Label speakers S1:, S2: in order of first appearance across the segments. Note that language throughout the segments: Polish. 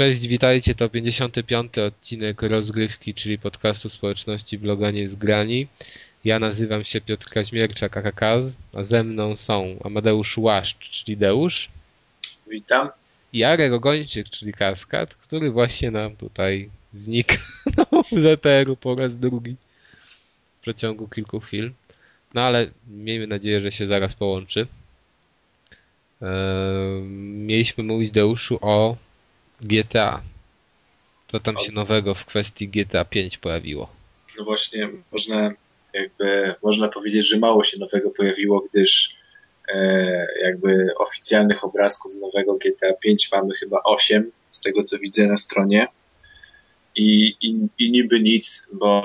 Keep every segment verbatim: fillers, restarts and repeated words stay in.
S1: Cześć, witajcie, to pięćdziesiąty piąty odcinek Rozgrywki, czyli podcastu społeczności bloga Niezgrani. Ja nazywam się Piotr Kaźmierczak, aka Kaz, a ze mną są Amadeusz Łaszcz, czyli Deusz.
S2: Witam.
S1: I Arek Ogończyk, czyli Kaskad, który właśnie nam tutaj zniknął z eteru po raz drugi w przeciągu kilku chwil. No ale miejmy nadzieję, że się zaraz połączy. Eee, mieliśmy mówić, Deuszu, o G T A. Co tam się nowego w kwestii G T A pięć pojawiło?
S2: No właśnie, można jakby można powiedzieć, że mało się nowego pojawiło, gdyż e, jakby oficjalnych obrazków z nowego G T A pięć mamy chyba osiem, z tego co widzę na stronie. I, i, i niby nic, bo,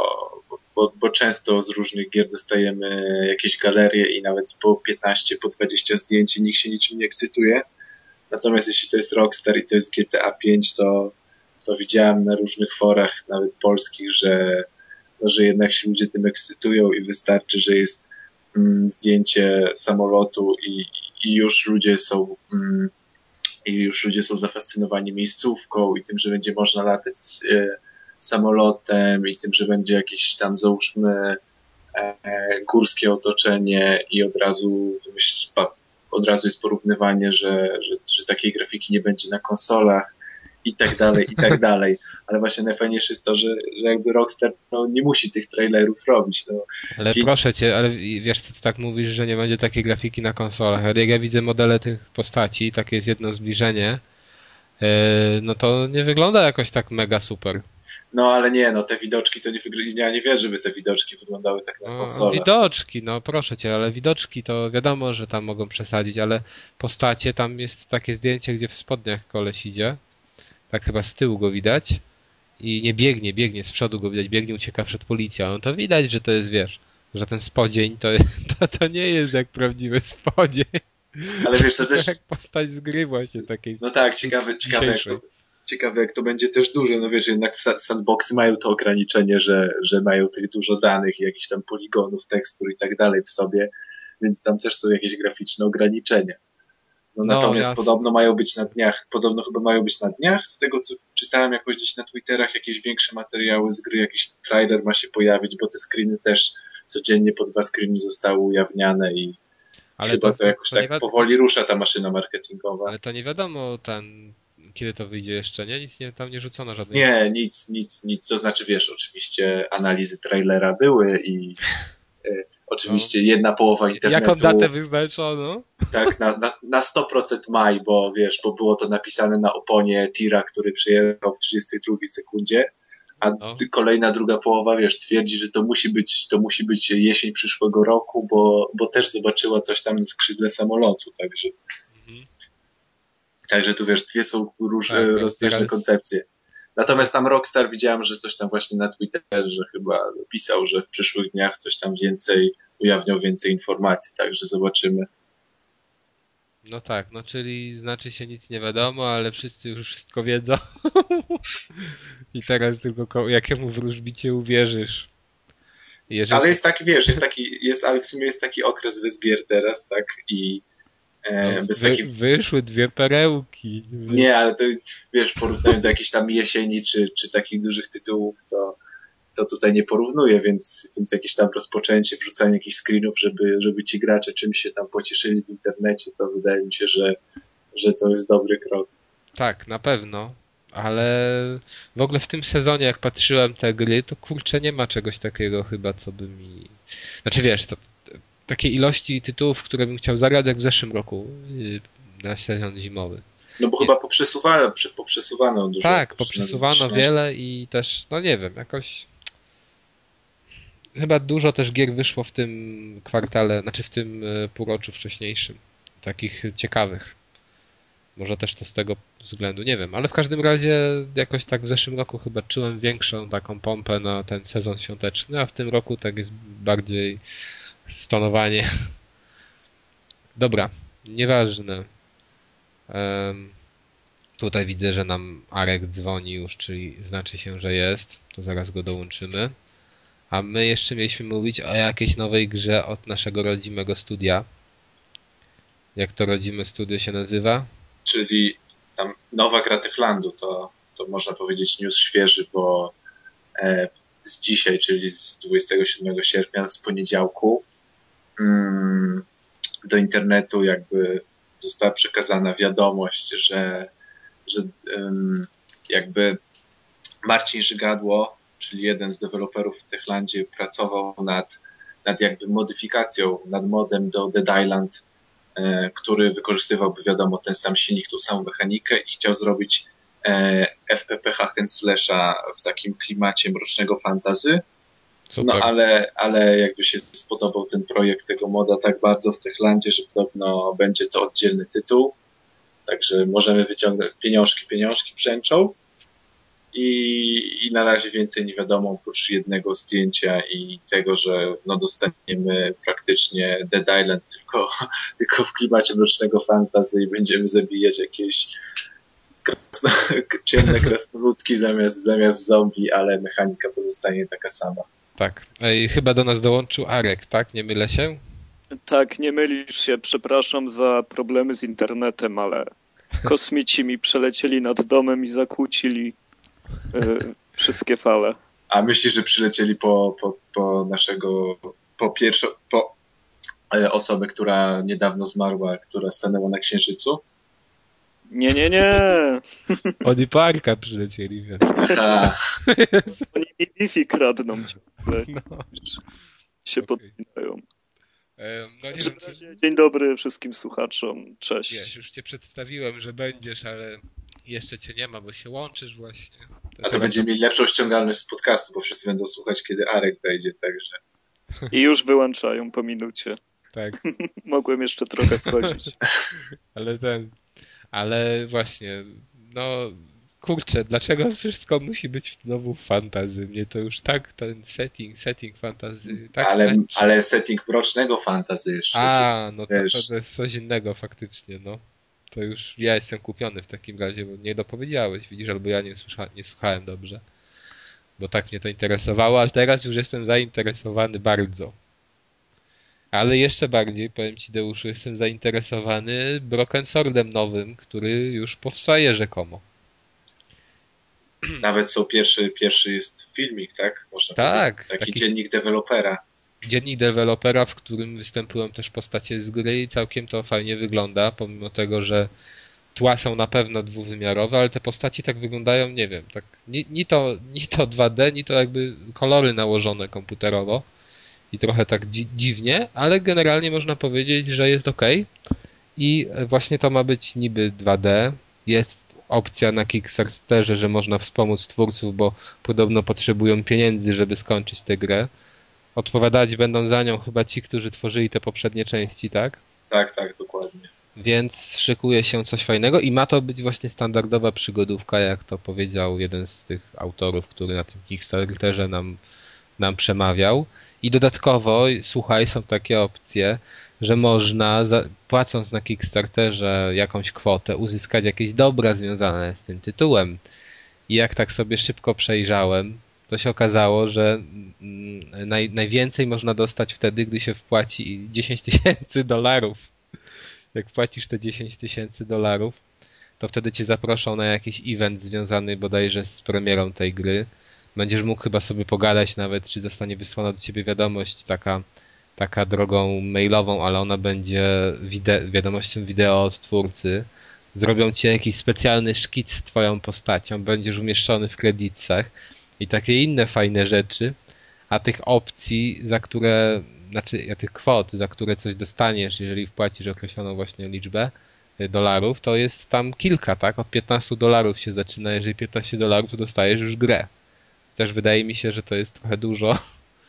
S2: bo, bo często z różnych gier dostajemy jakieś galerie i nawet po piętnaście, po dwadzieścia zdjęć i nikt się niczym nie ekscytuje. Natomiast jeśli to jest Rockstar i to jest G T A pięć, to, to widziałem na różnych forach, nawet polskich, że, no, że jednak się ludzie tym ekscytują i wystarczy, że jest mm, zdjęcie samolotu i, i już ludzie są mm, i już ludzie są zafascynowani miejscówką i tym, że będzie można latać e, samolotem i tym, że będzie jakieś tam, załóżmy, e, górskie otoczenie i od razu wymyśl, od razu jest porównywanie, że, że, że takiej grafiki nie będzie na konsolach i tak dalej, i tak dalej. Ale właśnie najfajniejsze jest to, że, że jakby Rockstar no, nie musi tych trailerów robić. No.
S1: Ale Więc... proszę cię, ale wiesz, ty tak mówisz, że nie będzie takiej grafiki na konsolach. Ale jak ja widzę modele tych postaci, takie jest jedno zbliżenie, yy, no to nie wygląda jakoś tak mega super.
S2: No ale nie, no te widoczki to nie wygląda, ja nie wierzę, żeby te widoczki wyglądały tak na konsolach.
S1: No, widoczki, no proszę cię, ale widoczki to wiadomo, że tam mogą przesadzić, ale postacie, tam jest takie zdjęcie, gdzie w spodniach koleś idzie, tak chyba z tyłu go widać i nie biegnie, biegnie, z przodu go widać, biegnie, ucieka przed policją, no to widać, że to jest, wiesz, że ten spodzień to, to, to nie jest jak prawdziwy spodzień.
S2: Ale wiesz, to też...
S1: jak postać z gry właśnie takiej.
S2: No tak, ciekawe, ciekawe jak to... Ciekawe, jak to będzie też duże, no wiesz, jednak sandboxy mają to ograniczenie, że, że mają tych dużo danych i jakichś tam poligonów, tekstur i tak dalej w sobie, więc tam też są jakieś graficzne ograniczenia. No, no natomiast jasne. Podobno mają być na dniach, podobno chyba mają być na dniach, z tego co czytałem jakoś gdzieś na Twitterach, jakieś większe materiały z gry, jakiś trailer ma się pojawić, bo te screeny też codziennie po dwa screeny zostały ujawniane i ale chyba to, to jakoś to tak wiadomo, powoli rusza ta maszyna marketingowa.
S1: Ale to nie wiadomo, ten... Kiedy to wyjdzie jeszcze, nie? Nic nie, tam nie rzucono żadnej...
S2: Nie, nic, nic, nic. To znaczy, wiesz, oczywiście analizy trailera były i e, oczywiście no. jedna połowa internetu...
S1: Jaką datę wyznaczono?
S2: Tak, na, na, na sto procent maj, bo wiesz, bo było to napisane na oponie tira, który przyjechał w trzydziestej drugiej sekundzie, a no. kolejna druga połowa, wiesz, twierdzi, że to musi być, to musi być jesień przyszłego roku, bo, bo też zobaczyła coś tam na skrzydle samolotu, także... Także tu wiesz, dwie są różne, tak, rozbieżne teraz... koncepcje. Natomiast tam Rockstar widziałem, że coś tam właśnie na Twitterze chyba pisał, że w przyszłych dniach coś tam więcej, ujawniał więcej informacji, także zobaczymy.
S1: No tak, no czyli znaczy się nic nie wiadomo, ale wszyscy już wszystko wiedzą. I teraz tylko jakiemu wróżbicie uwierzysz.
S2: Jeżeli... Ale jest taki, wiesz, jest taki, jest, ale w sumie jest taki okres wyzbier teraz, tak, i
S1: No, bez wy, takich... Wyszły dwie perełki.
S2: Nie, ale to wiesz, porównując do jakiejś tam jesieni czy, czy takich dużych tytułów, to, to tutaj nie porównuję, więc, więc jakieś tam rozpoczęcie, wrzucanie jakichś screenów, żeby, żeby ci gracze czymś się tam pocieszyli w internecie, to wydaje mi się, że, że to jest dobry krok.
S1: Tak, na pewno, ale w ogóle w tym sezonie, jak patrzyłem te gry, to kurczę, nie ma czegoś takiego chyba, co by mi... Znaczy wiesz, to takiej ilości tytułów, które bym chciał zagrać jak w zeszłym roku na sezon zimowy.
S2: No bo nie. chyba poprzesuwano, poprzesuwano dużo.
S1: Tak, poprzesuwano wiele i też, no nie wiem, jakoś chyba dużo też gier wyszło w tym kwartale, znaczy w tym półroczu wcześniejszym. Takich ciekawych. Może też to z tego względu, nie wiem, ale w każdym razie jakoś tak w zeszłym roku chyba czułem większą taką pompę na ten sezon świąteczny, a w tym roku tak jest bardziej stonowanie. Dobra, nieważne. Um, tutaj widzę, że nam Arek dzwoni już, czyli znaczy się, że jest. To zaraz go dołączymy. A my jeszcze mieliśmy mówić o jakiejś nowej grze od naszego rodzimego studia. Jak to rodzime studio się nazywa?
S2: Czyli tam nowa gra Techlandu, to, to można powiedzieć news świeży, bo e, z dzisiaj, czyli z dwudziestego siódmego sierpnia, z poniedziałku, mm, do internetu jakby została przekazana wiadomość, że, że um, jakby Marcin Żygadło, czyli jeden z deweloperów w Techlandzie, pracował nad, nad jakby modyfikacją, nad modem do Dead Island, e, który wykorzystywałby, wiadomo, ten sam silnik, tą samą mechanikę i chciał zrobić e, F P P hack and slasha w takim klimacie mrocznego fantasy.
S1: Super.
S2: No ale, ale jakby się spodobał ten projekt tego moda tak bardzo w Techlandzie, że podobno będzie to oddzielny tytuł. Także możemy wyciągnąć pieniążki, pieniążki brzęczą. I, I na razie więcej nie wiadomo, oprócz jednego zdjęcia i tego, że no dostaniemy praktycznie Dead Island tylko, tylko w klimacie mrocznego fantasy i będziemy zabijać jakieś krasno, ciemne krasnoludki zamiast, zamiast zombie, ale mechanika pozostanie taka sama.
S1: Tak. Ej, chyba do nas dołączył Arek, tak? Nie mylę się?
S3: Tak, nie mylisz się. Przepraszam za problemy z internetem, ale kosmici mi przelecieli nad domem i zakłócili y, wszystkie fale.
S2: A myślisz, że przylecieli po, po, po naszego, po pierwszą, po osobę, która niedawno zmarła, która stanęła na Księżycu?
S3: Nie, nie, nie.
S1: Oni po Arka przylecieli, więc.
S2: Aha.
S3: Oni mi Wi-Fi kradną.
S1: No.
S3: Się
S1: Okay.
S3: podpinają.
S1: No, nie
S3: znaczy,
S1: wiem, czy...
S3: Dzień dobry wszystkim słuchaczom. Cześć.
S1: Wiesz, już cię przedstawiłem, że będziesz, ale jeszcze cię nie ma, bo się łączysz właśnie.
S2: To A to będziemy mieli lepszą ściągalność z podcastu, bo wszyscy będą słuchać, kiedy Arek wejdzie, także.
S3: I już wyłączają po minucie.
S1: Tak.
S3: Mogłem jeszcze trochę wchodzić.
S1: Ale ten... Ale właśnie, no kurczę, dlaczego wszystko musi być znowu w fantasy? Mnie to już tak, ten setting, setting fantasy, tak
S2: ale,
S1: męczy.
S2: ale setting mrocznego fantasy jeszcze.
S1: A, no to, to jest coś innego faktycznie, no. To już ja jestem kupiony w takim razie, bo nie dopowiedziałeś, widzisz, albo ja nie, słucha, nie słuchałem dobrze. Bo tak mnie to interesowało, ale teraz już jestem zainteresowany bardzo. Ale jeszcze bardziej, powiem ci, Deuszu, jestem zainteresowany Broken Swordem nowym, który już powstaje rzekomo.
S2: Nawet są pierwszy, pierwszy jest filmik, tak? Można
S1: tak.
S2: Taki, taki
S1: taki
S2: dziennik dewelopera.
S1: Dziennik dewelopera, w którym występują też postacie z gry i całkiem to fajnie wygląda, pomimo tego, że tła są na pewno dwuwymiarowe, ale te postaci tak wyglądają, nie wiem, tak ni, ni, to, ni to dwa D, ni to jakby kolory nałożone komputerowo. I trochę tak dzi- dziwnie, ale generalnie można powiedzieć, że jest ok. I właśnie to ma być niby dwa D. Jest opcja na Kickstarterze, że można wspomóc twórców, bo podobno potrzebują pieniędzy, żeby skończyć tę grę. Odpowiadać będą za nią chyba ci, którzy tworzyli te poprzednie części, tak?
S2: Tak, tak, dokładnie.
S1: Więc szykuje się coś fajnego i ma to być właśnie standardowa przygodówka, jak to powiedział jeden z tych autorów, który na tym Kickstarterze nam, nam przemawiał. I dodatkowo, słuchaj, są takie opcje, że można, za, płacąc na Kickstarterze jakąś kwotę, uzyskać jakieś dobra związane z tym tytułem. I jak tak sobie szybko przejrzałem, to się okazało, że naj, najwięcej można dostać wtedy, gdy się wpłaci dziesięć tysięcy dolarów. Jak płacisz te dziesięć tysięcy dolarów, to wtedy cię zaproszą na jakiś event związany bodajże z premierą tej gry. Będziesz mógł chyba sobie pogadać nawet, czy zostanie wysłana do ciebie wiadomość taka, taka drogą mailową, ale ona będzie wide- wiadomością wideo od twórcy. Zrobią ci jakiś specjalny szkic z twoją postacią, będziesz umieszczony w kredytach i takie inne fajne rzeczy, a tych opcji, za które, znaczy a tych kwot, za które coś dostaniesz, jeżeli wpłacisz określoną właśnie liczbę dolarów, to jest tam kilka, tak? Od piętnaście dolarów się zaczyna, jeżeli piętnaście dolarów, to dostajesz już grę. Też wydaje mi się, że to jest trochę dużo.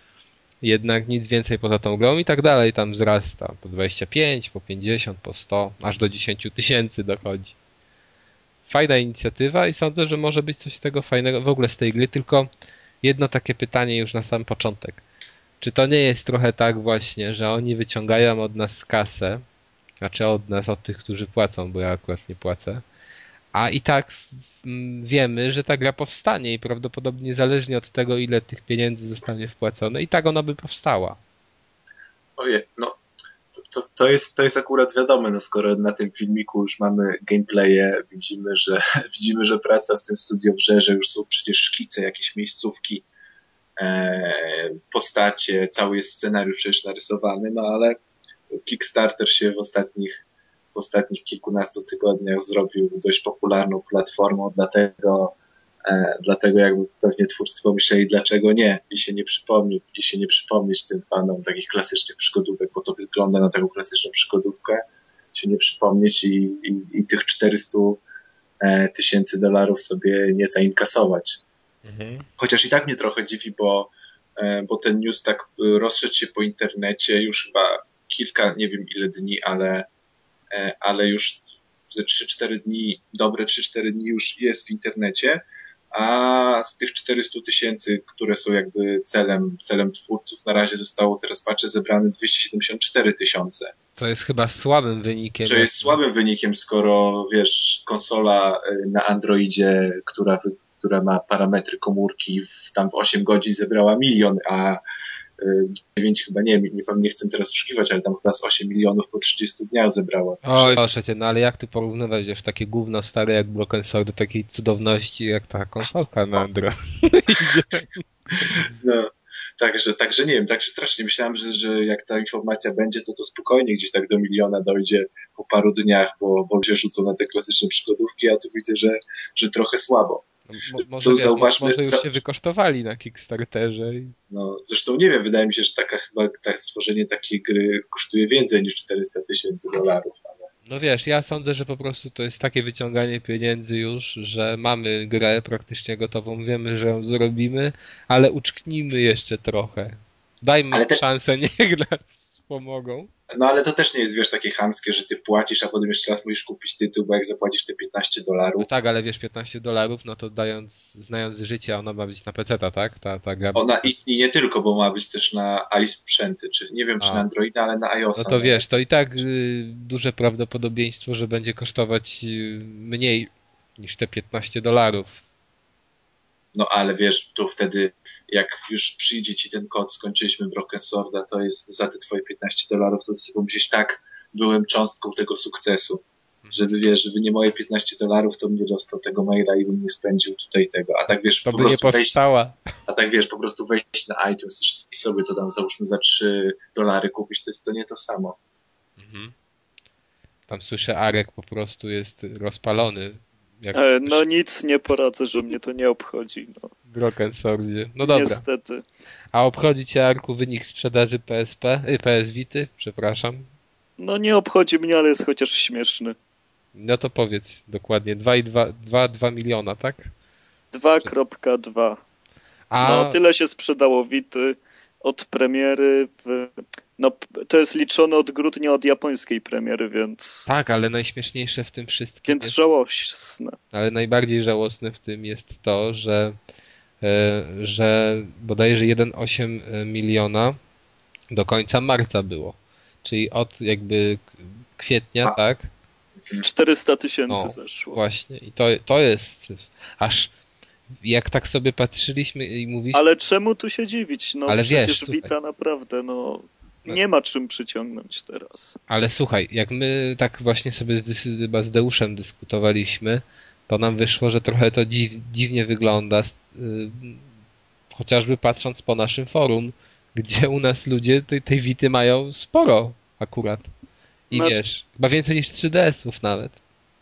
S1: Jednak nic więcej poza tą grą i tak dalej tam wzrasta. Po dwadzieścia pięć, po pięćdziesiąt, po sto, aż do dziesięć tysięcy dochodzi. Fajna inicjatywa i sądzę, że może być coś z tego fajnego w ogóle z tej gry, tylko jedno takie pytanie już na sam początek. Czy to nie jest trochę tak właśnie, że oni wyciągają od nas kasę, znaczy od nas, od tych, którzy płacą, bo ja akurat nie płacę, a i tak wiemy, że ta gra powstanie i prawdopodobnie niezależnie od tego, ile tych pieniędzy zostanie wpłacone, i tak ona by powstała.
S2: Ojej, no to, to, to, jest, to jest akurat wiadome, no skoro na tym filmiku już mamy gameplaye, widzimy, że widzimy, że praca w tym studio wrze, że już są przecież szkice, jakieś miejscówki, e, postacie, cały jest scenariusz przecież narysowany, no ale Kickstarter się w ostatnich, w ostatnich kilkunastu tygodniach zrobił dość popularną platformą, dlatego E, dlatego jakby pewnie twórcy pomyśleli, dlaczego nie i się nie przypomni, i się nie przypomnieć tym fanom takich klasycznych przygodówek, bo to wygląda na taką klasyczną przygodówkę, się nie przypomnieć i, i, i tych czterysta tysięcy dolarów sobie nie zainkasować. Mhm. Chociaż i tak mnie trochę dziwi, bo, e, bo ten news tak rozszedł się po internecie już chyba kilka, nie wiem ile dni, ale, e, ale już ze trzy cztery dni, dobre trzy cztery dni już jest w internecie, a z tych czterysta tysięcy, które są jakby celem, celem twórców, na razie zostało, teraz patrzę, zebrane dwieście siedemdziesiąt cztery tysiące.
S1: To jest chyba słabym wynikiem.
S2: To jest słabym wynikiem, skoro wiesz, konsola na Androidzie, która, która ma parametry komórki, w, tam w osiem godzin zebrała milion, a dziewięć chyba, nie, nie, nie chcę teraz oszukiwać, ale tam chyba z osiem milionów po trzydziestu dniach zebrała.
S1: Oj, proszę cię, no ale jak ty porównywać, wiesz, takie gówno stare jak Broken Sword do takiej cudowności jak ta konsolka na Android.
S2: No, także, także nie wiem, także strasznie myślałem, że, że jak ta informacja będzie, to to spokojnie gdzieś tak do miliona dojdzie po paru dniach, bo, bo się rzucą na te klasyczne przygodówki, a tu widzę, że, że trochę słabo.
S1: Mo, może, wiesz, zauważmy, może już za... się wykosztowali na Kickstarterze. I...
S2: No, zresztą nie wiem, wydaje mi się, że taka chyba tak, stworzenie takiej gry kosztuje więcej niż czterysta tysięcy dolarów. Ale...
S1: No wiesz, ja sądzę, że po prostu to jest takie wyciąganie pieniędzy już, że mamy grę praktycznie gotową, wiemy, że ją zrobimy, ale uczknijmy jeszcze trochę. Dajmy te... szansę, niech nas pomogą.
S2: No ale to też nie jest, wiesz, takie chamskie, że ty płacisz, a potem jeszcze raz musisz kupić tytuł, bo jak zapłacisz te piętnaście dolarów.
S1: No tak, ale wiesz, piętnaście dolarów, no to dając, znając życie, ona ma być na peceta, tak? Ta, ta gra...
S2: Ona i, i nie tylko, bo ma być też na iSprzęty, czy nie wiem, a. czy na Androida, ale na iOS.
S1: No to wiesz, to i tak y, duże prawdopodobieństwo, że będzie kosztować y, mniej niż te piętnaście dolarów.
S2: No ale wiesz, to wtedy jak już przyjdzie ci ten kod, skończyliśmy Broken Sworda, to jest za te twoje piętnaście dolarów, to ty sobie pomyślisz, tak, byłem cząstką tego sukcesu. Żeby wiesz, żeby nie moje piętnaście dolarów, to bym nie dostał tego maila i bym nie spędził tutaj tego. A tak wiesz,
S1: to
S2: po
S1: by
S2: prostu
S1: nie powstała.
S2: Wejść, a tak wiesz, po prostu wejść na iTunes i sobie to tam załóżmy za trzy dolary kupić, to jest to nie to samo. Mhm.
S1: Tam słyszę, Arek po prostu jest rozpalony.
S3: Jak e, no nic nie poradzę, że mnie to nie obchodzi. No.
S1: Broken Swordzie. No dobra.
S3: Niestety.
S1: A obchodzi cię, Arku, wynik sprzedaży P S P, y, P S Vity? Przepraszam.
S3: No nie obchodzi mnie, ale jest chociaż śmieszny.
S1: No to powiedz dokładnie. dwa przecinek dwa miliona, tak?
S3: dwa przecinek dwa. A... No tyle się sprzedało Vity od premiery w... No to jest liczone od grudnia od japońskiej premiery, więc...
S1: Tak, ale najśmieszniejsze w tym wszystkim
S3: Więc jest... żałosne.
S1: Ale najbardziej żałosne w tym jest to, że że bodajże jeden przecinek osiem miliona do końca marca było. Czyli od jakby kwietnia, A. tak?
S3: czterysta tysięcy no, zeszło.
S1: Właśnie. I to, to jest aż jak tak sobie patrzyliśmy i mówiliśmy...
S3: Ale czemu tu się dziwić? No ale przecież wiesz, Vita naprawdę, no nie ma czym przyciągnąć teraz.
S1: Ale słuchaj, jak my tak właśnie sobie z, chyba z Deuszem dyskutowaliśmy, to nam wyszło, że trochę to dziw, dziwnie wygląda, yy, chociażby patrząc po naszym forum, gdzie u nas ludzie tej, tej Vity mają sporo akurat. I znaczy... wiesz, chyba więcej niż trzy D S-ów nawet.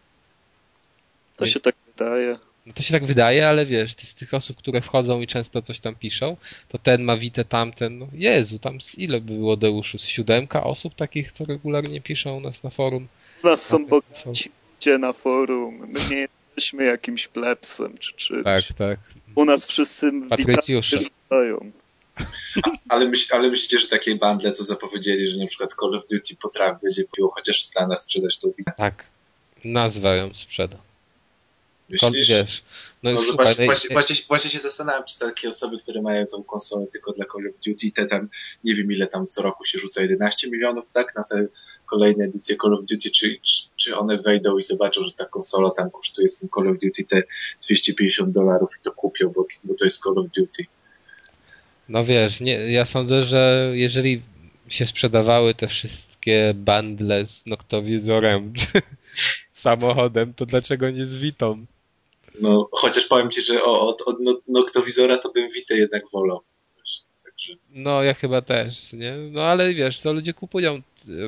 S3: To Więc... się tak wydaje.
S1: No to się tak wydaje, ale wiesz, z tych osób, które wchodzą i często coś tam piszą, to ten ma Vitę, tamten, no Jezu, tam z ile by było, Deuszu? Z siódemka osób takich, co regularnie piszą u nas na forum?
S3: U nas są bogaci ludzie na forum, my nie jesteśmy jakimś plebsem czy czymś.
S1: Tak, tak.
S3: U nas wszyscy
S1: Patrycjusze.
S3: witają.
S2: Ale, myśl, ale myślicie, że takie bundle, co zapowiedzieli, że na przykład Call of Duty potrafi będzie było chociaż w Stanach sprzedać tą Vitę?
S1: Tak, nazwa ją sprzeda.
S2: Myślisz?
S1: Wiesz, no
S2: no, słuchaj, właśnie, właśnie, właśnie, właśnie się zastanawiam, czy takie osoby, które mają tą konsolę tylko dla Call of Duty, te tam, nie wiem ile tam co roku się rzuca, jedenaście milionów, tak, na te kolejne edycje Call of Duty, czy, czy, czy one wejdą i zobaczą, że ta konsola tam kosztuje z tym Call of Duty te dwieście pięćdziesiąt dolarów i to kupią, bo, bo to jest Call of Duty.
S1: No wiesz, nie, ja sądzę, że jeżeli się sprzedawały te wszystkie wszystkie bundle z Noctowizorem czy samochodem, to dlaczego nie z Vitą?
S2: No, chociaż powiem ci, że o, od, od Noctowizora to bym Vitę jednak wolał. Także...
S1: No, ja chyba też, nie? No, ale wiesz, to ludzie kupują...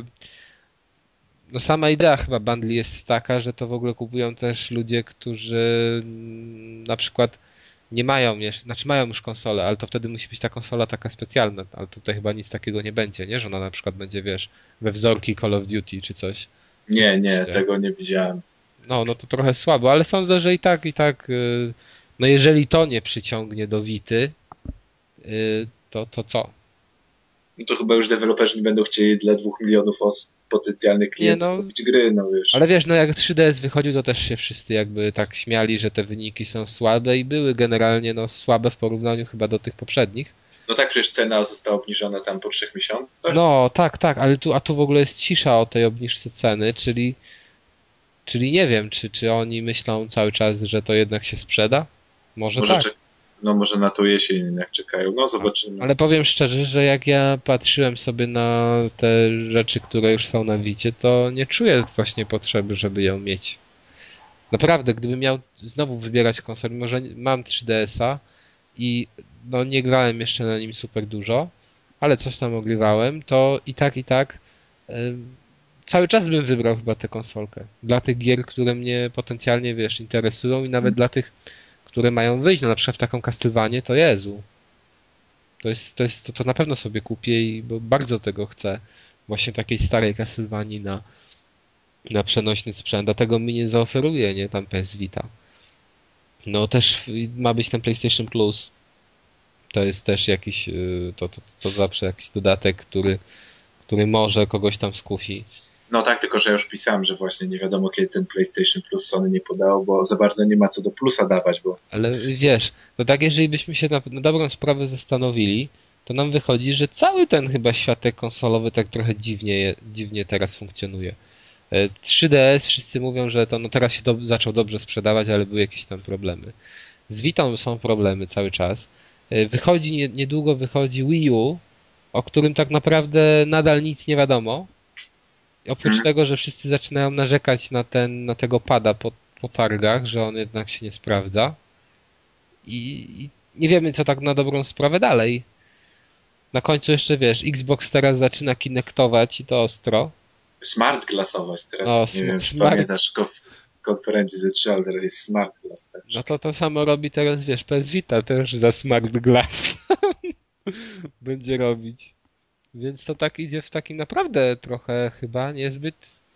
S1: No, sama idea chyba bundli jest taka, że to w ogóle kupują też ludzie, którzy na przykład nie mają jeszcze, znaczy mają już konsolę, ale to wtedy musi być ta konsola taka specjalna, ale tutaj chyba nic takiego nie będzie, nie? Że ona na przykład będzie, wiesz, we wzorki Call of Duty czy coś.
S2: Nie, nie, tego nie widziałem.
S1: No, no to trochę słabo, ale sądzę, że i tak, i tak, no jeżeli to nie przyciągnie do Vity, to, to co?
S2: No to chyba już deweloperzy nie będą chcieli dla dwóch milionów osób, potencjalnych klientów
S1: nie, no,
S2: kupić gry, no wiesz.
S1: Ale wiesz, no jak trzy D S wychodził, to też się wszyscy jakby tak śmiali, że te wyniki są słabe i były generalnie no słabe w porównaniu chyba do tych poprzednich.
S2: No tak, przecież cena została obniżona tam po trzech miesiącach.
S1: No, tak, tak, ale tu, a tu w ogóle jest cisza o tej obniżce ceny, czyli czyli nie wiem, czy, czy oni myślą cały czas, że to jednak się sprzeda? Może, może tak. Czek-
S2: no może na to jesień jednak czekają, no zobaczymy.
S1: Ale powiem szczerze, że jak ja patrzyłem sobie na te rzeczy, które już są na Vicie, to nie czuję właśnie potrzeby, żeby ją mieć. Naprawdę, gdybym miał znowu wybierać konsolę, może mam trzy D S a i no nie grałem jeszcze na nim super dużo, ale coś tam ogrywałem, to i tak, i tak yy, cały czas bym wybrał chyba tę konsolkę. Dla tych gier, które mnie potencjalnie, wiesz, interesują i nawet hmm. dla tych, które mają wyjść, no na przykład w taką Castlevanię, to Jezu. To jest, to jest, to, to na pewno sobie kupię i bo bardzo tego chcę. Właśnie takiej starej Castlevanii na, na przenośny sprzęt. Dlatego mi nie zaoferuje, nie, tam P S Vita. No też ma być ten PlayStation Plus. To jest też jakiś, to, to, to zawsze jakiś dodatek, który, który może kogoś tam skusi.
S2: No tak, tylko że ja już pisałem, że właśnie nie wiadomo kiedy ten PlayStation Plus Sony nie podało, bo za bardzo nie ma co do plusa dawać, bo...
S1: Ale wiesz, no tak jeżeli byśmy się na, na dobrą sprawę zastanowili, to nam wychodzi, że cały ten chyba światek konsolowy tak trochę dziwnie, dziwnie teraz funkcjonuje. trzy D S wszyscy mówią, że to no teraz się do, zaczął dobrze sprzedawać, ale były jakieś tam problemy. Z Vitą są problemy cały czas. Wychodzi, nie, niedługo wychodzi Wii U, o którym tak naprawdę nadal nic nie wiadomo. Oprócz hmm. tego, że wszyscy zaczynają narzekać na, ten, na tego pada po, po targach, że on jednak się nie sprawdza. I, I nie wiemy, co tak na dobrą sprawę dalej. Na końcu jeszcze, wiesz, Xbox teraz zaczyna kinektować i to ostro.
S2: Smart glassować teraz. No, nie sm- wiem,
S1: smart...
S2: pamiętasz z konferencji Z trzy, ale teraz jest smart glass. Tak?
S1: No to to samo robi teraz, wiesz, P S Vita też za smart glass będzie robić. Więc to tak idzie w takim naprawdę trochę chyba niezbyt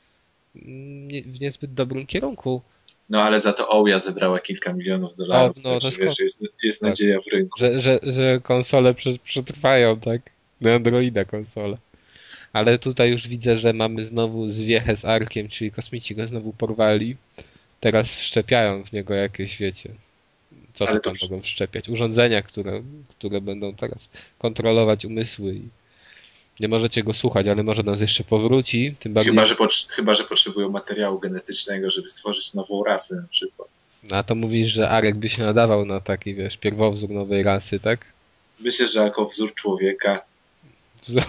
S1: nie, w niezbyt dobrym kierunku.
S2: No ale za to Ouya zebrała kilka milionów dolarów, o, no, także wiesz, jest, jest tak. nadzieja w rynku.
S1: Że, że, że konsole przetrwają, tak? Na Androida konsole. Ale tutaj już widzę, że mamy znowu zwiechę z Arkiem, czyli kosmici go znowu porwali. Teraz wszczepiają w niego jakieś, wiecie, co to tam mogą wszczepiać? Urządzenia, które, które będą teraz kontrolować umysły i nie możecie go słuchać, ale może nas jeszcze powróci. Tym bardziej...
S2: chyba, że pot- chyba, że potrzebują materiału genetycznego, żeby stworzyć nową rasę na przykład.
S1: A to mówisz, że Arek by się nadawał na taki, wiesz, pierwowzór nowej rasy, tak?
S2: Myślę, że jako wzór człowieka.
S1: Wzór...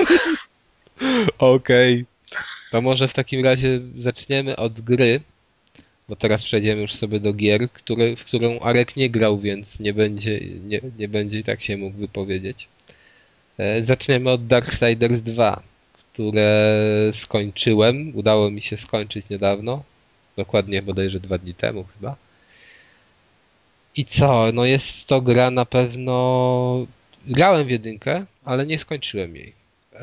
S1: Okej. Okay. To może w takim razie zaczniemy od gry, bo teraz przejdziemy już sobie do gier, który, w którą Arek nie grał, więc nie będzie, nie, nie będzie i tak się mógł wypowiedzieć. Zaczniemy od Darksiders dwa, które skończyłem. Udało mi się skończyć niedawno. Dokładnie bodajże dwa dni temu chyba. I co? No jest to gra na pewno... Grałem w jedynkę, ale nie skończyłem jej.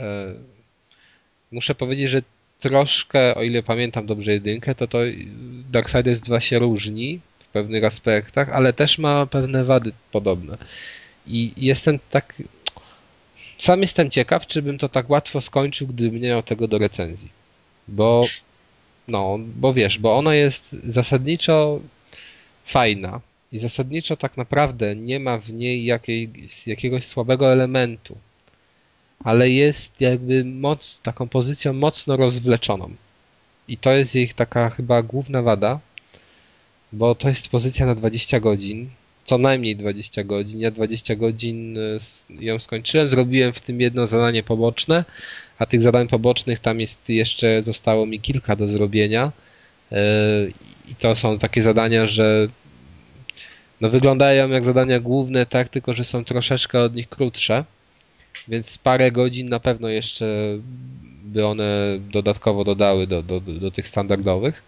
S1: Muszę powiedzieć, że troszkę, o ile pamiętam dobrze jedynkę, to to Darksiders dwa się różni w pewnych aspektach, ale też ma pewne wady podobne. I jestem tak... Sam jestem ciekaw, czy bym to tak łatwo skończył, gdybym nie miał tego do recenzji. Bo, no, bo wiesz, bo ona jest zasadniczo fajna i zasadniczo tak naprawdę nie ma w niej jakiej, jakiegoś słabego elementu, ale jest jakby moc, taką pozycją mocno rozwleczoną. I to jest jej taka chyba główna wada, bo to jest pozycja na dwadzieścia godzin, co najmniej dwadzieścia godzin. Ja dwadzieścia godzin ją skończyłem, zrobiłem w tym jedno zadanie poboczne, a tych zadań pobocznych tam jest jeszcze, zostało mi kilka do zrobienia. I to są takie zadania, że no wyglądają jak zadania główne, tak, tylko że są troszeczkę od nich krótsze, więc parę godzin na pewno jeszcze by one dodatkowo dodały do, do, do tych standardowych.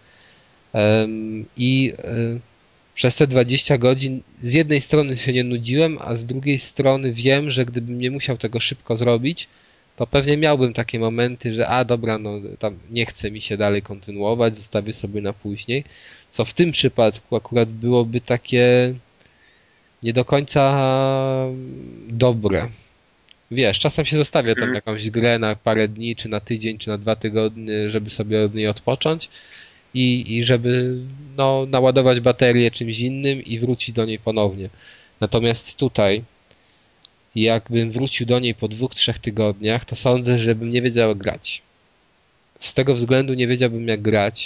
S1: I przez te dwadzieścia godzin z jednej strony się nie nudziłem, a z drugiej strony wiem, że gdybym nie musiał tego szybko zrobić, to pewnie miałbym takie momenty, że a dobra, no tam nie chce mi się dalej kontynuować, zostawię sobie na później, co w tym przypadku akurat byłoby takie nie do końca dobre. Wiesz, czasem się zostawia tam jakąś grę na parę dni, czy na tydzień, czy na dwa tygodnie, żeby sobie od niej odpocząć i, i żeby no, naładować baterię czymś innym i wrócić do niej ponownie. Natomiast tutaj jakbym wrócił do niej po dwóch, trzech tygodniach, to sądzę, że bym nie wiedział jak grać. Z tego względu nie wiedziałbym jak grać,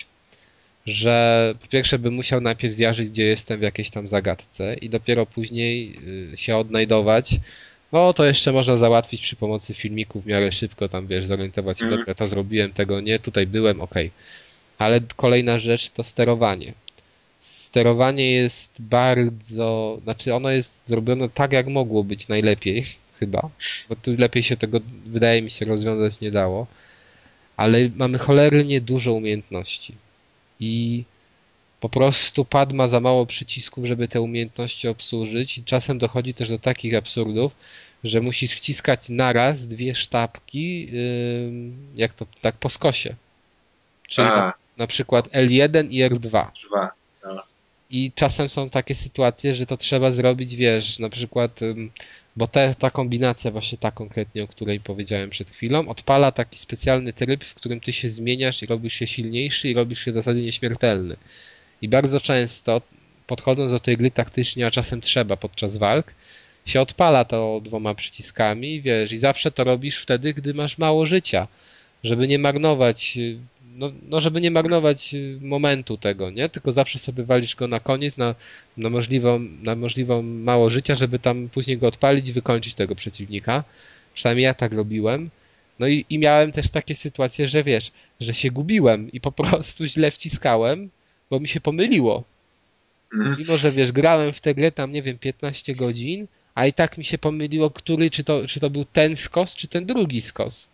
S1: że po pierwsze bym musiał najpierw zjarzyć, gdzie jestem w jakiejś tam zagadce i dopiero później się odnajdować. No to jeszcze można załatwić przy pomocy filmików w miarę szybko, tam wiesz, zorientować się, mm. dobra, to zrobiłem, tego nie, tutaj byłem, okej. Okay. Ale kolejna rzecz to sterowanie. Sterowanie jest bardzo, znaczy ono jest zrobione tak, jak mogło być najlepiej, chyba, bo tu lepiej się tego, wydaje mi się, rozwiązać nie dało, ale mamy cholernie dużo umiejętności i po prostu pad ma za mało przycisków, żeby te umiejętności obsłużyć i czasem dochodzi też do takich absurdów, że musisz wciskać naraz dwie sztabki, jak to, tak po skosie. Czyli na, na przykład L jeden i R dwa. I czasem są takie sytuacje, że to trzeba zrobić, wiesz, na przykład, bo te, ta kombinacja właśnie ta konkretnie, o której powiedziałem przed chwilą, odpala taki specjalny tryb, w którym ty się zmieniasz i robisz się silniejszy i robisz się w zasadzie nieśmiertelny. I bardzo często, podchodząc do tej gry taktycznie, a czasem trzeba podczas walk, się odpala to dwoma przyciskami, wiesz, i zawsze to robisz wtedy, gdy masz mało życia, żeby nie marnować, no, no żeby nie marnować momentu tego, nie? Tylko zawsze sobie walisz go na koniec, na, na, możliwą, na możliwą mało życia, żeby tam później go odpalić i wykończyć tego przeciwnika. Przynajmniej ja tak robiłem. No i, i miałem też takie sytuacje, że wiesz, że się gubiłem i po prostu źle wciskałem, bo mi się pomyliło. Mimo, że wiesz, grałem w tę grę tam, nie wiem, piętnaście godzin, a i tak mi się pomyliło, który, czy to, czy to był ten skos, czy ten drugi skos.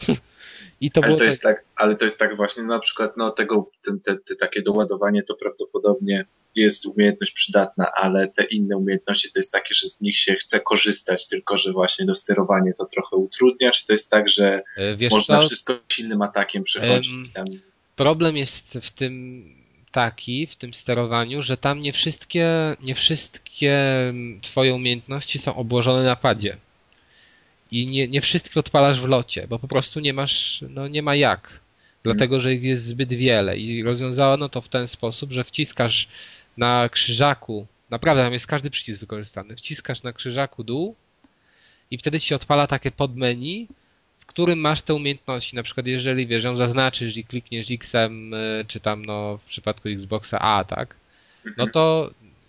S1: I to
S2: ale,
S1: było
S2: to jest tak... tak, ale to jest tak właśnie, no, na przykład no, tego, ten, te, te, takie doładowanie to prawdopodobnie jest umiejętność przydatna, ale te inne umiejętności to jest takie, że z nich się chce korzystać, tylko że właśnie do sterowania to trochę utrudnia, czy to jest tak, że Wiesz można co? wszystko silnym atakiem przechodzić? Um, tam...
S1: Problem jest w tym taki, w tym sterowaniu, że tam nie wszystkie, nie wszystkie twoje umiejętności są obłożone na padzie. I nie, nie wszystkie odpalasz w locie, bo po prostu nie masz, no nie ma jak. Dlatego, że ich jest zbyt wiele. I rozwiązano to w ten sposób, że wciskasz na krzyżaku, naprawdę tam jest każdy przycisk wykorzystany, wciskasz na krzyżaku dół i wtedy ci się odpala takie podmenu, w którym masz te umiejętności. Na przykład jeżeli wiesz, ją zaznaczysz i klikniesz X-em, czy tam no w przypadku Xboxa A, tak? No to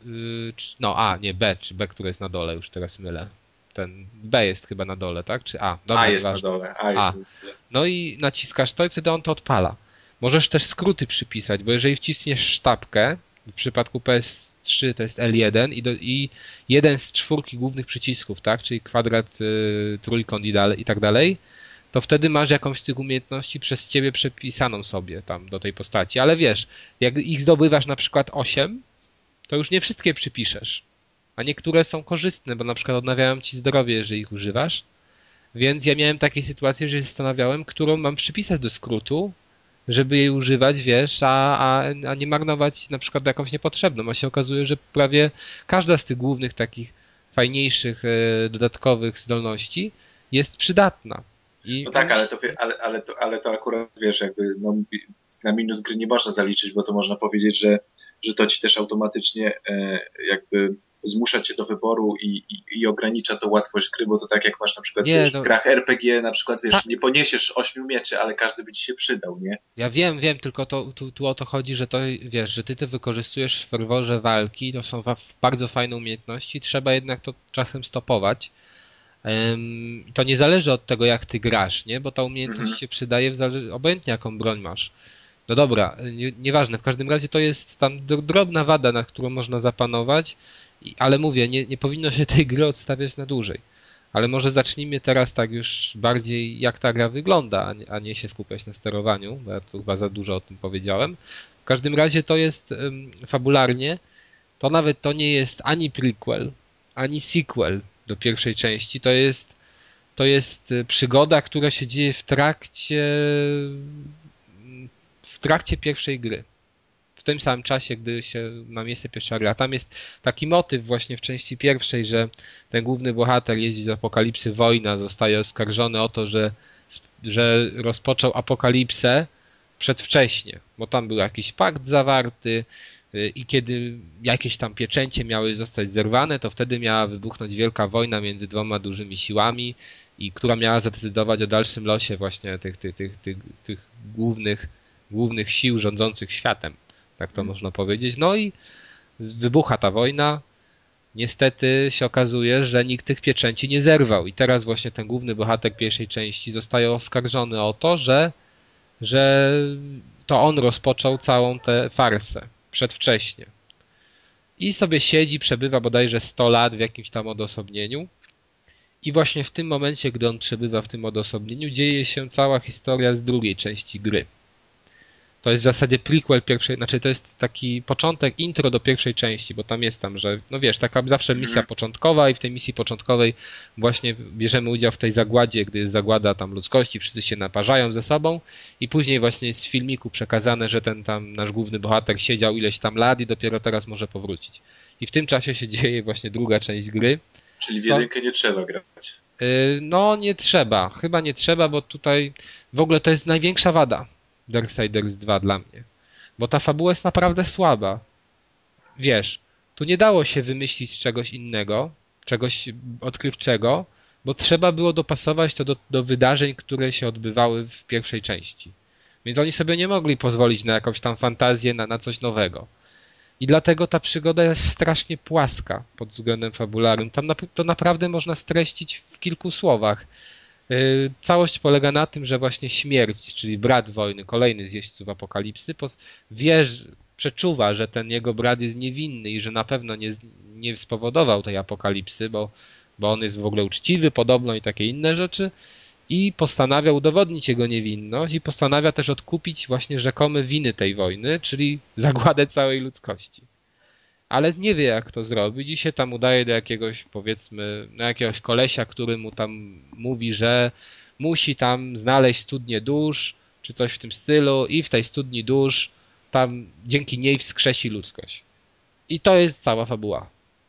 S1: no A, nie B, czy B, które jest na dole, już teraz mylę. Ten B jest chyba na dole, tak? Czy A? Dobra,
S2: A jest ważne. na dole. A jest A. Na dole.
S1: No i naciskasz to i wtedy on to odpala. Możesz też skróty przypisać, bo jeżeli wciśniesz sztabkę, w przypadku P S trzy to jest L jeden i, do, i jeden z czwórki głównych przycisków, tak? Czyli kwadrat, y, trójkąt i, dalej, i tak dalej, to wtedy masz jakąś z tych umiejętności przez ciebie przepisaną sobie tam do tej postaci. Ale wiesz, jak ich zdobywasz na przykład osiem, to już nie wszystkie przypiszesz. A niektóre są korzystne, bo na przykład odnawiają ci zdrowie, jeżeli ich używasz. Więc ja miałem takie sytuacje, że się zastanawiałem, którą mam przypisać do skrótu, żeby jej używać, wiesz, a, a, a nie marnować na przykład jakąś niepotrzebną. A się okazuje, że prawie każda z tych głównych takich fajniejszych, e, dodatkowych zdolności jest przydatna. I
S2: no tak, ale to, ale, ale, to, ale to akurat, wiesz, jakby no, na minus gry nie można zaliczyć, bo to można powiedzieć, że, że to ci też automatycznie e, jakby zmusza cię do wyboru i, i, i ogranicza to łatwość gry, bo to tak jak masz na przykład
S1: Nie,
S2: wiesz,
S1: no-
S2: w grach R P G na przykład, wiesz,
S1: Tak.
S2: nie poniesiesz ośmiu mieczy, ale każdy by ci się przydał, nie?
S1: Ja wiem, wiem, tylko to, tu, tu o to chodzi, że to, wiesz, że ty to wykorzystujesz w ferworze walki, to są wa- bardzo fajne umiejętności, trzeba jednak to czasem stopować. Ym, to nie zależy od tego, jak ty grasz, nie? Bo ta umiejętność
S2: Mhm.
S1: się przydaje w zale- obojętnie jaką broń masz. No dobra, nie, nieważne, w każdym razie to jest tam dr- drobna wada, na którą można zapanować, i, ale mówię, nie, nie powinno się tej gry odstawiać na dłużej. Ale może zacznijmy teraz tak już bardziej, jak ta gra wygląda, a nie, a nie się skupiać na sterowaniu, bo ja tu chyba za dużo o tym powiedziałem. W każdym razie to jest ym, fabularnie, to nawet to nie jest ani prequel, ani sequel do pierwszej części, to jest to jest y, przygoda, która się dzieje w trakcie w trakcie pierwszej gry. W tym samym czasie, gdy się ma miejsce pierwsza gra. Tam jest taki motyw właśnie w części pierwszej, że ten główny bohater jeździ do apokalipsy, wojna, zostaje oskarżony o to, że, że rozpoczął apokalipsę przedwcześnie, bo tam był jakiś pakt zawarty y, i kiedy jakieś tam pieczęcie miały zostać zerwane, to wtedy miała wybuchnąć wielka wojna między dwoma dużymi siłami, i która miała zadecydować o dalszym losie właśnie tych, tych, tych, tych, tych głównych, głównych sił rządzących światem. Tak to można powiedzieć. No i wybucha ta wojna. Niestety się okazuje, że nikt tych pieczęci nie zerwał. I teraz właśnie ten główny bohater pierwszej części zostaje oskarżony o to, że, że to on rozpoczął całą tę farsę przedwcześnie. I sobie siedzi, przebywa bodajże sto lat w jakimś tam odosobnieniu. I właśnie w tym momencie, gdy on przebywa w tym odosobnieniu, dzieje się cała historia z drugiej części gry. To jest w zasadzie prequel pierwszej, znaczy to jest taki początek, intro do pierwszej części, bo tam jest tam, że no wiesz, taka zawsze misja początkowa i w tej misji początkowej właśnie bierzemy udział w tej zagładzie, gdy jest zagłada tam ludzkości, wszyscy się naparzają ze sobą i później właśnie jest z filmiku przekazane, że ten tam nasz główny bohater siedział ileś tam lat i dopiero teraz może powrócić. I w tym czasie się dzieje właśnie druga część gry.
S2: Czyli w jedynkę nie trzeba grać.
S1: Yy, no nie trzeba, chyba nie trzeba, bo tutaj w ogóle to jest największa wada Darksiders dwa dla mnie. Bo ta fabuła jest naprawdę słaba. Wiesz, tu nie dało się wymyślić czegoś innego, czegoś odkrywczego, bo trzeba było dopasować to do, do wydarzeń, które się odbywały w pierwszej części. Więc oni sobie nie mogli pozwolić na jakąś tam fantazję, na, na coś nowego. I dlatego ta przygoda jest strasznie płaska pod względem fabularnym. Tam na, to naprawdę można streścić w kilku słowach. Yy, całość polega na tym, że właśnie śmierć, czyli brat wojny, kolejny z jeźdźców apokalipsy, wie, przeczuwa, że ten jego brat jest niewinny i że na pewno nie, nie spowodował tej apokalipsy, bo, bo on jest w ogóle uczciwy podobno i takie inne rzeczy, i postanawia udowodnić jego niewinność i postanawia też odkupić właśnie rzekome winy tej wojny, czyli zagładę całej ludzkości. Ale nie wie, jak to zrobić i się tam udaje do jakiegoś, powiedzmy, no jakiegoś kolesia, który mu tam mówi, że musi tam znaleźć studnię dusz, czy coś w tym stylu, i w tej studni dusz tam dzięki niej wskrzesi ludzkość. I to jest cała fabuła.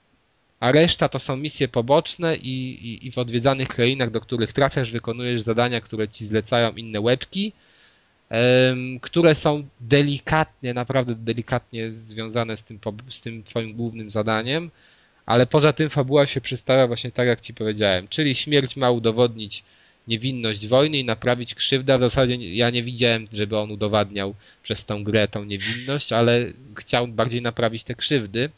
S1: A reszta to są misje poboczne i, i, i w odwiedzanych krainach, do których trafiasz, wykonujesz zadania, które ci zlecają inne łebki, um, które są delikatnie, naprawdę delikatnie związane z tym, z tym twoim głównym zadaniem, ale poza tym fabuła się przedstawia właśnie tak, jak ci powiedziałem. Czyli śmierć ma udowodnić niewinność wojny i naprawić krzywdę. W zasadzie ja nie widziałem, żeby on udowadniał przez tą grę tą niewinność, ale chciał bardziej naprawić te krzywdy.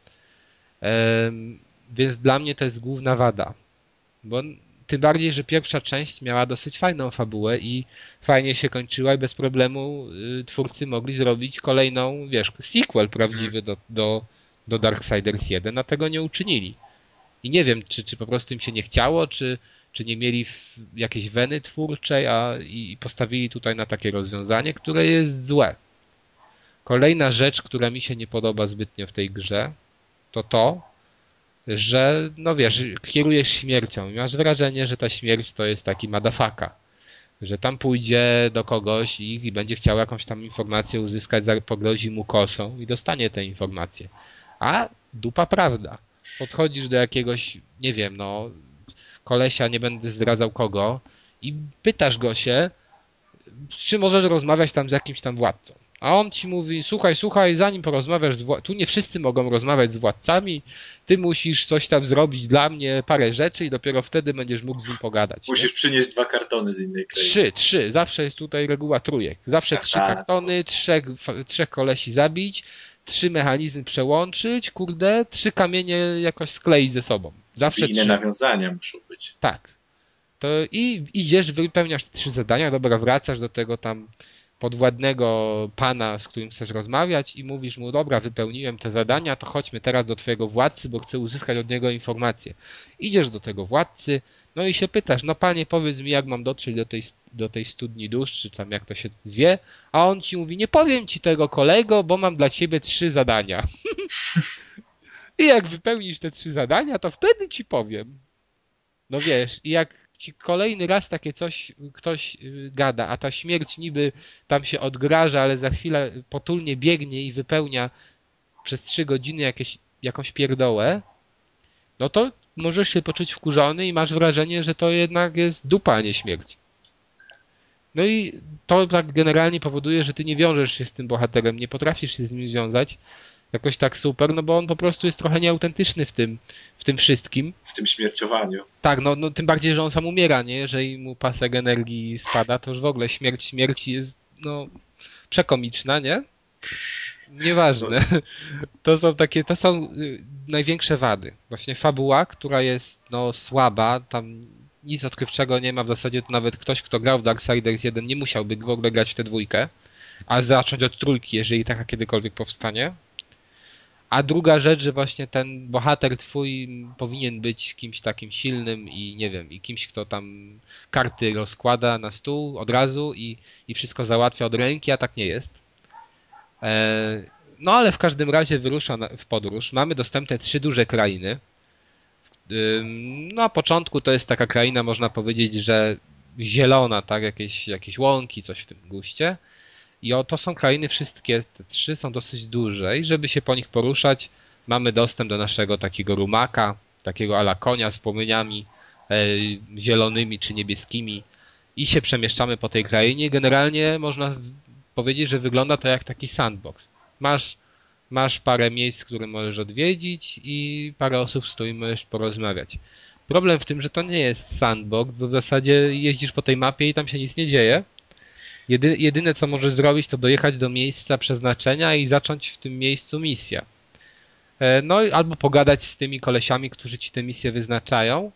S1: Um, Więc dla mnie to jest główna wada. Bo tym bardziej, że pierwsza część miała dosyć fajną fabułę i fajnie się kończyła i bez problemu y, twórcy mogli zrobić kolejną, wiesz, sequel prawdziwy do, do, do Darksiders jeden, a tego nie uczynili. I nie wiem, czy, czy po prostu im się nie chciało, czy, czy nie mieli jakiejś weny twórczej, a i postawili tutaj na takie rozwiązanie, które jest złe. Kolejna rzecz, która mi się nie podoba zbytnio w tej grze, to to, że, no wiesz, kierujesz śmiercią i masz wrażenie, że ta śmierć to jest taki madafaka, że tam pójdzie do kogoś i, i będzie chciał jakąś tam informację uzyskać, pogrozi mu kosą i dostanie tę informację. A dupa prawda. Podchodzisz do jakiegoś, nie wiem, no, kolesia, nie będę zdradzał kogo, i pytasz go się, czy możesz rozmawiać tam z jakimś tam władcą. A on ci mówi, słuchaj, słuchaj, zanim porozmawiasz z władcami, tu nie wszyscy mogą rozmawiać z władcami, ty musisz coś tam zrobić dla mnie, parę rzeczy i dopiero wtedy będziesz mógł z nim pogadać.
S2: Musisz
S1: nie?
S2: przynieść dwa kartony z innej krainy.
S1: Trzy, trzy. Zawsze jest tutaj reguła trójek. Zawsze
S2: Ach,
S1: trzy
S2: tak.
S1: kartony, trzech, trzech kolesi zabić, trzy mechanizmy przełączyć, kurde, trzy kamienie jakoś skleić ze sobą. Zawsze
S2: I inne
S1: trzy.
S2: nawiązania muszą być.
S1: Tak. To i idziesz, wypełniasz te trzy zadania, dobra, wracasz do tego tam podwładnego pana, z którym chcesz rozmawiać i mówisz mu, dobra, wypełniłem te zadania, to chodźmy teraz do twojego władcy, bo chcę uzyskać od niego informacje. Idziesz do tego władcy, no i się pytasz, no panie, powiedz mi, jak mam dotrzeć do tej, do tej studni dusz, czy tam jak to się zwie, a on ci mówi, nie powiem ci tego, kolego, bo mam dla ciebie trzy zadania. I jak wypełnisz te trzy zadania, to wtedy ci powiem. No wiesz, i jak ci kolejny raz takie coś ktoś gada, a ta śmierć niby tam się odgraża, ale za chwilę potulnie biegnie i wypełnia przez trzy godziny jakieś, jakąś pierdołę, no to możesz się poczuć wkurzony i masz wrażenie, że to jednak jest dupa, a nie śmierć. No i to tak generalnie powoduje, że ty nie wiążesz się z tym bohaterem, nie potrafisz się z nim związać jakoś tak super, no bo on po prostu jest trochę nieautentyczny w tym, w tym wszystkim.
S2: W tym śmierciowaniu.
S1: Tak, no, no tym bardziej, że on sam umiera, nie? Jeżeli mu pasek energii spada, to już w ogóle śmierć śmierci jest, no, przekomiczna, nie? Nieważne. To są takie, to są największe wady. Właśnie fabuła, która jest, no, słaba, tam nic odkrywczego nie ma, w zasadzie to nawet ktoś, kto grał w Darksiders jeden nie musiałby w ogóle grać w tę dwójkę, a zacząć od trójki, jeżeli taka kiedykolwiek powstanie. A druga rzecz, że właśnie ten bohater twój powinien być kimś takim silnym i nie wiem, i kimś, kto tam karty rozkłada na stół od razu i, i wszystko załatwia od ręki, a tak nie jest. E, no ale w każdym razie wyrusza na, w podróż. Mamy dostępne trzy duże krainy. Ym, no na początku to jest taka kraina, można powiedzieć, że zielona, tak, jakieś, jakieś łąki, coś w tym guście. I o, to są krainy wszystkie, te trzy są dosyć duże i żeby się po nich poruszać, mamy dostęp do naszego takiego rumaka, takiego ala konia z płomieniami e, zielonymi czy niebieskimi i się przemieszczamy po tej krainie. Generalnie można powiedzieć, że wygląda to jak taki sandbox. Masz, masz parę miejsc, które możesz odwiedzić i parę osób, z którymi możesz porozmawiać. Problem w tym, że to nie jest sandbox, bo w zasadzie jeździsz po tej mapie i tam się nic nie dzieje. Jedy, jedyne co możesz zrobić, to dojechać do miejsca przeznaczenia i zacząć w tym miejscu misję. No albo pogadać z tymi kolesiami, którzy ci tę misję wyznaczają,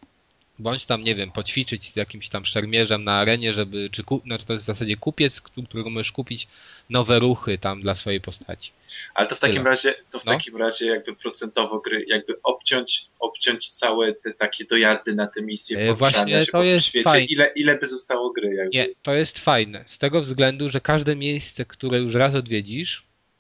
S1: bądź tam, nie wiem, poćwiczyć z jakimś tam szermierzem na arenie, żeby, czy kup, no to jest w zasadzie kupiec, którego możesz kupić nowe ruchy tam dla swojej postaci.
S2: Ale to w takim
S1: Tyle.
S2: razie, to w
S1: No.
S2: takim razie jakby procentowo gry, jakby obciąć, obciąć całe te takie dojazdy na te misje,
S1: E,
S2: poruszania
S1: właśnie
S2: się
S1: to
S2: po tym
S1: jest
S2: świecie,
S1: fajne.
S2: ile, ile by zostało gry jakby?
S1: Nie, to jest fajne. Z tego względu, że każde miejsce, które już raz odwiedzisz,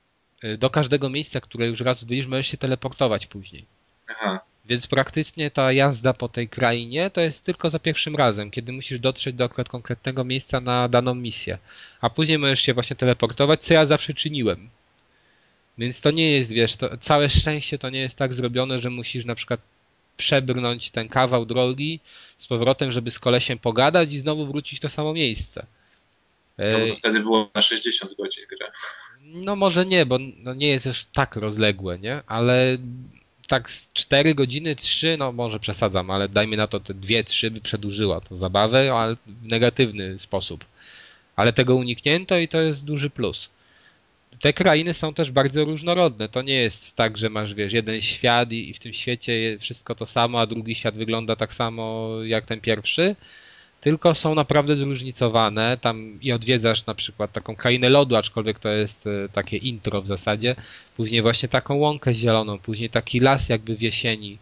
S1: do każdego miejsca, które już raz odwiedzisz, możesz się teleportować później.
S2: Aha.
S1: Więc praktycznie ta jazda po tej krainie to jest tylko za pierwszym razem, kiedy musisz dotrzeć do akurat konkretnego miejsca na daną misję. A później możesz się właśnie teleportować, co ja zawsze czyniłem. Więc to nie jest, wiesz, to całe szczęście to nie jest tak zrobione, że musisz na przykład przebrnąć ten kawał drogi z powrotem, żeby z kolesiem pogadać i znowu wrócić w to samo miejsce.
S2: No bo to wtedy było na sześćdziesiąt godzin gra.
S1: No może nie, bo no nie jest już tak rozległe, nie? Ale tak z cztery godziny, trzy, no może przesadzam, ale dajmy na to te dwie, trzy by przedłużyła to zabawę, ale w negatywny sposób. Ale tego uniknięto i to jest duży plus. Te krainy są też bardzo różnorodne. To nie jest tak, że masz, wiesz, jeden świat i, i w tym świecie wszystko to samo, a drugi świat wygląda tak samo jak ten pierwszy. Tylko są naprawdę zróżnicowane. Tam i odwiedzasz na przykład taką krainę lodu, aczkolwiek to jest e, takie intro w zasadzie. Później właśnie taką łąkę zieloną, później taki las jakby w jesieni.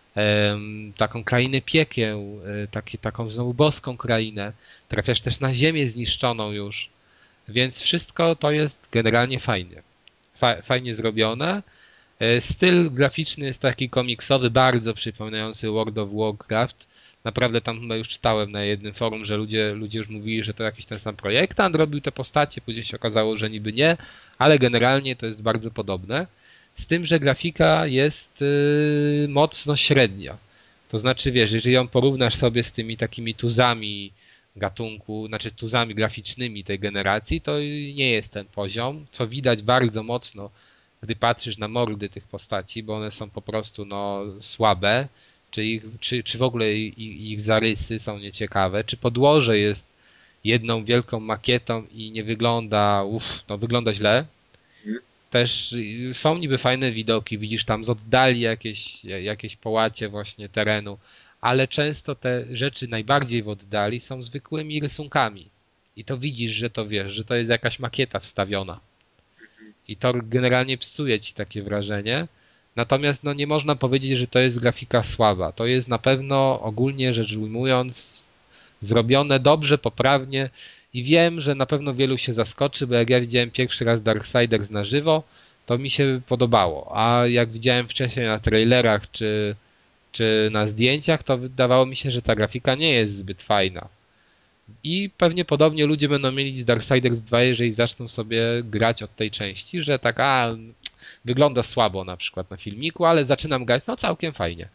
S1: E, taką krainę piekieł, e, taki, taką znowu boską krainę. Trafiasz też na ziemię zniszczoną już. Więc wszystko to jest generalnie fajnie. Fa- fajnie zrobione. E, styl graficzny jest taki komiksowy, bardzo przypominający World of Warcraft. Naprawdę tam chyba już czytałem na jednym forum, że ludzie, ludzie już mówili, że to jakiś ten sam projektant robił te postacie, później się okazało, że niby nie, ale generalnie to jest bardzo podobne. Z tym, że grafika jest yy, mocno średnia. To znaczy, wiesz, jeżeli ją porównasz sobie z tymi takimi tuzami gatunku, znaczy tuzami graficznymi tej generacji, to nie jest ten poziom, co widać bardzo mocno, gdy patrzysz na mordy tych postaci, bo one są po prostu no, słabe, czy, ich, czy, czy w ogóle ich, ich zarysy są nieciekawe, czy podłoże jest jedną wielką makietą i nie wygląda, uff, no wygląda źle. Też są niby fajne widoki, widzisz tam z oddali jakieś, jakieś połacie właśnie terenu, ale często te rzeczy najbardziej w oddali są zwykłymi rysunkami. I to widzisz, że to wiesz, że to jest jakaś makieta wstawiona. I to generalnie psuje ci takie wrażenie. Natomiast no nie można powiedzieć, że to jest grafika słaba. To jest na pewno ogólnie rzecz ujmując zrobione dobrze, poprawnie i wiem, że na pewno wielu się zaskoczy, bo jak ja widziałem pierwszy raz Darksiders na żywo, to mi się podobało. A jak widziałem wcześniej na trailerach czy, czy na zdjęciach, to wydawało mi się, że ta grafika nie jest zbyt fajna. I pewnie podobnie ludzie będą mieli z Darksiders dwa, jeżeli zaczną sobie grać od tej części, że tak, a wygląda słabo na przykład na filmiku, ale zaczynam grać, no całkiem fajnie.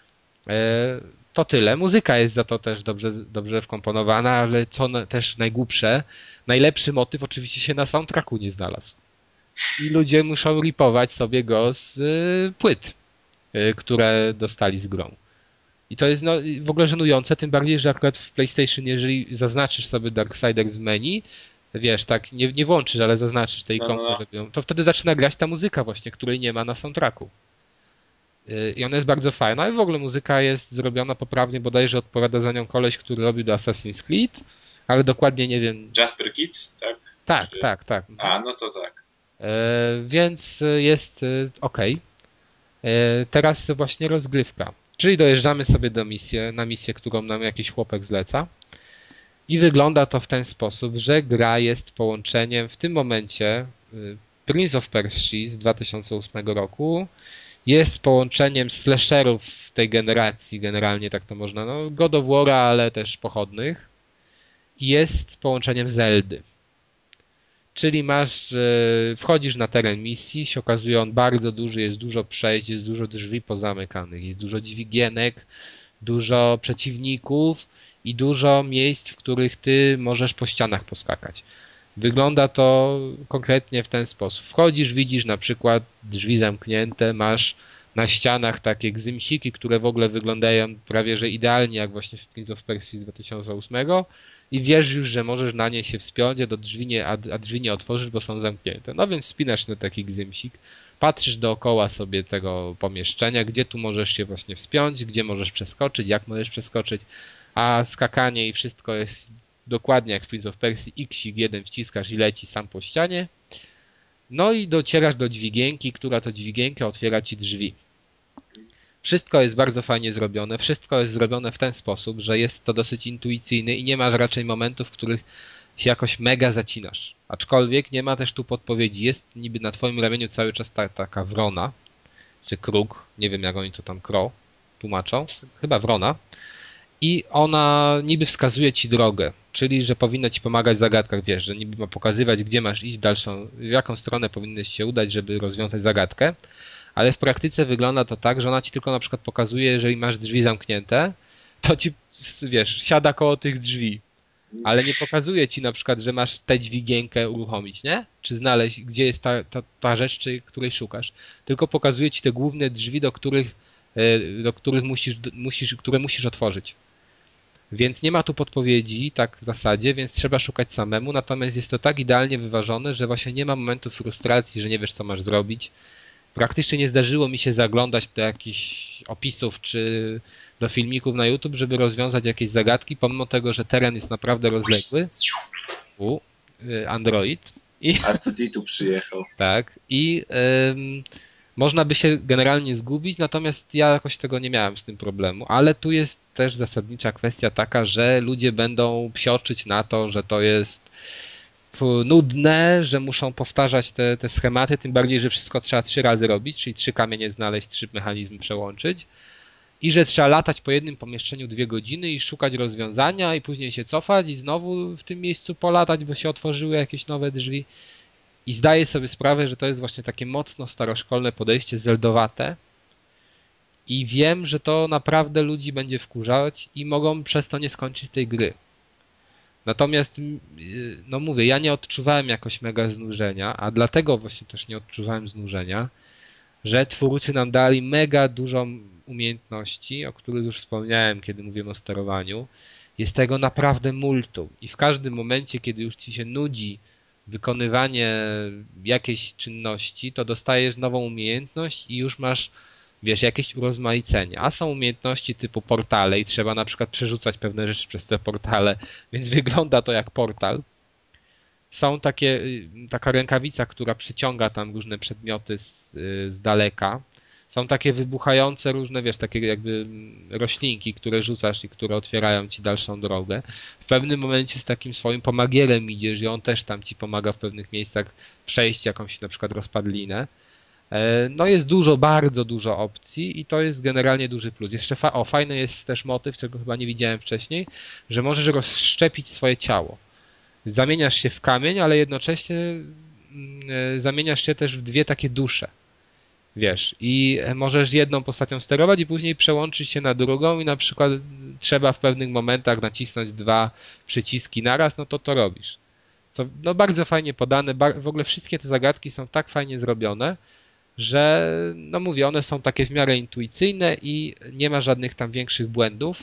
S1: E, to tyle. Muzyka jest za to też dobrze, dobrze wkomponowana, ale co na, też najgłupsze, najlepszy motyw oczywiście się na soundtracku nie znalazł. I ludzie muszą ripować sobie go z y, płyt, y, które dostali z grą. I to jest no, w ogóle żenujące, tym bardziej, że akurat w PlayStation, jeżeli zaznaczysz sobie Darksiders z menu, wiesz, tak, nie, nie włączysz, ale zaznaczysz tej ikonki, no, no. żeby ją, to wtedy zaczyna grać ta muzyka właśnie, której nie ma na soundtracku. I ona jest bardzo fajna i w ogóle muzyka jest zrobiona poprawnie, bodajże odpowiada za nią koleś, który robił do Assassin's Creed, ale dokładnie nie wiem.
S2: Jasper Kidd, tak?
S1: Tak,
S2: Czy...
S1: tak, tak.
S2: A, no to tak.
S1: E, więc jest okej. Okay. Teraz właśnie rozgrywka. Czyli dojeżdżamy sobie do misji, na misję, którą nam jakiś chłopek zleca. I wygląda to w ten sposób, że gra jest połączeniem w tym momencie Prince of Persia z dwa tysiące ósmego roku. Jest połączeniem slasherów tej generacji, generalnie tak to można, no God of War, ale też pochodnych. I jest połączeniem Zeldy. Czyli masz, wchodzisz na teren misji, się okazuje on bardzo duży, jest dużo przejść, jest dużo drzwi pozamykanych, jest dużo dźwigienek, dużo przeciwników i dużo miejsc, w których ty możesz po ścianach poskakać. Wygląda to konkretnie w ten sposób. Wchodzisz, widzisz na przykład drzwi zamknięte, masz na ścianach takie gzymsiki, które w ogóle wyglądają prawie że idealnie jak właśnie w Prince of Persia dwa tysiące ósmego i wiesz już, że możesz na nie się wspiąć, a, do drzwi nie, a, a drzwi nie otworzysz, bo są zamknięte. No więc wspinasz na taki gzymsik, patrzysz dookoła sobie tego pomieszczenia, gdzie tu możesz się właśnie wspiąć, gdzie możesz przeskoczyć, jak możesz przeskoczyć, a skakanie i wszystko jest dokładnie jak w Prince of Persia, X jeden wciskasz i leci sam po ścianie. No i docierasz do dźwigienki, która to dźwigienka otwiera ci drzwi. Wszystko jest bardzo fajnie zrobione, wszystko jest zrobione w ten sposób, że jest to dosyć intuicyjne i nie masz raczej momentów, w których się jakoś mega zacinasz. Aczkolwiek nie ma też tu podpowiedzi. Jest niby na twoim ramieniu cały czas ta, taka wrona, czy kruk, nie wiem jak oni to tam crow tłumaczą, chyba wrona. I ona niby wskazuje ci drogę, czyli że powinna ci pomagać w zagadkach, wiesz, że niby ma pokazywać, gdzie masz iść w dalszą, w jaką stronę powinieneś się udać, żeby rozwiązać zagadkę, ale w praktyce wygląda to tak, że ona ci tylko na przykład pokazuje, jeżeli masz drzwi zamknięte, to ci, wiesz, siada koło tych drzwi, ale nie pokazuje ci na przykład, że masz tę dźwigienkę uruchomić, nie? Czy znaleźć, gdzie jest ta, ta, ta rzecz, czy, której szukasz, tylko pokazuje ci te główne drzwi, do których, do których musisz, musisz, które musisz otworzyć. Więc nie ma tu podpowiedzi, tak w zasadzie, więc trzeba szukać samemu, natomiast jest to tak idealnie wyważone, że właśnie nie ma momentu frustracji, że nie wiesz co masz zrobić. Praktycznie nie zdarzyło mi się zaglądać do jakichś opisów czy do filmików na YouTube, żeby rozwiązać jakieś zagadki, pomimo tego, że teren jest naprawdę rozległy. U, Android. I
S2: R dwa D tu przyjechał.
S1: Tak. I ym, można by się generalnie zgubić, natomiast ja jakoś tego nie miałem z tym problemu. Ale tu jest też zasadnicza kwestia taka, że ludzie będą psioczyć na to, że to jest nudne, że muszą powtarzać te, te schematy, tym bardziej, że wszystko trzeba trzy razy robić, czyli trzy kamienie znaleźć, trzy mechanizmy przełączyć i że trzeba latać po jednym pomieszczeniu dwie godziny i szukać rozwiązania i później się cofać i znowu w tym miejscu polatać, bo się otworzyły jakieś nowe drzwi. I zdaję sobie sprawę, że to jest właśnie takie mocno staroszkolne podejście, zeldowate i wiem, że to naprawdę ludzi będzie wkurzać i mogą przez to nie skończyć tej gry. Natomiast, no mówię, ja nie odczuwałem jakoś mega znużenia, a dlatego właśnie też nie odczuwałem znużenia, że twórcy nam dali mega dużo umiejętności, o których już wspomniałem, kiedy mówiłem o sterowaniu. Jest tego naprawdę multum i w każdym momencie, kiedy już ci się nudzi wykonywanie jakiejś czynności, to dostajesz nową umiejętność i już masz, wiesz, jakieś urozmaicenie. A są umiejętności typu portale i trzeba na przykład przerzucać pewne rzeczy przez te portale, więc wygląda to jak portal. Są takie, taka rękawica, która przyciąga tam różne przedmioty z, z daleka. Są takie wybuchające różne, wiesz, takie jakby roślinki, które rzucasz i które otwierają ci dalszą drogę. W pewnym momencie z takim swoim pomagierem idziesz i on też tam ci pomaga w pewnych miejscach przejść jakąś na przykład rozpadlinę. No jest dużo, bardzo dużo opcji i to jest generalnie duży plus. Jeszcze fa- o, fajny jest też motyw, czego chyba nie widziałem wcześniej, że możesz rozszczepić swoje ciało. Zamieniasz się w kamień, ale jednocześnie zamieniasz się też w dwie takie dusze. Wiesz, i możesz jedną postacią sterować i później przełączyć się na drugą i na przykład trzeba w pewnych momentach nacisnąć dwa przyciski naraz, no to to robisz. Co, no bardzo fajnie podane, bar- w ogóle wszystkie te zagadki są tak fajnie zrobione, że no mówię, one są takie w miarę intuicyjne i nie ma żadnych tam większych błędów.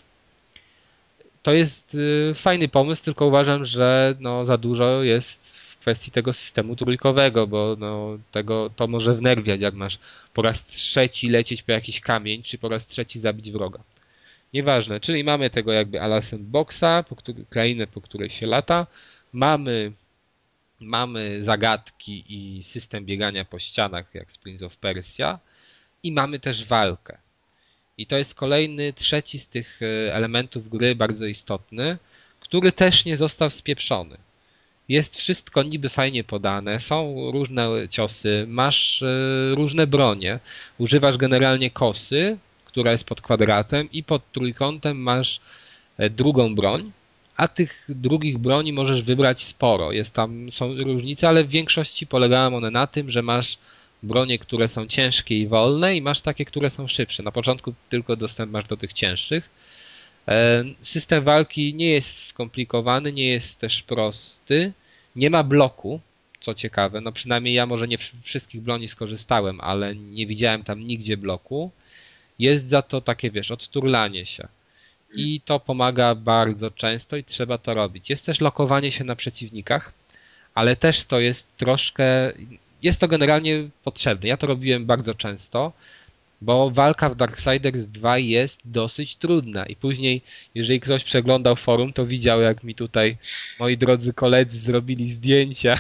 S1: To jest y, fajny pomysł, tylko uważam, że no za dużo jest w kwestii tego systemu trójkowego, bo no tego to może wnerwiać, jak masz po raz trzeci lecieć po jakiś kamień, czy po raz trzeci zabić wroga. Nieważne, czyli mamy tego jakby a la sandboxa, po który, krainę, po której się lata, mamy mamy zagadki i system biegania po ścianach, jak z Prince of Persia, i mamy też walkę. I to jest kolejny, trzeci z tych elementów gry bardzo istotny, który też nie został spieprzony. Jest wszystko niby fajnie podane, są różne ciosy, masz różne bronie, używasz generalnie kosy, która jest pod kwadratem i pod trójkątem masz drugą broń, a tych drugich broni możesz wybrać sporo. Jest tam, są różnice, ale w większości polegają one na tym, że masz bronie, które są ciężkie i wolne i masz takie, które są szybsze. Na początku tylko dostęp masz do tych cięższych. System walki nie jest skomplikowany, nie jest też prosty. Nie ma bloku, co ciekawe. No przynajmniej ja może nie wszystkich broni skorzystałem, ale nie widziałem tam nigdzie bloku. Jest za to takie, wiesz, odturlanie się. I to pomaga bardzo często i trzeba to robić. Jest też lokowanie się na przeciwnikach, ale też to jest troszkę... Jest to generalnie potrzebne. Ja to robiłem bardzo często, bo walka w Darksiders dwa jest dosyć trudna i później, jeżeli ktoś przeglądał forum, to widział, jak mi tutaj moi drodzy koledzy zrobili zdjęcia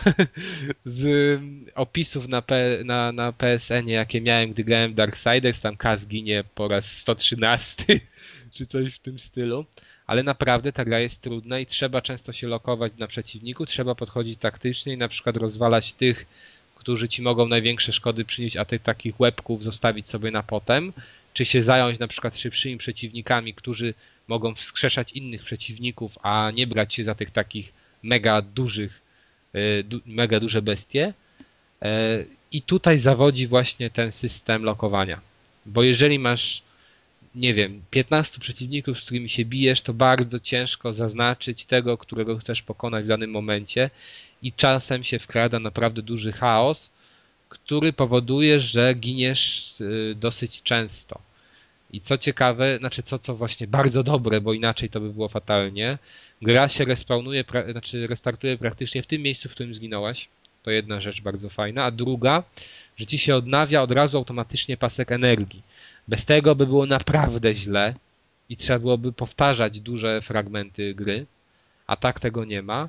S1: z opisów na, P, na, na P S N-ie, jakie miałem, gdy grałem w Darksiders. Tam Kaz ginie po raz sto trzynasty czy coś w tym stylu. Ale naprawdę ta gra jest trudna i trzeba często się lokować na przeciwniku, trzeba podchodzić taktycznie i na przykład rozwalać tych, którzy ci mogą największe szkody przynieść, a tych takich łebków zostawić sobie na potem, czy się zająć na przykład szybszymi przeciwnikami, którzy mogą wskrzeszać innych przeciwników, a nie brać się za tych takich mega dużych, mega duże bestie. I tutaj zawodzi właśnie ten system lokowania. Bo jeżeli masz, nie wiem, piętnastu przeciwników, z którymi się bijesz, to bardzo ciężko zaznaczyć tego, którego chcesz pokonać w danym momencie i czasem się wkrada naprawdę duży chaos, który powoduje, że giniesz dosyć często. I co ciekawe, znaczy co, co właśnie bardzo dobre, bo inaczej to by było fatalnie, gra się respawnuje, pra, znaczy restartuje praktycznie w tym miejscu, w którym zginąłeś. To jedna rzecz bardzo fajna, a druga, że ci się odnawia od razu automatycznie pasek energii. Bez tego by było naprawdę źle i trzeba byłoby powtarzać duże fragmenty gry, a tak tego nie ma,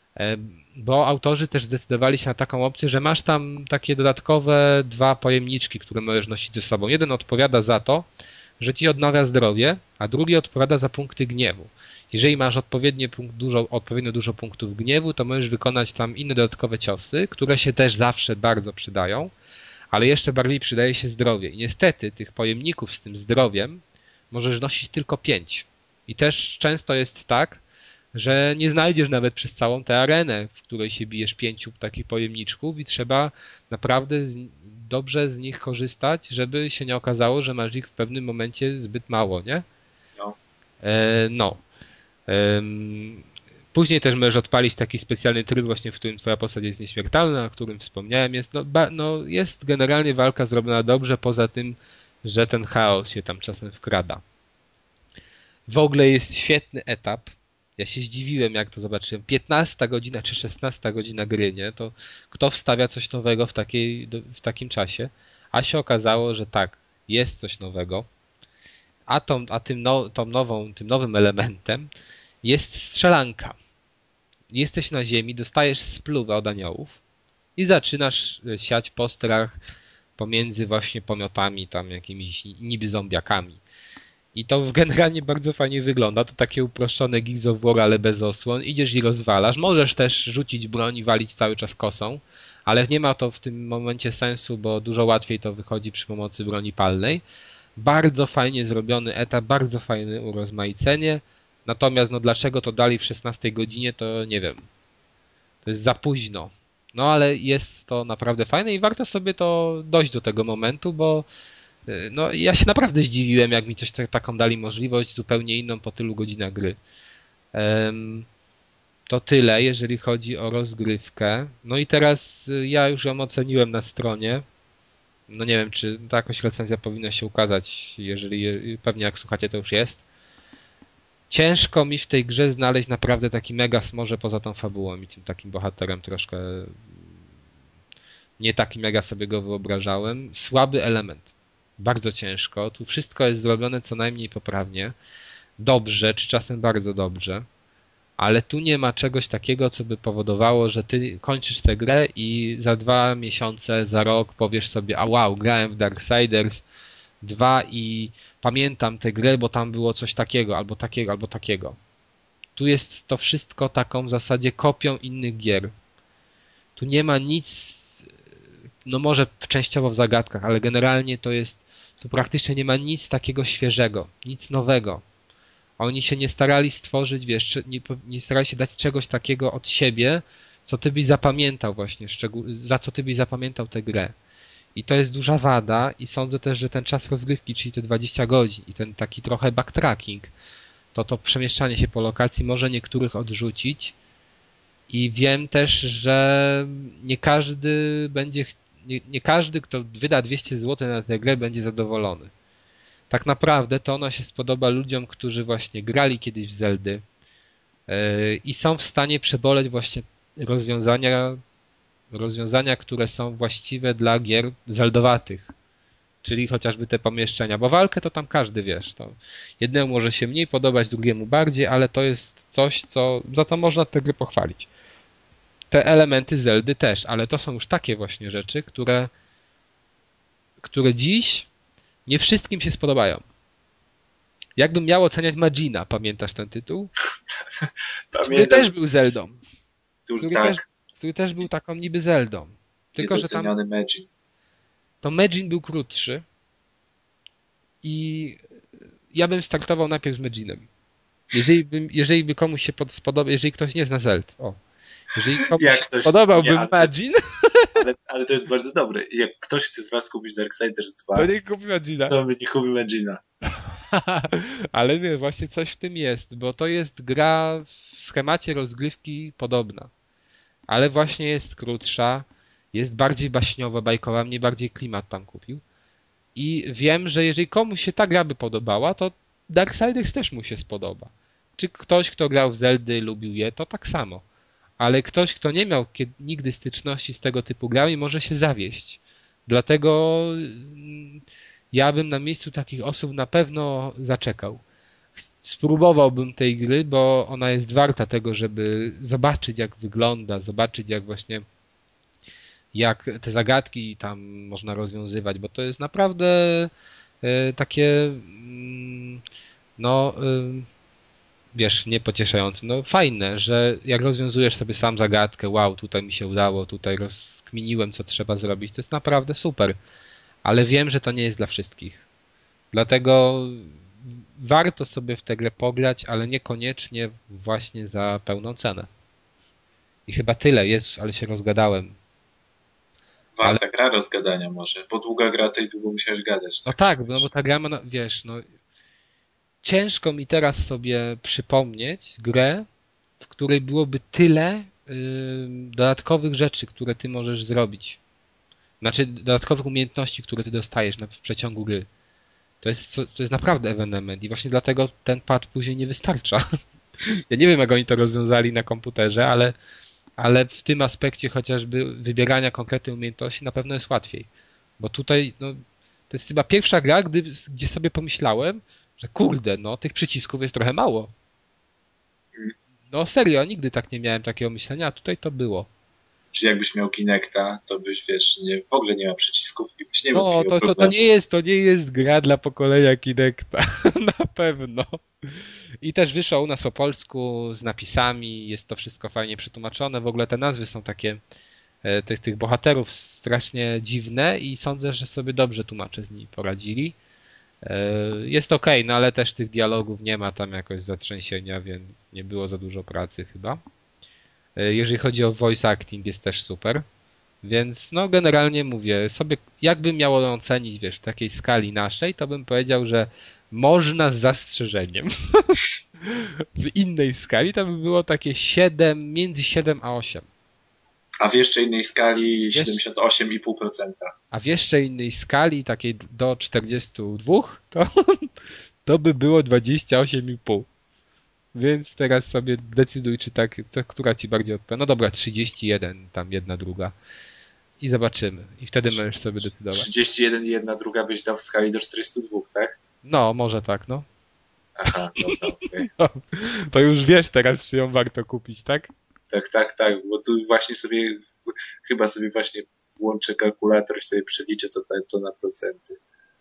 S1: bo autorzy też zdecydowali się na taką opcję, że masz tam takie dodatkowe dwa pojemniczki, które możesz nosić ze sobą. Jeden odpowiada za to, że ci odnawia zdrowie, a drugi odpowiada za punkty gniewu. Jeżeli masz odpowiednio dużo, odpowiednio dużo punktów gniewu, to możesz wykonać tam inne dodatkowe ciosy, które się też zawsze bardzo przydają, ale jeszcze bardziej przydaje się zdrowie. I niestety tych pojemników z tym zdrowiem możesz nosić tylko pięć. I też często jest tak, że nie znajdziesz nawet przez całą tę arenę, w której się bijesz pięciu takich pojemniczków i trzeba naprawdę z, dobrze z nich korzystać, żeby się nie okazało, że masz ich w pewnym momencie zbyt mało, nie?
S2: No.
S1: E, no. E, Później też możesz odpalić taki specjalny tryb właśnie, w którym twoja postać jest nieśmiertelna, o którym wspomniałem. Jest, no, ba, no, jest generalnie walka zrobiona dobrze, poza tym, że ten chaos się tam czasem wkrada. W ogóle jest świetny etap. Ja się zdziwiłem, jak to zobaczyłem. piętnasta godzina czy szesnasta godzina gry, nie? To kto wstawia coś nowego w, takiej, w takim czasie? A się okazało, że tak, jest coś nowego. A, tą, a tym, no, tą nową, tym nowym elementem jest strzelanka. Jesteś na ziemi, dostajesz spluwę od aniołów i zaczynasz siać postrach pomiędzy właśnie pomiotami, tam jakimiś niby zombiakami. I to generalnie bardzo fajnie wygląda. To takie uproszczone Gears of War, ale bez osłon. Idziesz i rozwalasz. Możesz też rzucić broń i walić cały czas kosą, ale nie ma to w tym momencie sensu, bo dużo łatwiej to wychodzi przy pomocy broni palnej. Bardzo fajnie zrobiony etap, bardzo fajne urozmaicenie. Natomiast no dlaczego to dali w szesnastej godzinie, to nie wiem. To jest za późno. No ale jest to naprawdę fajne i warto sobie to dojść do tego momentu, bo no ja się naprawdę zdziwiłem, jak mi coś tak, taką dali możliwość, zupełnie inną po tylu godzinach gry. Um, to tyle, jeżeli chodzi o rozgrywkę. No i teraz ja już ją oceniłem na stronie. No nie wiem, czy ta jakoś recenzja powinna się ukazać, jeżeli pewnie jak słuchacie, to już jest. Ciężko mi w tej grze znaleźć naprawdę taki mega, może poza tą fabułą i tym takim bohaterem troszkę nie taki mega sobie go wyobrażałem. Słaby element. Bardzo ciężko. Tu wszystko jest zrobione co najmniej poprawnie. Dobrze, czy czasem bardzo dobrze. Ale tu nie ma czegoś takiego, co by powodowało, że ty kończysz tę grę i za dwa miesiące, za rok powiesz sobie, a wow, grałem w Darksiders dwa i pamiętam tę grę, bo tam było coś takiego, albo takiego, albo takiego. Tu jest to wszystko taką w zasadzie kopią innych gier. Tu nie ma nic, no może częściowo w zagadkach, ale generalnie to jest, tu praktycznie nie ma nic takiego świeżego, nic nowego. Oni się nie starali stworzyć, wiesz, nie, nie starali się dać czegoś takiego od siebie, co ty byś zapamiętał właśnie, za co ty byś zapamiętał tę grę. I to jest duża wada i sądzę też, że ten czas rozgrywki, czyli te dwadzieścia godzin i ten taki trochę backtracking, to to przemieszczanie się po lokacji może niektórych odrzucić i wiem też, że nie każdy będzie, nie, nie każdy, kto wyda dwieście złotych na tę grę, będzie zadowolony. Tak naprawdę to ona się spodoba ludziom, którzy właśnie grali kiedyś w Zeldy yy, i są w stanie przeboleć właśnie rozwiązania, rozwiązania, które są właściwe dla gier zeldowatych, czyli chociażby te pomieszczenia, bo walkę to tam każdy, wiesz, to jednemu może się mniej podobać, drugiemu bardziej, ale to jest coś, co, za co można tę grę pochwalić. Te elementy Zeldy też, ale to są już takie właśnie rzeczy, które, które dziś nie wszystkim się spodobają. Jakbym miał oceniać Magina, pamiętasz ten tytuł? Który też był Zeldą. Który, tak. też, który też był taką niby Zeldą. Tylko, że tam
S2: Magin.
S1: To Magin był krótszy i ja bym startował najpierw z Maginem. Jeżeli by, jeżeli by komuś się spodobał, jeżeli ktoś nie zna Zeld, o. Jeżeli komuś Jak ktoś, podobałby nie, ale, Magin...
S2: Ale, ale to jest bardzo dobre. Jak ktoś chce z was kupić Darksiders dwa,
S1: to nie kupi Magina.
S2: To nie kupi Magina.
S1: Ale nie, właśnie coś w tym jest, bo to jest gra w schemacie rozgrywki podobna. Ale właśnie jest krótsza, jest bardziej baśniowa, bajkowa, mnie bardziej klimat tam kupił. I wiem, że jeżeli komuś się ta gra by podobała, to Darksiders też mu się spodoba. Czy ktoś, kto grał w Zeldy, lubił je, to tak samo. Ale ktoś, kto nie miał kiedy, nigdy styczności z tego typu grami, może się zawieść. Dlatego ja bym na miejscu takich osób na pewno zaczekał. Spróbowałbym tej gry, bo ona jest warta tego, żeby zobaczyć, jak wygląda, zobaczyć, jak właśnie jak te zagadki tam można rozwiązywać, bo to jest naprawdę y, takie y, no y, wiesz, niepocieszające, no fajne, że jak rozwiązujesz sobie sam zagadkę, wow, tutaj mi się udało, tutaj rozkminiłem, co trzeba zrobić, to jest naprawdę super, ale wiem, że to nie jest dla wszystkich. Dlatego warto sobie w tę grę pograć, ale niekoniecznie właśnie za pełną cenę. I chyba tyle, Jezus, ale się rozgadałem.
S2: Warta ale... gra rozgadania może, bo długa gra, to i długo musiałeś gadać.
S1: Tak, no tak, no bo ta gra ma, no, wiesz, no ciężko mi teraz sobie przypomnieć grę, w której byłoby tyle yy, dodatkowych rzeczy, które ty możesz zrobić. Znaczy dodatkowych umiejętności, które ty dostajesz na, w przeciągu gry. To jest, to jest naprawdę ewenement i właśnie dlatego ten pad później nie wystarcza. Ja nie wiem, jak oni to rozwiązali na komputerze, ale, ale w tym aspekcie chociażby wybierania konkretnej umiejętności na pewno jest łatwiej. Bo tutaj, no, to jest chyba pierwsza gra, gdy, gdzie sobie pomyślałem, że kurde, no, tych przycisków jest trochę mało. No serio, nigdy tak nie miałem takiego myślenia, a tutaj to było.
S2: Czy jakbyś miał Kinecta, to byś, wiesz, nie, w ogóle nie ma przycisków i byś nie miał
S1: No,
S2: takiego
S1: to, to, to
S2: problemu.
S1: nie jest, to nie jest gra dla pokolenia Kinecta. Na pewno. I też wyszło u nas po polsku z napisami, jest to wszystko fajnie przetłumaczone. W ogóle te nazwy są takie e, tych, tych bohaterów strasznie dziwne i sądzę, że sobie dobrze tłumacze z nimi poradzili. E, jest okej, no ale też tych dialogów nie ma tam jakoś zatrzęsienia, więc nie było za dużo pracy chyba. E, jeżeli chodzi o voice acting, jest też super. Więc no generalnie mówię sobie, jakbym miał ją ocenić, wiesz, w takiej skali naszej, to bym powiedział, że można z zastrzeżeniem. W innej skali to by było takie siedem, między siedem a osiem.
S2: A w jeszcze innej skali
S1: Wiesz-
S2: siedemdziesiąt osiem i pół procent.
S1: A w jeszcze innej skali, takiej do czterdziestu dwóch, to, to by było dwadzieścia osiem i pół. Więc teraz sobie decyduj, czy tak, co, która ci bardziej odpowiada. No dobra, trzydzieści jeden, tam jedna druga. I zobaczymy. I wtedy możesz sobie decydować.
S2: trzydzieści jeden i jedna druga byś dał w skali do czterystu dwóch, tak?
S1: No, może tak, no.
S2: Aha, dobra, okej.
S1: no. To już wiesz teraz, czy ją warto kupić, tak?
S2: Tak, tak, tak, bo tu właśnie sobie, chyba sobie właśnie włączę kalkulator i sobie przeliczę to, to na procenty.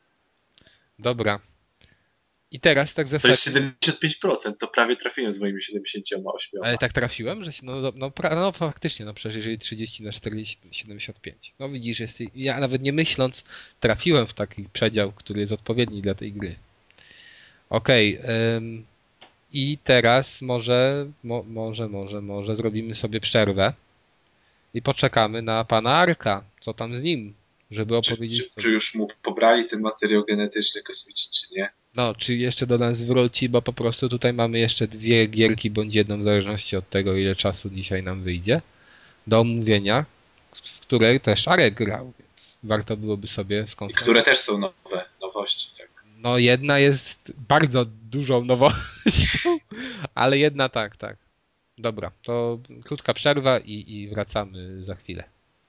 S1: Dobra. I teraz tak w
S2: To jest
S1: zasadzie...
S2: siedemdziesiąt pięć procent, to prawie trafiłem z moimi siedemdziesięcioma ośmioma.
S1: Ale tak trafiłem, że się, no, no, no, pra- no faktycznie, no przecież jeżeli trzydzieści na czterdzieści, siedemdziesiąt pięć. No widzisz, jest, ja nawet nie myśląc trafiłem w taki przedział, który jest odpowiedni dla tej gry. Okej. ym, I teraz może, mo, może, może, może zrobimy sobie przerwę i poczekamy na pana Arka. Co tam z nim? Żeby
S2: Czy,
S1: opowiedzieć
S2: czy,
S1: sobie.
S2: czy już mu pobrali ten materiał genetyczny kosmiczny, czy nie?
S1: No, czy jeszcze do nas wróci, bo po prostu tutaj mamy jeszcze dwie gierki, bądź jedną, w zależności od tego, ile czasu dzisiaj nam wyjdzie, do omówienia, w której też Arek grał, więc warto byłoby sobie
S2: I
S1: skonfrontować.
S2: które też są nowe, nowości, tak.
S1: No, jedna jest bardzo dużą nowością, ale jedna tak, tak. Dobra, to krótka przerwa i, i wracamy za chwilę.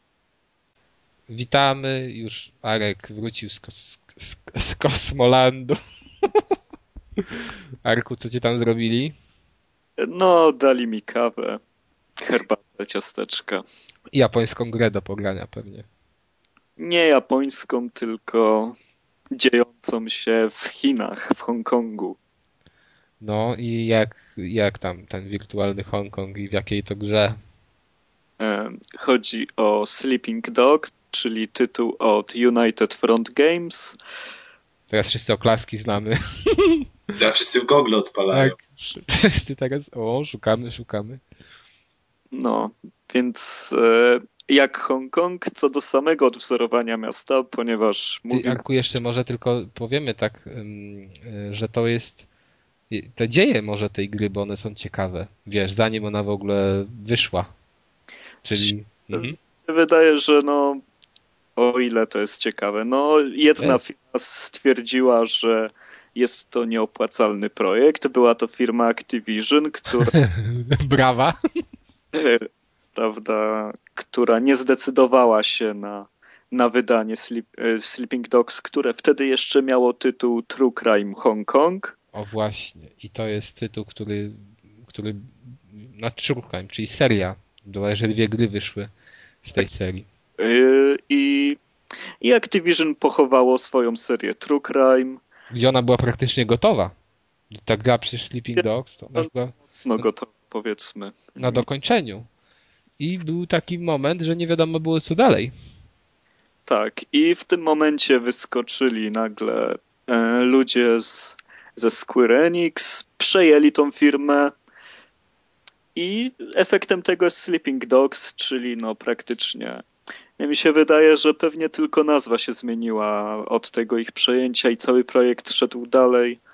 S1: Witamy, już Arek wrócił z, kos, z, z Kosmolandu. Arku, co ci tam zrobili?
S3: No, dali mi kawę, herbatę, ciasteczka.
S1: I japońską grę do pogrania pewnie.
S3: Nie japońską, tylko dziejącą się w Chinach, w Hongkongu.
S1: No i jak, jak tam ten wirtualny Hongkong i w jakiej to grze?
S3: E, Chodzi o Sleeping Dogs, czyli tytuł od United Front Games.
S1: Teraz wszyscy oklaski znamy.
S2: Teraz wszyscy w Google odpalają.
S1: Tak, wszyscy teraz, o, szukamy, szukamy.
S3: No, więc e, jak Hongkong, co do samego odwzorowania miasta, ponieważ
S1: Ty,
S3: mówi...
S1: Arku, jeszcze może tylko powiemy tak, ym, y, że to jest y, te dzieje może tej gry, bo one są ciekawe. Wiesz, zanim ona w ogóle wyszła. Czyli... Mhm.
S3: Wydaje, że no, o ile to jest ciekawe, no jedna
S1: Jest.
S3: firma stwierdziła, że jest to nieopłacalny projekt. Była to firma Activision, która,
S1: Brawa.
S3: prawda, która nie zdecydowała się na, na wydanie Sleep, Sleeping Dogs, które wtedy jeszcze miało tytuł True Crime Hong Kong.
S1: O właśnie. I to jest tytuł, który, który na True Crime, czyli seria. Bodajże dwie gry wyszły z tej serii.
S3: I, i Activision pochowało swoją serię True Crime.
S1: Gdzie ona była praktycznie gotowa. Ta gra przecież Sleeping Dogs to ona już była
S3: No gotowe, powiedzmy.
S1: na dokończeniu. I był taki moment, że nie wiadomo było co dalej.
S3: Tak, i w tym momencie wyskoczyli nagle e, ludzie z, ze Square Enix, przejęli tą firmę i efektem tego jest Sleeping Dogs, czyli no praktycznie, mi się wydaje, że pewnie tylko nazwa się zmieniła od tego ich przejęcia i cały projekt szedł dalej.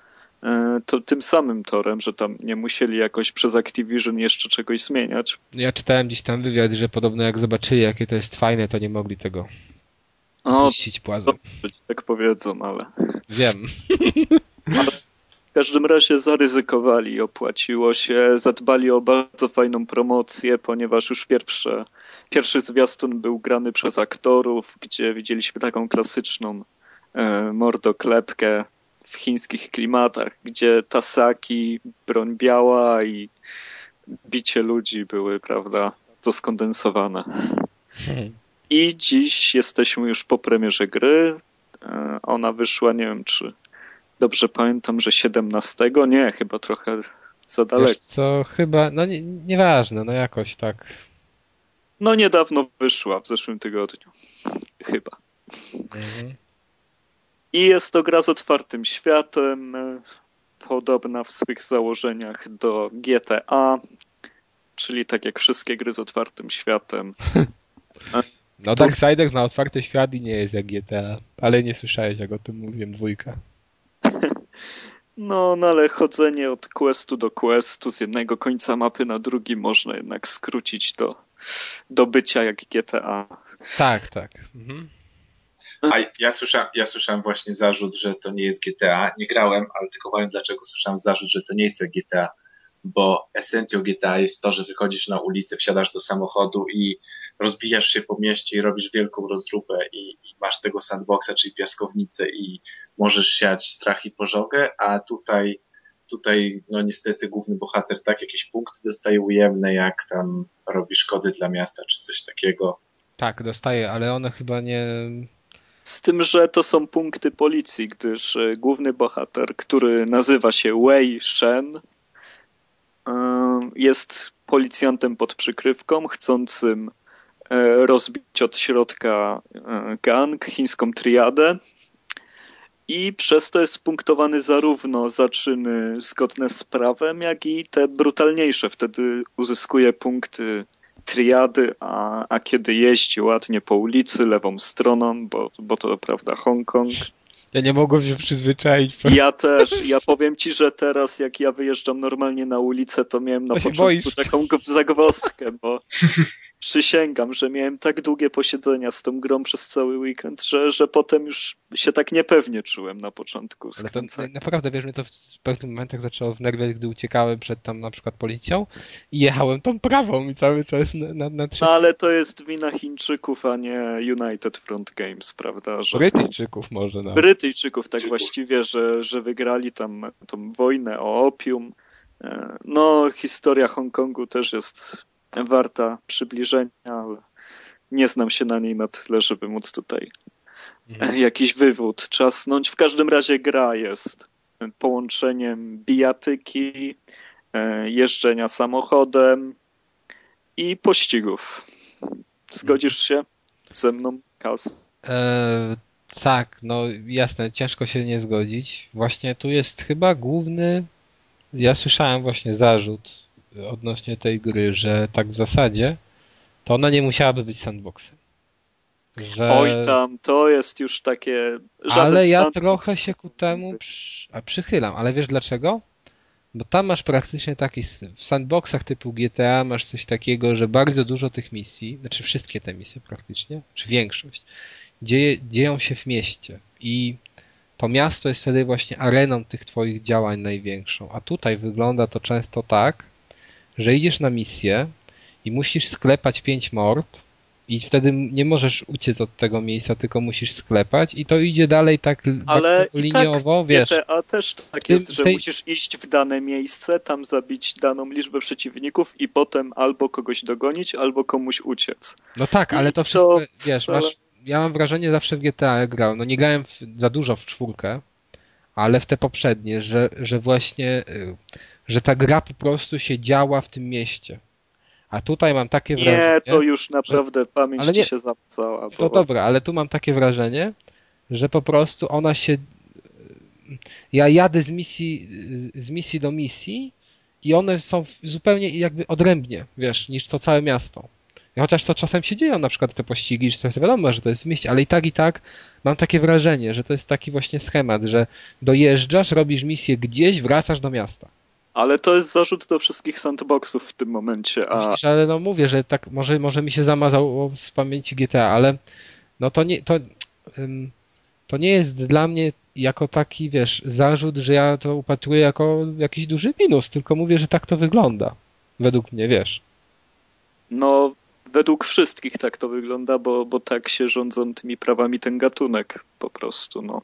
S3: to tym samym torem, że tam nie musieli jakoś przez Activision jeszcze czegoś zmieniać.
S1: Ja czytałem gdzieś tam wywiad, że podobno jak zobaczyli, jakie to jest fajne, to nie mogli tego
S3: O,
S1: puścić płazem.
S3: tak powiedzą, ale...
S1: Wiem.
S3: ale w każdym razie zaryzykowali, opłaciło się, zadbali o bardzo fajną promocję, ponieważ już pierwsze, pierwszy zwiastun był grany przez aktorów, gdzie widzieliśmy taką klasyczną e, mordoklepkę w chińskich klimatach, gdzie tasaki, broń biała i bicie ludzi były, prawda, to skondensowane.
S1: Hmm.
S3: I dziś jesteśmy już po premierze gry. Ona wyszła, nie wiem, czy dobrze pamiętam, że siedemnastego? Nie, chyba trochę za daleko.
S1: Wiesz co, chyba, no nie, nieważne, no jakoś tak.
S3: No niedawno wyszła, w zeszłym tygodniu. Chyba.
S1: Mhm.
S3: I jest to gra z otwartym światem, podobna w swych założeniach do G T A, czyli tak jak wszystkie gry z otwartym światem.
S1: No Darksiders ma otwarty świat i nie jest jak G T A, ale nie słyszałeś, jak o tym mówiłem, dwójka.
S3: No, no ale chodzenie od questu do questu, z jednego końca mapy na drugi można jednak skrócić do, do bycia jak G T A.
S1: Tak, tak. Mhm.
S2: A ja słyszałem, ja słyszałem właśnie zarzut, że to nie jest G T A. Nie grałem, ale tylko powiem, dlaczego słyszałem zarzut, że to nie jest jak G T A. Bo esencją G T A jest to, że wychodzisz na ulicę, wsiadasz do samochodu i rozbijasz się po mieście i robisz wielką rozróbę i, i masz tego sandboxa, czyli piaskownicę i możesz siać strach i pożogę, a tutaj, tutaj no niestety główny bohater tak jakieś punkty dostaje ujemne, jak tam robi szkody dla miasta czy coś takiego.
S1: Tak, dostaje, ale one chyba nie...
S3: Z tym, że to są punkty policji, gdyż główny bohater, który nazywa się Wei Shen, jest policjantem pod przykrywką, chcącym rozbić od środka gang, chińską triadę i przez to jest punktowany zarówno za czyny zgodne z prawem, jak i te brutalniejsze. Wtedy uzyskuje punkty triady, a, a kiedy jeździ ładnie po ulicy lewą stroną, bo, bo to prawda Hongkong.
S1: Ja nie mogłem się przyzwyczaić.
S3: Ja też. Ja powiem ci, że teraz jak ja wyjeżdżam normalnie na ulicę, to miałem na
S1: To się
S3: początku
S1: boisz.
S3: taką zagwozdkę, bo przysięgam, że miałem tak długie posiedzenia z tą grą przez cały weekend, że, że potem już się tak niepewnie czułem na początku.
S1: Ale to naprawdę, wiesz, mnie to w pewnych momentach zaczęło wnerwiać, gdy uciekałem przed tam na przykład policją i jechałem tą prawą i cały czas na, na, na trzecim...
S3: No, ale to jest wina Chińczyków, a nie United Front Games, prawda? Że...
S1: Brytyjczyków może nawet.
S3: Brytyjczyków tak właściwie, że, że wygrali tam tą wojnę o opium. No, historia Hongkongu też jest warta przybliżenia, ale nie znam się na niej na tyle, żeby móc tutaj mhm. jakiś wywód czasnąć. W każdym razie gra jest połączeniem bijatyki, jeżdżenia samochodem i pościgów. Zgodzisz się ze mną, Kaz?
S1: Eee, tak, no jasne, ciężko się nie zgodzić. Właśnie tu jest chyba główny, ja słyszałem właśnie zarzut odnośnie tej gry, że tak w zasadzie to ona nie musiałaby być sandboxem. Że...
S3: Oj tam, to jest już takie...
S1: Ale ja trochę się ku temu przy... A, przychylam, ale wiesz dlaczego? Bo tam masz praktycznie taki, w sandboxach typu G T A masz coś takiego, że bardzo dużo tych misji, znaczy wszystkie te misje praktycznie, czy większość, dzieje, dzieją się w mieście i to miasto jest wtedy właśnie areną tych twoich działań największą, a tutaj wygląda to często tak, że idziesz na misję i musisz sklepać pięć mord i wtedy nie możesz uciec od tego miejsca, tylko musisz sklepać i to idzie dalej tak
S3: ale
S1: liniowo,
S3: tak,
S1: wiesz.
S3: G T A też tak
S1: tym,
S3: jest, że
S1: tej...
S3: musisz iść w dane miejsce, tam zabić daną liczbę przeciwników i potem albo kogoś dogonić, albo komuś uciec.
S1: No tak,
S3: I
S1: ale to wszystko,
S3: to
S1: wiesz,
S3: wcale...
S1: masz, ja mam wrażenie zawsze w G T A jak grałem, no nie grałem w, za dużo w czwórkę, ale w te poprzednie, że, że właśnie, że ta gra po prostu się działa w tym mieście. A tutaj mam takie wrażenie...
S3: Nie, to już naprawdę
S1: że...
S3: pamięć
S1: ale
S3: ci
S1: nie...
S3: się zamknęła. Bo...
S1: To dobra, ale tu mam takie wrażenie, że po prostu ona się... Ja jadę z misji, z misji do misji i one są zupełnie jakby odrębnie, wiesz, niż to całe miasto. I chociaż to czasem się dzieją, na przykład te pościgi, czy coś, wiadomo, że to jest w mieście, ale i tak, i tak mam takie wrażenie, że to jest taki właśnie schemat, że dojeżdżasz, robisz misję gdzieś, wracasz do miasta.
S3: Ale to jest zarzut do wszystkich sandboxów w tym momencie, a...
S1: Widzisz, ale no mówię, że tak może, może mi się zamazał z pamięci G T A, ale no to nie, to, ym, to nie jest dla mnie jako taki, wiesz, zarzut, że ja to upatruję jako jakiś duży minus, tylko mówię, że tak to wygląda. Według mnie, wiesz.
S3: No, według wszystkich tak to wygląda, bo, bo tak się rządzą tymi prawami ten gatunek po prostu, no.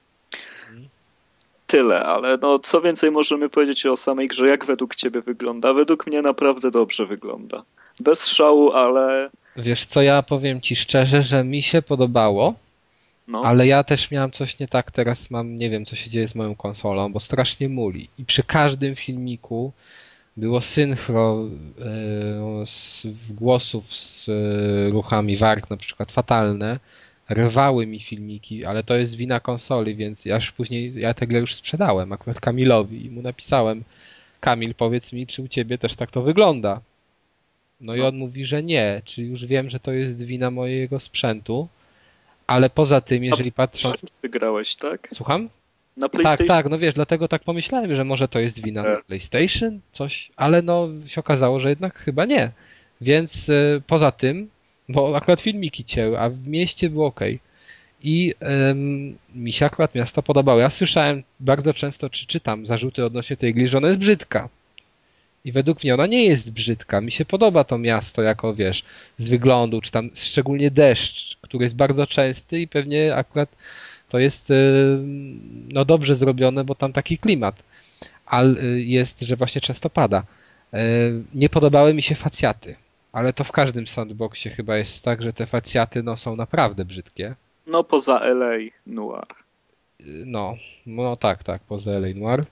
S3: Tyle, ale no co więcej możemy powiedzieć o samej grze, jak według ciebie wygląda? Według mnie naprawdę dobrze wygląda. Bez szału, ale...
S1: Wiesz co, ja powiem ci szczerze, że mi się podobało, no. Ale ja też miałem coś nie tak, teraz mam, nie wiem co się dzieje z moją konsolą, bo strasznie muli. I przy każdym filmiku było synchro yy, z głosów z yy, ruchami warg, na przykład fatalne. Rwały mi filmiki, ale to jest wina konsoli, więc ja już później, ja tę grę już sprzedałem akurat Kamilowi i mu napisałem: Kamil, powiedz mi, czy u ciebie też tak to wygląda? No, no i on mówi, że nie, czyli już wiem, że to jest wina mojego sprzętu, ale poza tym, jeżeli patrząc...
S3: Wygrałeś, tak?
S1: Słucham?
S3: Na PlayStation?
S1: Tak, tak, no wiesz, dlatego tak pomyślałem, że może to jest wina na PlayStation, coś, ale no się okazało, że jednak chyba nie. Więc y, poza tym, bo akurat filmiki cięły, a w mieście było okej. I ym, mi się akurat miasto podobało. Ja słyszałem bardzo często, czy czytam zarzuty odnośnie tej gry, że ona jest brzydka. I według mnie ona nie jest brzydka. Mi się podoba to miasto jako, wiesz, z wyglądu, czy tam szczególnie deszcz, który jest bardzo częsty i pewnie akurat to jest yy, no dobrze zrobione, bo tam taki klimat. Ale yy, jest, że właśnie często pada. Yy, nie podobały mi się facjaty. Ale to w każdym sandboxie chyba jest tak, że te facjaty no, są naprawdę brzydkie.
S3: No poza L A Noir.
S1: No, no tak, tak, poza L A Noir.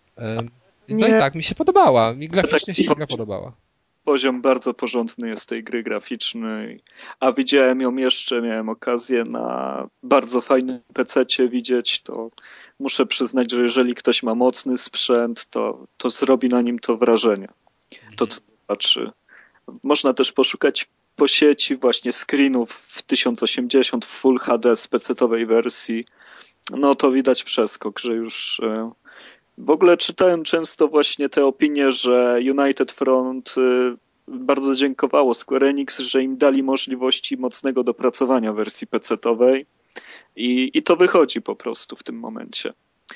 S1: No nie. I tak, mi się podobała. Mi graficznie się gra podobała.
S3: Poziom bardzo porządny jest tej gry graficznej. A widziałem ją jeszcze, miałem okazję na bardzo fajnym pececie widzieć, to muszę przyznać, że jeżeli ktoś ma mocny sprzęt, to, to zrobi na nim to wrażenie. To co zobaczy. Można też poszukać po sieci właśnie screenów w tysiąc osiemdziesiąt w Full H D z pecetowej wersji. No to widać przeskok, że już... W ogóle czytałem często właśnie te opinie, że United Front bardzo dziękowało Square Enix, że im dali możliwości mocnego dopracowania wersji pecetowej i, i to wychodzi po prostu w tym momencie.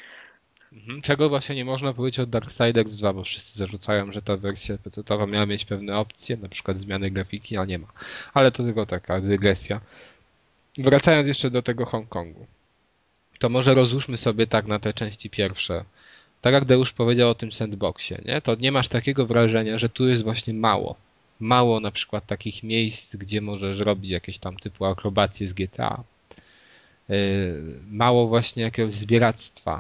S1: Czego właśnie nie można powiedzieć o Darksiders dwa, bo wszyscy zarzucają, że ta wersja pecetowa miała mieć pewne opcje, na przykład zmiany grafiki, a nie ma. Ale to tylko taka dygresja. Wracając jeszcze do tego Hongkongu, to może rozłóżmy sobie tak na te części pierwsze. Tak jak Deusz powiedział o tym sandboxie, nie? To nie masz takiego wrażenia, że tu jest właśnie mało. Mało na przykład takich miejsc, gdzie możesz robić jakieś tam typu akrobacje z G T A. Yy, mało właśnie jakiegoś zbieractwa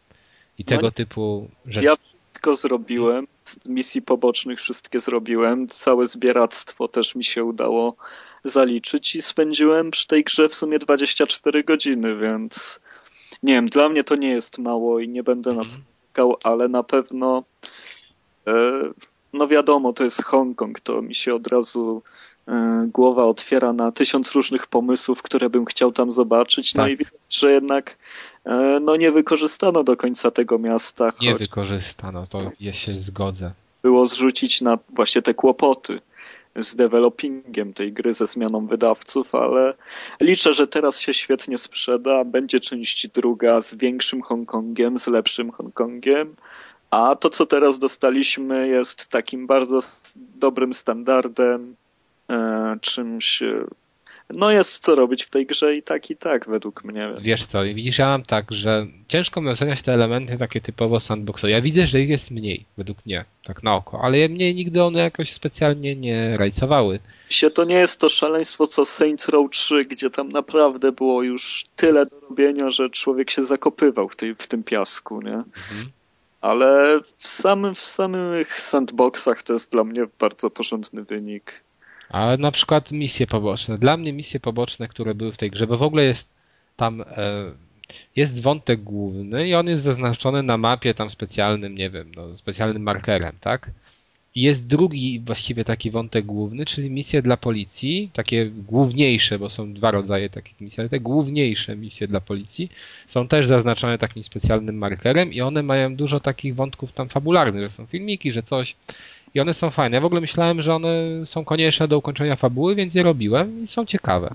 S1: i tego no, typu rzeczy.
S3: Ja wszystko zrobiłem, z misji pobocznych wszystkie zrobiłem, całe zbieractwo też mi się udało zaliczyć i spędziłem przy tej grze w sumie dwadzieścia cztery godziny, więc nie wiem, dla mnie to nie jest mało i nie będę na to czekał, ale na pewno e, no wiadomo, to jest Hongkong, to mi się od razu e, głowa otwiera na tysiąc różnych pomysłów, które bym chciał tam zobaczyć, no tak. I widać, że jednak e, no nie wykorzystano do końca tego miasta.
S1: Nie wykorzystano, to ja się zgodzę.
S3: Było zrzucić na właśnie te kłopoty z developingiem tej gry, ze zmianą wydawców, ale liczę, że teraz się świetnie sprzeda, będzie część druga z większym Hongkongiem, z lepszym Hongkongiem, a to, co teraz dostaliśmy, jest takim bardzo dobrym standardem, e, czymś... No jest co robić w tej grze i tak, i tak, według mnie.
S1: Wiesz co, widzisz, ja mam tak, że ciężko mi oceniać te elementy takie typowo sandboxowe. Ja widzę, że ich jest mniej, według mnie, tak na oko, ale mnie nigdy one jakoś specjalnie nie rajcowały.
S3: Się to nie jest to szaleństwo, co Saints Row trzy, gdzie tam naprawdę było już tyle do robienia, że człowiek się zakopywał w, tej, w tym piasku, nie? Mhm. Ale w, samym, w samych sandboxach to jest dla mnie bardzo porządny wynik.
S1: A na przykład misje poboczne. Dla mnie misje poboczne, które były w tej grze, bo w ogóle jest tam e, jest wątek główny i on jest zaznaczony na mapie tam specjalnym, nie wiem, no, specjalnym markerem, tak? I jest drugi właściwie taki wątek główny, czyli misje dla policji, takie główniejsze, bo są dwa rodzaje takich misji, ale te główniejsze misje dla policji są też zaznaczone takim specjalnym markerem i one mają dużo takich wątków tam fabularnych, że są filmiki, że coś i one są fajne. Ja w ogóle myślałem, że one są konieczne do ukończenia fabuły, więc je robiłem i są ciekawe.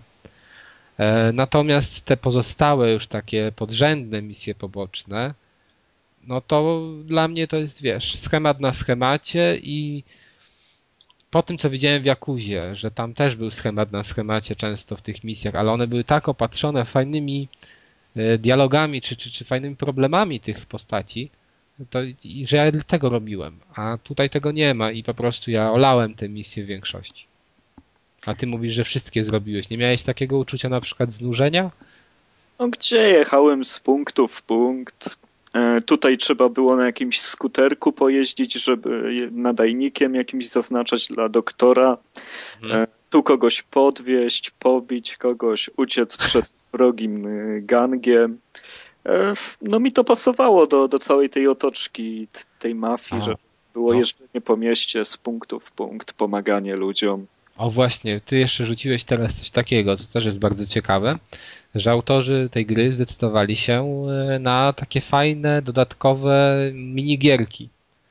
S1: Natomiast te pozostałe już takie podrzędne misje poboczne, no to dla mnie to jest, wiesz, schemat na schemacie i po tym, co widziałem w Jakuzie, że tam też był schemat na schemacie często w tych misjach, ale one były tak opatrzone fajnymi dialogami czy, czy, czy fajnymi problemami tych postaci, to, i że ja tego robiłem, a tutaj tego nie ma i po prostu ja olałem te misje w większości. A ty mówisz, że wszystkie zrobiłeś. Nie miałeś takiego uczucia na przykład znużenia?
S3: No gdzie jechałem z punktu w punkt? E, tutaj trzeba było na jakimś skuterku pojeździć, żeby nadajnikiem jakimś zaznaczać dla doktora. E, tu kogoś podwieźć, pobić kogoś, uciec przed wrogim gangiem. E, no mi to pasowało do, do całej tej otoczki, tej mafii, A, że było no. jeżdżenie po mieście z punktu w punkt, pomaganie ludziom.
S1: O właśnie, ty jeszcze rzuciłeś teraz coś takiego, co też jest bardzo ciekawe, że autorzy tej gry zdecydowali się na takie fajne, dodatkowe minigierki.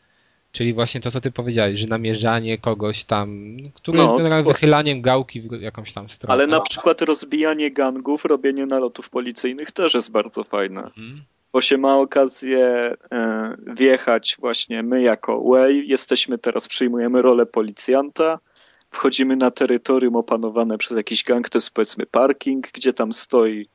S1: Czyli właśnie to, co ty powiedziałeś, że namierzanie kogoś tam, które no, jest generalnie wychylaniem gałki w jakąś tam stronę.
S3: Ale na przykład rozbijanie gangów, robienie nalotów policyjnych też jest bardzo fajne. Mhm. Bo się ma okazję e, wjechać właśnie my jako Way, jesteśmy teraz, przyjmujemy rolę policjanta, wchodzimy na terytorium opanowane przez jakiś gang, to jest powiedzmy parking, gdzie tam stoi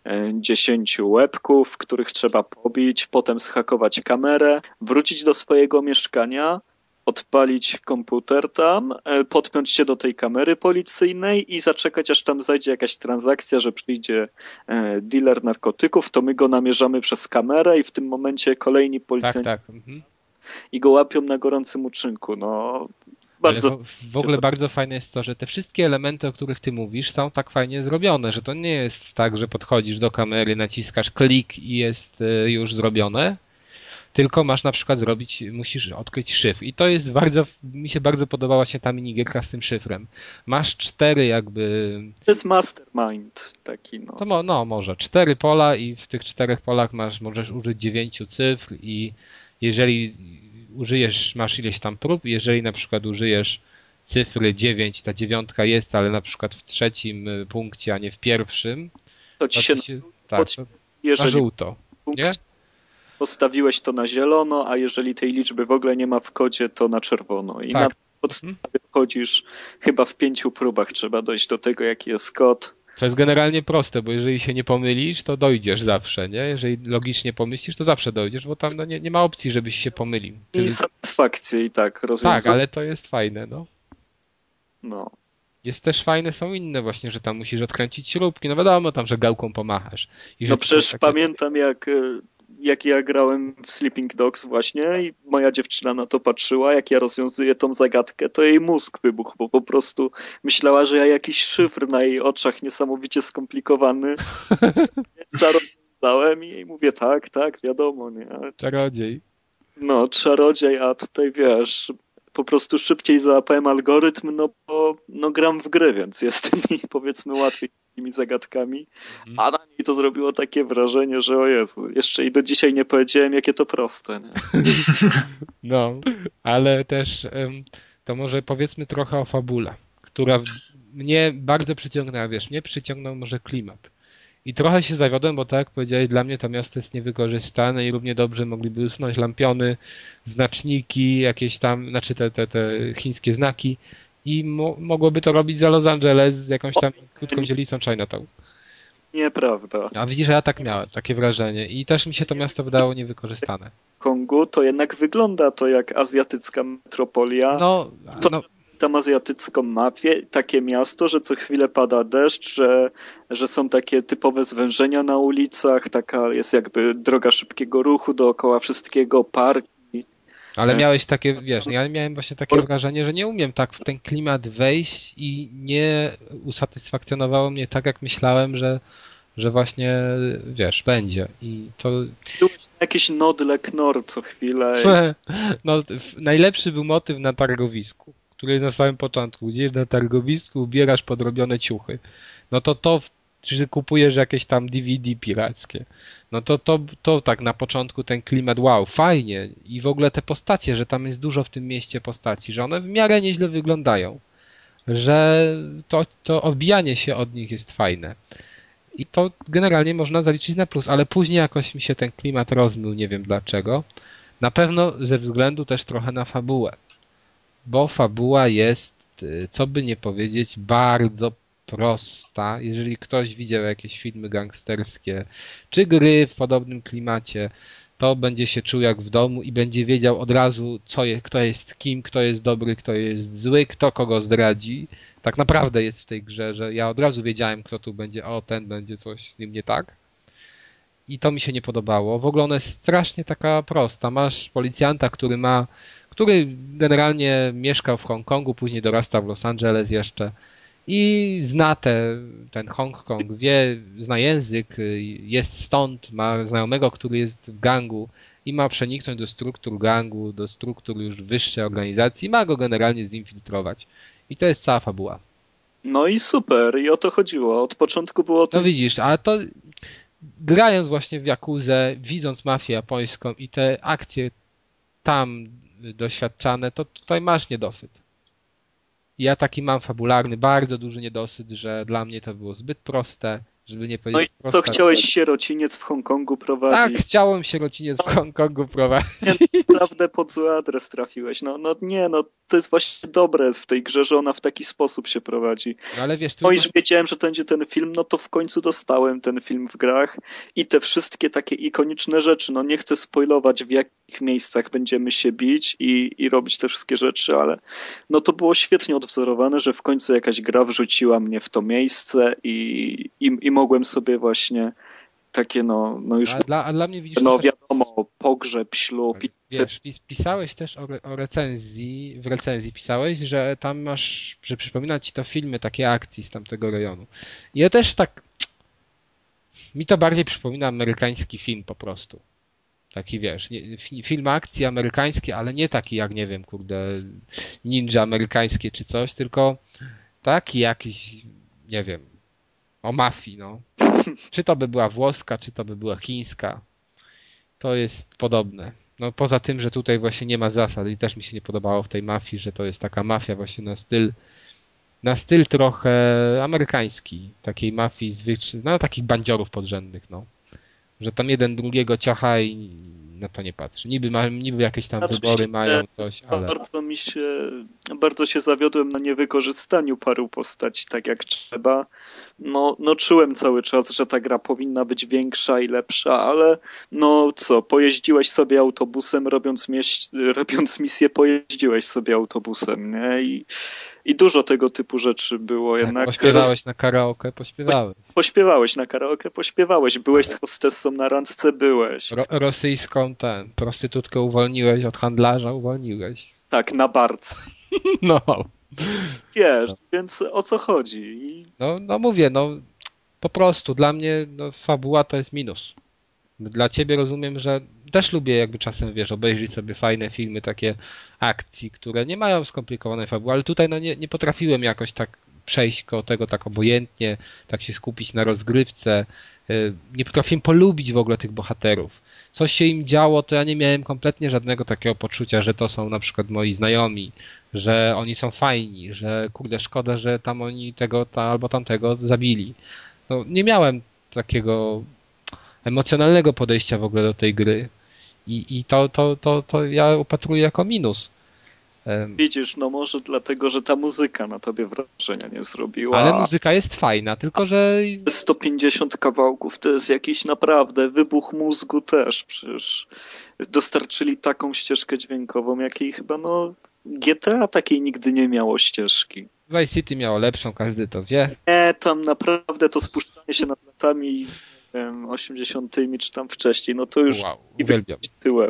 S3: dziesięciu łebków, których trzeba pobić, potem zhakować kamerę, wrócić do swojego mieszkania, odpalić komputer tam, podpiąć się do tej kamery policyjnej i zaczekać, aż tam zajdzie jakaś transakcja, że przyjdzie dealer narkotyków, to my go namierzamy przez kamerę i w tym momencie kolejni policjanci
S1: tak, tak. Mhm.
S3: i go łapią na gorącym uczynku. No... Bardzo...
S1: W, w ogóle bardzo fajne jest to, że te wszystkie elementy, o których ty mówisz, są tak fajnie zrobione, że to nie jest tak, że podchodzisz do kamery, naciskasz klik i jest już zrobione, tylko masz na przykład zrobić, musisz odkryć szyfr. I to jest bardzo, mi się bardzo podobała się ta minigierka z tym szyfrem. Masz cztery jakby...
S3: To jest mastermind taki, no.
S1: To mo, no może, cztery pola i w tych czterech polach masz, możesz użyć dziewięciu cyfr i jeżeli użyjesz, masz ileś tam prób, jeżeli na przykład użyjesz cyfry dziewięć, ta dziewiątka jest, ale na przykład w trzecim punkcie, a nie w pierwszym,
S3: to ci się, to ci się
S1: tak, to na żółto, nie?
S3: Postawiłeś to na zielono, a jeżeli tej liczby w ogóle nie ma w kodzie, to na czerwono. I tak. Na podstawie wchodzisz, chyba w pięciu próbach trzeba dojść do tego, jaki jest kod.
S1: To jest generalnie proste, bo jeżeli się nie pomylisz, to dojdziesz zawsze, nie? Jeżeli logicznie pomyślisz, to zawsze dojdziesz, bo tam no, nie, nie ma opcji, żebyś się pomylił.
S3: Czyli... I satysfakcję i tak rozwiązać.
S1: Tak, ale to jest fajne, no.
S3: No.
S1: Jest też fajne, są inne właśnie, że tam musisz odkręcić śrubki, no wiadomo tam, że gałką pomachasz. I
S3: no przecież takie... pamiętam jak... jak ja grałem w Sleeping Dogs właśnie i moja dziewczyna na to patrzyła, jak ja rozwiązuję tą zagadkę, to jej mózg wybuchł, bo po prostu myślała, że ja jakiś szyfr na jej oczach niesamowicie skomplikowany czarodziej i jej mówię, tak, tak, wiadomo, nie.
S1: Czarodziej.
S3: No, czarodziej, a tutaj wiesz, po prostu szybciej załapałem algorytm, no bo no, gram w gry, więc jest mi powiedzmy łatwiej tymi zagadkami, a na niej to zrobiło takie wrażenie, że o Jezu, jeszcze i do dzisiaj nie powiedziałem, jakie to proste. Nie?
S1: No, ale też to może powiedzmy trochę o fabule, która mnie bardzo przyciągnęła, wiesz, mnie przyciągnął może klimat. I trochę się zawiodłem, bo tak jak powiedziałeś, dla mnie to miasto jest niewykorzystane i równie dobrze mogliby usunąć lampiony, znaczniki, jakieś tam, znaczy te, te, te chińskie znaki i mo- mogłoby to robić za Los Angeles z jakąś tam krótką dzielnicą Chinatown.
S3: Nieprawda.
S1: A widzisz, że ja tak miałem, takie wrażenie i też mi się to miasto wydało niewykorzystane.
S3: W Kongu to jednak wygląda to jak azjatycka metropolia.
S1: No,
S3: to...
S1: no.
S3: Tam azjatycką mafię, takie miasto, że co chwilę pada deszcz, że, że są takie typowe zwężenia na ulicach, taka jest jakby droga szybkiego ruchu dookoła wszystkiego, parki.
S1: Ale miałeś takie, wiesz, ja miałem właśnie takie wrażenie, że nie umiem tak w ten klimat wejść i nie usatysfakcjonowało mnie tak, jak myślałem, że, że właśnie, wiesz, będzie. I to...
S3: Byłeś jakieś nodle knor co chwilę.
S1: No, najlepszy był motyw na targowisku, który jest na samym początku. Gdzieś na targowisku ubierasz podrobione ciuchy. No to to, czy kupujesz jakieś tam D V D pirackie. No to, to, to tak na początku ten klimat, wow, fajnie. I w ogóle te postacie, że tam jest dużo w tym mieście postaci, że one w miarę nieźle wyglądają. Że to, to odbijanie się od nich jest fajne. I to generalnie można zaliczyć na plus, ale później jakoś mi się ten klimat rozmył, nie wiem dlaczego. Na pewno ze względu też trochę na fabułę. Bo fabuła jest, co by nie powiedzieć, bardzo prosta. Jeżeli ktoś widział jakieś filmy gangsterskie, czy gry w podobnym klimacie, to będzie się czuł jak w domu i będzie wiedział od razu, co je, kto jest kim, kto jest dobry, kto jest zły, kto kogo zdradzi. Tak naprawdę jest w tej grze, że ja od razu wiedziałem, kto tu będzie, o, ten będzie coś z nim nie tak. I to mi się nie podobało. W ogóle ona jest strasznie taka prosta. Masz policjanta, który ma, który generalnie mieszkał w Hongkongu, później dorasta w Los Angeles jeszcze i zna te, ten Hongkong, wie, zna język, jest stąd, ma znajomego, który jest w gangu i ma przeniknąć do struktur gangu, do struktur już wyższej organizacji i ma go generalnie zinfiltrować. I to jest cała fabuła.
S3: No i super, i o to chodziło. Od początku było to...
S1: No widzisz, ale to grając właśnie w Yakuzę, widząc mafię japońską i te akcje tam doświadczane, to tutaj masz niedosyt. Ja taki mam fabularny, bardzo duży niedosyt, że dla mnie to było zbyt proste, żeby nie powiedzieć
S3: proste. No i co, proste. Chciałeś sierociniec w Hongkongu prowadzić?
S1: Tak, chciałem sierociniec w Hongkongu prowadzić.
S3: Nie, naprawdę pod zły adres trafiłeś. No, no nie, no to jest właśnie dobre w tej grze, że ona w taki sposób się prowadzi.
S1: No ale wiesz,
S3: no już wiedziałem, że to będzie ten film, no to w końcu dostałem ten film w grach i te wszystkie takie ikoniczne rzeczy, no nie chcę spoilować, w jakich miejscach będziemy się bić i, i robić te wszystkie rzeczy, ale no to było świetnie odwzorowane, że w końcu jakaś gra wrzuciła mnie w to miejsce i, i, i mogłem sobie właśnie takie no, no już
S1: a dla, a dla mnie widzisz,
S3: no wiadomo, pogrzeb, ślub i
S1: wiesz, pisałeś też o, o recenzji, w recenzji pisałeś, że tam masz, że przypomina ci to filmy takie akcji z tamtego rejonu. I ja też tak, mi to bardziej przypomina amerykański film po prostu. Taki wiesz, nie, film akcji amerykański, ale nie taki jak, nie wiem, kurde, ninja amerykańskie czy coś, tylko taki jakiś, nie wiem, o mafii, no. Czy to by była włoska, czy to by była chińska. To jest podobne. No poza tym, że tutaj właśnie nie ma zasad i też mi się nie podobało w tej mafii, że to jest taka mafia właśnie na styl na styl trochę amerykański. Takiej mafii zwykłych, no takich bandziorów podrzędnych, no. Że tam jeden drugiego ciacha i na to nie patrzy. Niby, ma, niby jakieś tam znaczy, wybory mają coś, ale...
S3: Bardzo mi się, bardzo się zawiodłem na niewykorzystaniu paru postaci tak jak trzeba. No, no czułem cały czas, że ta gra powinna być większa i lepsza, ale no co, pojeździłeś sobie autobusem, robiąc, mieś, robiąc misję, pojeździłeś sobie autobusem, nie? I, i dużo tego typu rzeczy było.
S1: Tak,
S3: jednak.
S1: Pośpiewałeś na karaoke, pośpiewałeś.
S3: Pośpiewałeś na karaoke, pośpiewałeś. Byłeś z hostessą na randce, byłeś.
S1: Ro- rosyjską ten, prostytutkę uwolniłeś, od handlarza uwolniłeś.
S3: Tak, na barce.
S1: No.
S3: Wiesz, no. Więc o co chodzi? I...
S1: No, no mówię, no po prostu dla mnie no, fabuła to jest minus. Dla ciebie rozumiem, że też lubię jakby czasem, wiesz, obejrzeć sobie fajne filmy, takie akcji, które nie mają skomplikowanej fabuły, ale tutaj no nie, nie potrafiłem jakoś tak przejść koło tego tak obojętnie, tak się skupić na rozgrywce. Nie potrafiłem polubić w ogóle tych bohaterów. Coś się im działo, to ja nie miałem kompletnie żadnego takiego poczucia, że to są na przykład moi znajomi, że oni są fajni, że kurde szkoda, że tam oni tego ta, albo tamtego zabili. No, nie miałem takiego emocjonalnego podejścia w ogóle do tej gry i, i to, to, to, to ja upatruję jako minus.
S3: Widzisz, no może dlatego, że ta muzyka na tobie wrażenia nie zrobiła.
S1: Ale muzyka jest fajna, tylko że...
S3: sto pięćdziesiąt kawałków to jest jakiś naprawdę wybuch mózgu też. Przecież dostarczyli taką ścieżkę dźwiękową, jakiej chyba no G T A takiej nigdy nie miało ścieżki.
S1: Vice City miało lepszą, każdy to wie.
S3: Nie, tam naprawdę to spuszczanie się nad latami osiemdziesiątymi czy tam wcześniej, no to już
S1: wow, uwielbiam.
S3: tyłem.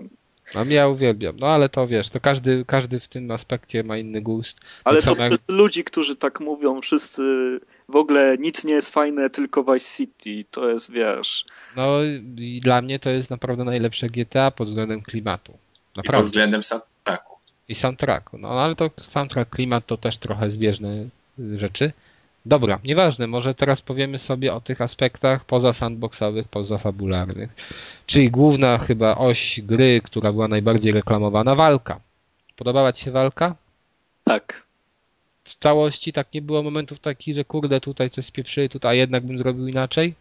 S1: A ja uwielbiam. No ale to wiesz, to każdy, każdy w tym aspekcie ma inny gust.
S3: Ale
S1: to
S3: to
S1: jak...
S3: przez ludzi, którzy tak mówią, wszyscy w ogóle nic nie jest fajne, tylko Vice City. To jest, wiesz...
S1: No i dla mnie to jest naprawdę najlepsze G T A pod względem klimatu. Naprawdę.
S2: I pod względem soundtracku.
S1: I soundtracku. No ale to soundtrack, klimat to też trochę zbieżne rzeczy. Dobra, nieważne, może teraz powiemy sobie o tych aspektach poza sandboxowych, poza fabularnych. Czyli główna chyba oś gry, która była najbardziej reklamowana, walka. Podobała ci się walka?
S3: Tak.
S1: W całości tak nie było momentów takich, że kurde, tutaj coś spieprzyli, tutaj a jednak bym zrobił inaczej?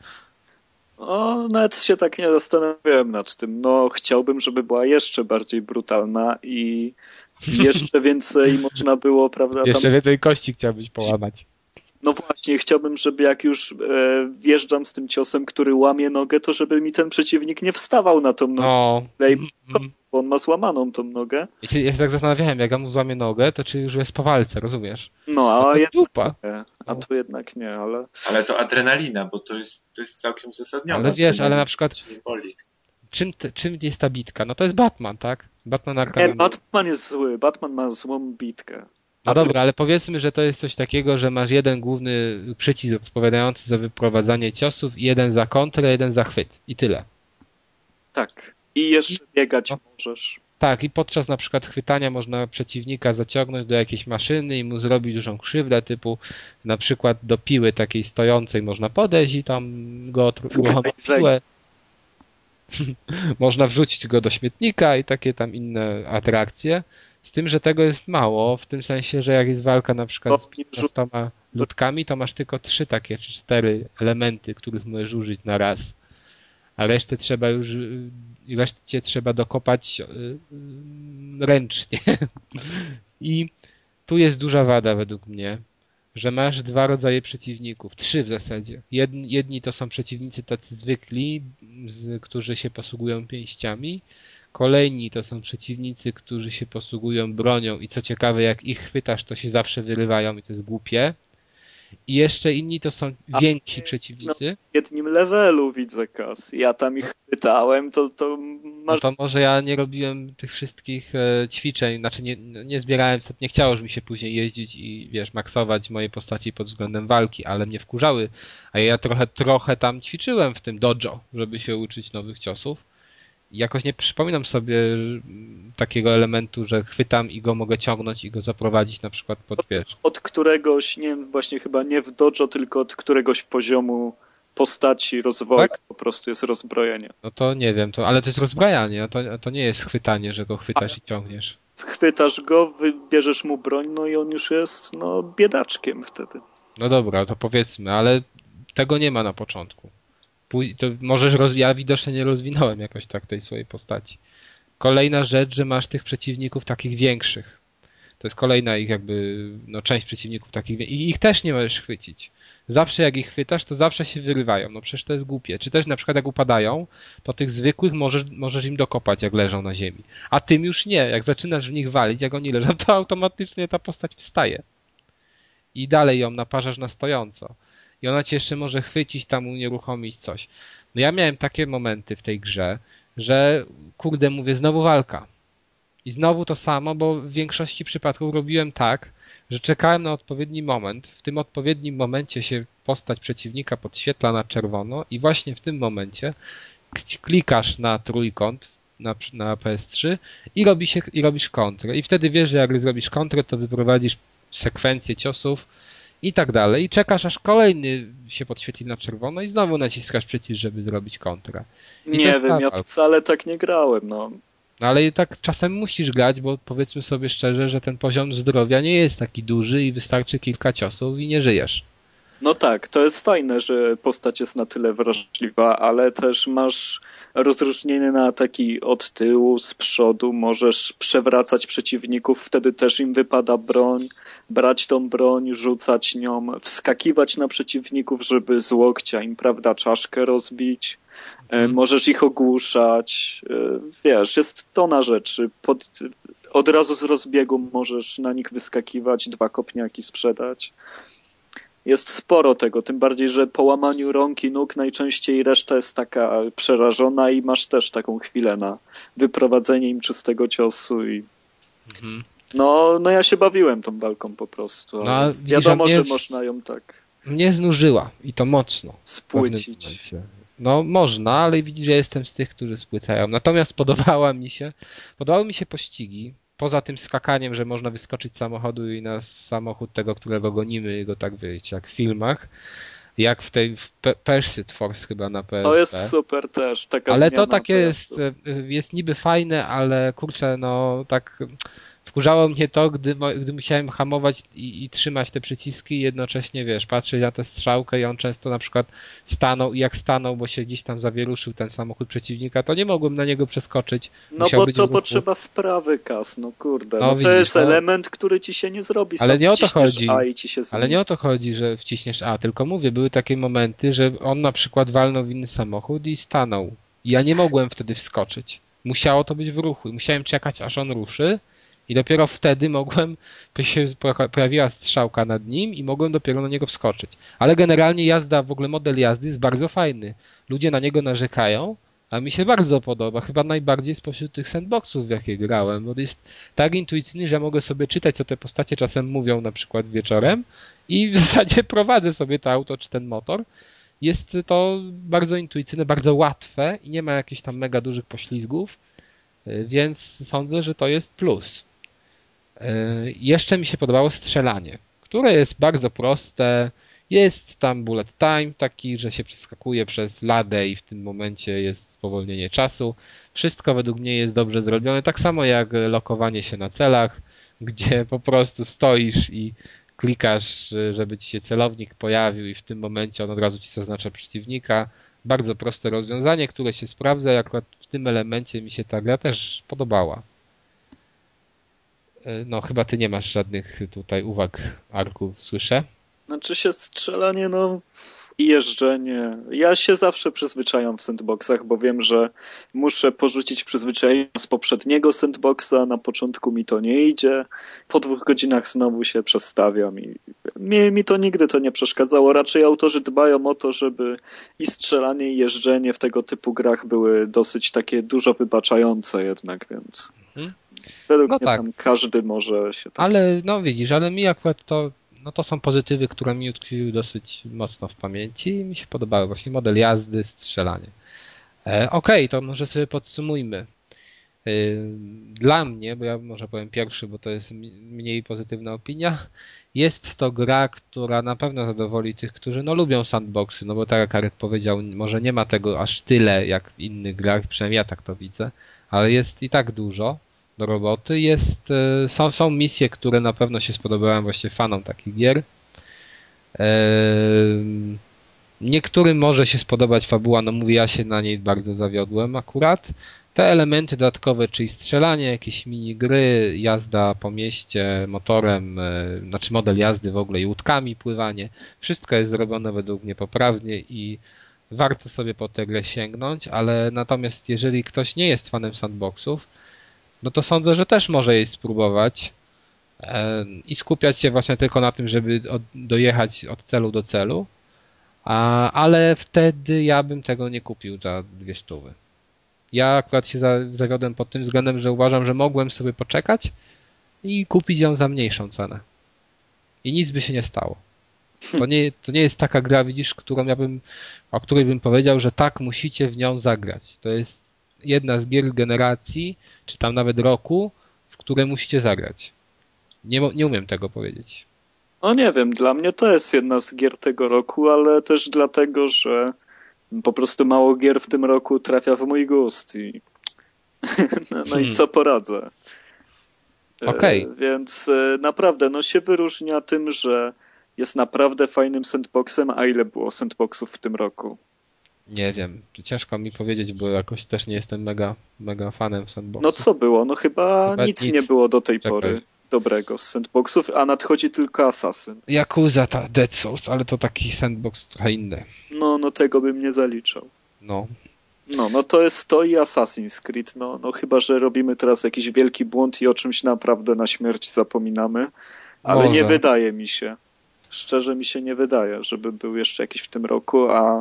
S3: O, nawet się tak nie zastanawiałem nad tym. No, chciałbym, żeby była jeszcze bardziej brutalna i jeszcze więcej można było, prawda,
S1: Jeszcze
S3: tam...
S1: więcej kości chciałbyś połamać.
S3: No właśnie, chciałbym, żeby jak już e, wjeżdżam z tym ciosem, który łamie nogę, to żeby mi ten przeciwnik nie wstawał na tą nogę,
S1: No.
S3: bo on ma złamaną tą nogę.
S1: Ja się, ja się tak zastanawiałem, jak ja mu złamię nogę, to czy już jest po walce, rozumiesz?
S3: No,
S1: A
S3: a,
S1: to
S3: jednak
S1: dupa.
S3: nie, a tu jednak nie, ale...
S2: Ale to adrenalina, bo to jest, to jest całkiem uzasadnione.
S1: Ale wiesz, ale na przykład
S2: Nie boli.
S1: czym, te, czym jest ta bitka? No to jest Batman, tak? Batman Arkham.
S3: Nie, Batman jest zły, Batman ma złą bitkę.
S1: No dobra, ale powiedzmy, że to jest coś takiego, że masz jeden główny przycisk odpowiadający za wyprowadzanie ciosów i jeden za kontrę, jeden za chwyt. I tyle.
S3: Tak. I jeszcze
S1: I...
S3: biegać
S1: no.
S3: możesz.
S1: Tak, i podczas na przykład chwytania można przeciwnika zaciągnąć do jakiejś maszyny i mu zrobić dużą krzywdę, typu na przykład do piły takiej stojącej można podejść i tam go uruchomić piłę. Można wrzucić go do śmietnika i takie tam inne atrakcje. Z tym, że tego jest mało, w tym sensie, że jak jest walka na przykład z piętnastoma ludkami, to masz tylko trzy takie czy cztery elementy, których możesz użyć na raz. A resztę trzeba już, reszcie trzeba dokopać ręcznie. I tu jest duża wada według mnie, że masz dwa rodzaje przeciwników, trzy w zasadzie. Jedni, jedni to są przeciwnicy tacy zwykli, z, którzy się posługują pięściami. Kolejni to są przeciwnicy, którzy się posługują bronią i co ciekawe, jak ich chwytasz, to się zawsze wyrywają i to jest głupie. I jeszcze inni to są więksi
S3: A,
S1: przeciwnicy.
S3: No, w jednym levelu widzę, Kas. Ja tam ich pytałem, to, to masz...
S1: No to może ja nie robiłem tych wszystkich e, ćwiczeń, znaczy nie, nie zbierałem, nie chciało mi się później jeździć i wiesz, maksować moje postaci pod względem walki, ale mnie wkurzały. A ja trochę, trochę tam ćwiczyłem w tym dojo, żeby się uczyć nowych ciosów. Jakoś nie przypominam sobie takiego elementu, że chwytam i go mogę ciągnąć i go zaprowadzić na przykład pod wiesz.
S3: Od, od któregoś, nie właśnie chyba nie w dojo, tylko od któregoś poziomu postaci rozwoju tak? Po prostu jest rozbrojenie.
S1: No to nie wiem, to, ale to jest rozbrajanie, to, to nie jest chwytanie, że go chwytasz A, i ciągniesz.
S3: Chwytasz go, wybierzesz mu broń, no i on już jest no biedaczkiem wtedy.
S1: No dobra, to powiedzmy, ale tego nie ma na początku. To możesz roz... Ja widocznie nie rozwinąłem jakoś tak tej swojej postaci. Kolejna rzecz, że masz tych przeciwników takich większych. To jest kolejna ich jakby, no część przeciwników takich i ich też nie możesz chwycić. Zawsze jak ich chwytasz, to zawsze się wyrywają. No przecież to jest głupie. Czy też na przykład jak upadają, to tych zwykłych możesz, możesz im dokopać, jak leżą na ziemi. A tym już nie. Jak zaczynasz w nich walić, jak oni leżą, to automatycznie ta postać wstaje. I dalej ją naparzasz na stojąco. I ona cię jeszcze może chwycić, tam unieruchomić coś. No ja miałem takie momenty w tej grze, że kurde, mówię, znowu walka. I znowu to samo, bo w większości przypadków robiłem tak, że czekałem na odpowiedni moment. W tym odpowiednim momencie się postać przeciwnika podświetla na czerwono i właśnie w tym momencie klikasz na trójkąt na, na P S trzy i, robi się, i robisz kontrę. I wtedy wiesz, że jak zrobisz kontrę, to wyprowadzisz sekwencję ciosów i tak dalej. I czekasz, aż kolejny się podświetli na czerwono i znowu naciskasz przycisk, żeby zrobić kontrę. I
S3: nie wiem, ja wcale tak nie grałem, no.
S1: No ale tak czasem musisz grać, bo powiedzmy sobie szczerze, że ten poziom zdrowia nie jest taki duży i wystarczy kilka ciosów i nie żyjesz.
S3: No tak, to jest fajne, że postać jest na tyle wrażliwa, ale też masz rozróżnienie na ataki od tyłu, z przodu, możesz przewracać przeciwników, wtedy też im wypada broń, brać tą broń, rzucać nią, wskakiwać na przeciwników, żeby z łokcia im, prawda, czaszkę rozbić. Hmm. Możesz ich ogłuszać, wiesz, jest tona rzeczy. Pod, od razu z rozbiegu możesz na nich wyskakiwać, dwa kopniaki sprzedać. Jest sporo tego, tym bardziej, że po łamaniu rąk i nóg najczęściej reszta jest taka przerażona i masz też taką chwilę na wyprowadzenie im czystego ciosu i mhm. no, no ja się bawiłem tą walką po prostu, ale no, wiadomo, mnie, że można ją tak
S1: mnie znużyła i to mocno.
S3: Spłycić.
S1: No można, ale widzisz, że jestem z tych, którzy spłycają. Natomiast podobała mi się, podobały mi się pościgi. Poza tym skakaniem, że można wyskoczyć z samochodu i na samochód tego, którego gonimy, go tak wiecie, jak w filmach, jak w tej w Pursuit Force chyba na P S P.
S3: To jest super też, taka
S1: ale to takie jest, jest niby fajne, ale kurczę, no tak wkurzało mnie to, gdy, gdy musiałem hamować i, i trzymać te przyciski i jednocześnie, wiesz, patrzeć na tę strzałkę i on często na przykład stanął i jak stanął, bo się gdzieś tam zawieruszył ten samochód przeciwnika, to nie mogłem na niego przeskoczyć.
S3: No Musiał bo to potrzeba wprawy kas, no kurde. No, no widzisz, to jest no, element, który ci się nie zrobi. Ale sam nie o to chodzi. A i ci się
S1: ale nie o to chodzi, że wciśniesz A, tylko mówię, były takie momenty, że on na przykład walnął w inny samochód i stanął. I ja nie mogłem wtedy wskoczyć. Musiało to być w ruchu i musiałem czekać, aż on ruszy. I dopiero wtedy mogłem, się pojawiła strzałka nad nim i mogłem dopiero na niego wskoczyć. Ale generalnie jazda, w ogóle model jazdy jest bardzo fajny. Ludzie na niego narzekają, a mi się bardzo podoba. Chyba najbardziej spośród tych sandboxów, w jakie grałem. Bo jest tak intuicyjny, że ja mogę sobie czytać, co te postacie czasem mówią, na przykład wieczorem i w zasadzie prowadzę sobie to auto czy ten motor. Jest to bardzo intuicyjne, bardzo łatwe i nie ma jakichś tam mega dużych poślizgów, więc sądzę, że to jest plus. Jeszcze mi się podobało strzelanie, które jest bardzo proste. Jest tam bullet time taki, że się przeskakuje przez ladę i w tym momencie jest spowolnienie czasu. Wszystko według mnie jest dobrze zrobione, tak samo jak lokowanie się na celach, gdzie po prostu stoisz i klikasz, żeby ci się celownik pojawił i w tym momencie on od razu ci zaznacza przeciwnika. Bardzo proste rozwiązanie, które się sprawdza i akurat w tym elemencie mi się ta gra też podobała. No chyba ty nie masz żadnych tutaj uwag, Arku, słyszę?
S3: Znaczy się strzelanie, no i jeżdżenie. Ja się zawsze przyzwyczajam w sandboxach, bo wiem, że muszę porzucić przyzwyczajenie z poprzedniego sandboxa, na początku mi to nie idzie, po dwóch godzinach znowu się przestawiam i mi, mi to nigdy to nie przeszkadzało. Raczej autorzy dbają o to, żeby i strzelanie, i jeżdżenie w tego typu grach były dosyć takie dużo wybaczające jednak, więc mhm. według
S1: no
S3: mnie
S1: tak.
S3: Tam każdy może się... Tak...
S1: Ale no widzisz, ale mi akurat to no to są pozytywy, które mi utkwiły dosyć mocno w pamięci i mi się podobały. Właśnie model jazdy, strzelanie. E, Okej, okay, to może sobie podsumujmy. E, dla mnie, bo ja może powiem pierwszy, bo to jest mniej pozytywna opinia, jest to gra, która na pewno zadowoli tych, którzy no lubią sandboxy, no bo tak jak Arek powiedział, może nie ma tego aż tyle jak w innych grach, przynajmniej ja tak to widzę, ale jest i tak dużo do roboty. Jest, są, są misje, które na pewno się spodobają właśnie fanom takich gier. Niektórym może się spodobać fabuła, no mówię, ja się na niej bardzo zawiodłem akurat. Te elementy dodatkowe, czyli strzelanie, jakieś minigry, jazda po mieście motorem, znaczy model jazdy w ogóle i łódkami, pływanie, wszystko jest zrobione według mnie poprawnie i warto sobie po tę grę sięgnąć, ale natomiast jeżeli ktoś nie jest fanem sandboxów, no to sądzę, że też może jej spróbować i skupiać się właśnie tylko na tym, żeby od, dojechać od celu do celu, a, ale wtedy ja bym tego nie kupił za dwie stówy. Ja akurat się za, zawiodłem pod tym względem, że uważam, że mogłem sobie poczekać i kupić ją za mniejszą cenę. I nic by się nie stało. To nie, to nie jest taka gra, widzisz, którą ja bym, o której bym powiedział, że tak, musicie w nią zagrać. To jest jedna z gier generacji, czy tam nawet roku, w które musicie zagrać. Nie, nie umiem tego powiedzieć.
S3: No nie wiem, dla mnie to jest jedna z gier tego roku, ale też dlatego, że po prostu mało gier w tym roku trafia w mój gust i no, no hmm. i co poradzę.
S1: Okej.
S3: Okay. Więc naprawdę no się wyróżnia tym, że jest naprawdę fajnym sandboxem, a ile było sandboxów w tym roku?
S1: Nie wiem, ciężko mi powiedzieć, bo jakoś też nie jestem mega, mega fanem sandboxów.
S3: No co było? No chyba, chyba nic, nic nie było do tej Czekaj. pory dobrego z sandboxów, a nadchodzi tylko Assassin.
S1: Yakuza, ta Dead Souls, ale to taki sandbox trochę inny.
S3: No, no tego bym nie zaliczał.
S1: No.
S3: No, no to jest to i Assassin's Creed, no, no chyba, że robimy teraz jakiś wielki błąd i o czymś naprawdę na śmierć zapominamy, ale Może. nie wydaje mi się. Szczerze mi się nie wydaje, żeby był jeszcze jakiś w tym roku, a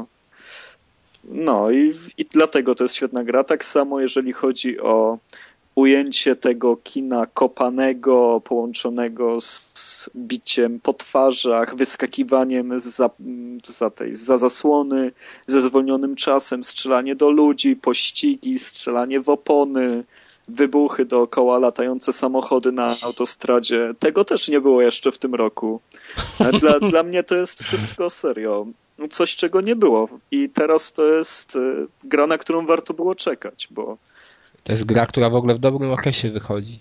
S3: no i, i dlatego to jest świetna gra. Tak samo jeżeli chodzi o ujęcie tego kina kopanego, połączonego z biciem po twarzach, wyskakiwaniem za, za, tej, za zasłony, ze zwolnionym czasem, strzelanie do ludzi, pościgi, strzelanie w opony, wybuchy dookoła, latające samochody na autostradzie. Tego też nie było jeszcze w tym roku. Dla, dla mnie to jest wszystko serio. Coś, czego nie było. I teraz to jest gra, na którą warto było czekać, bo
S1: to jest gra, która w ogóle w dobrym okresie wychodzi.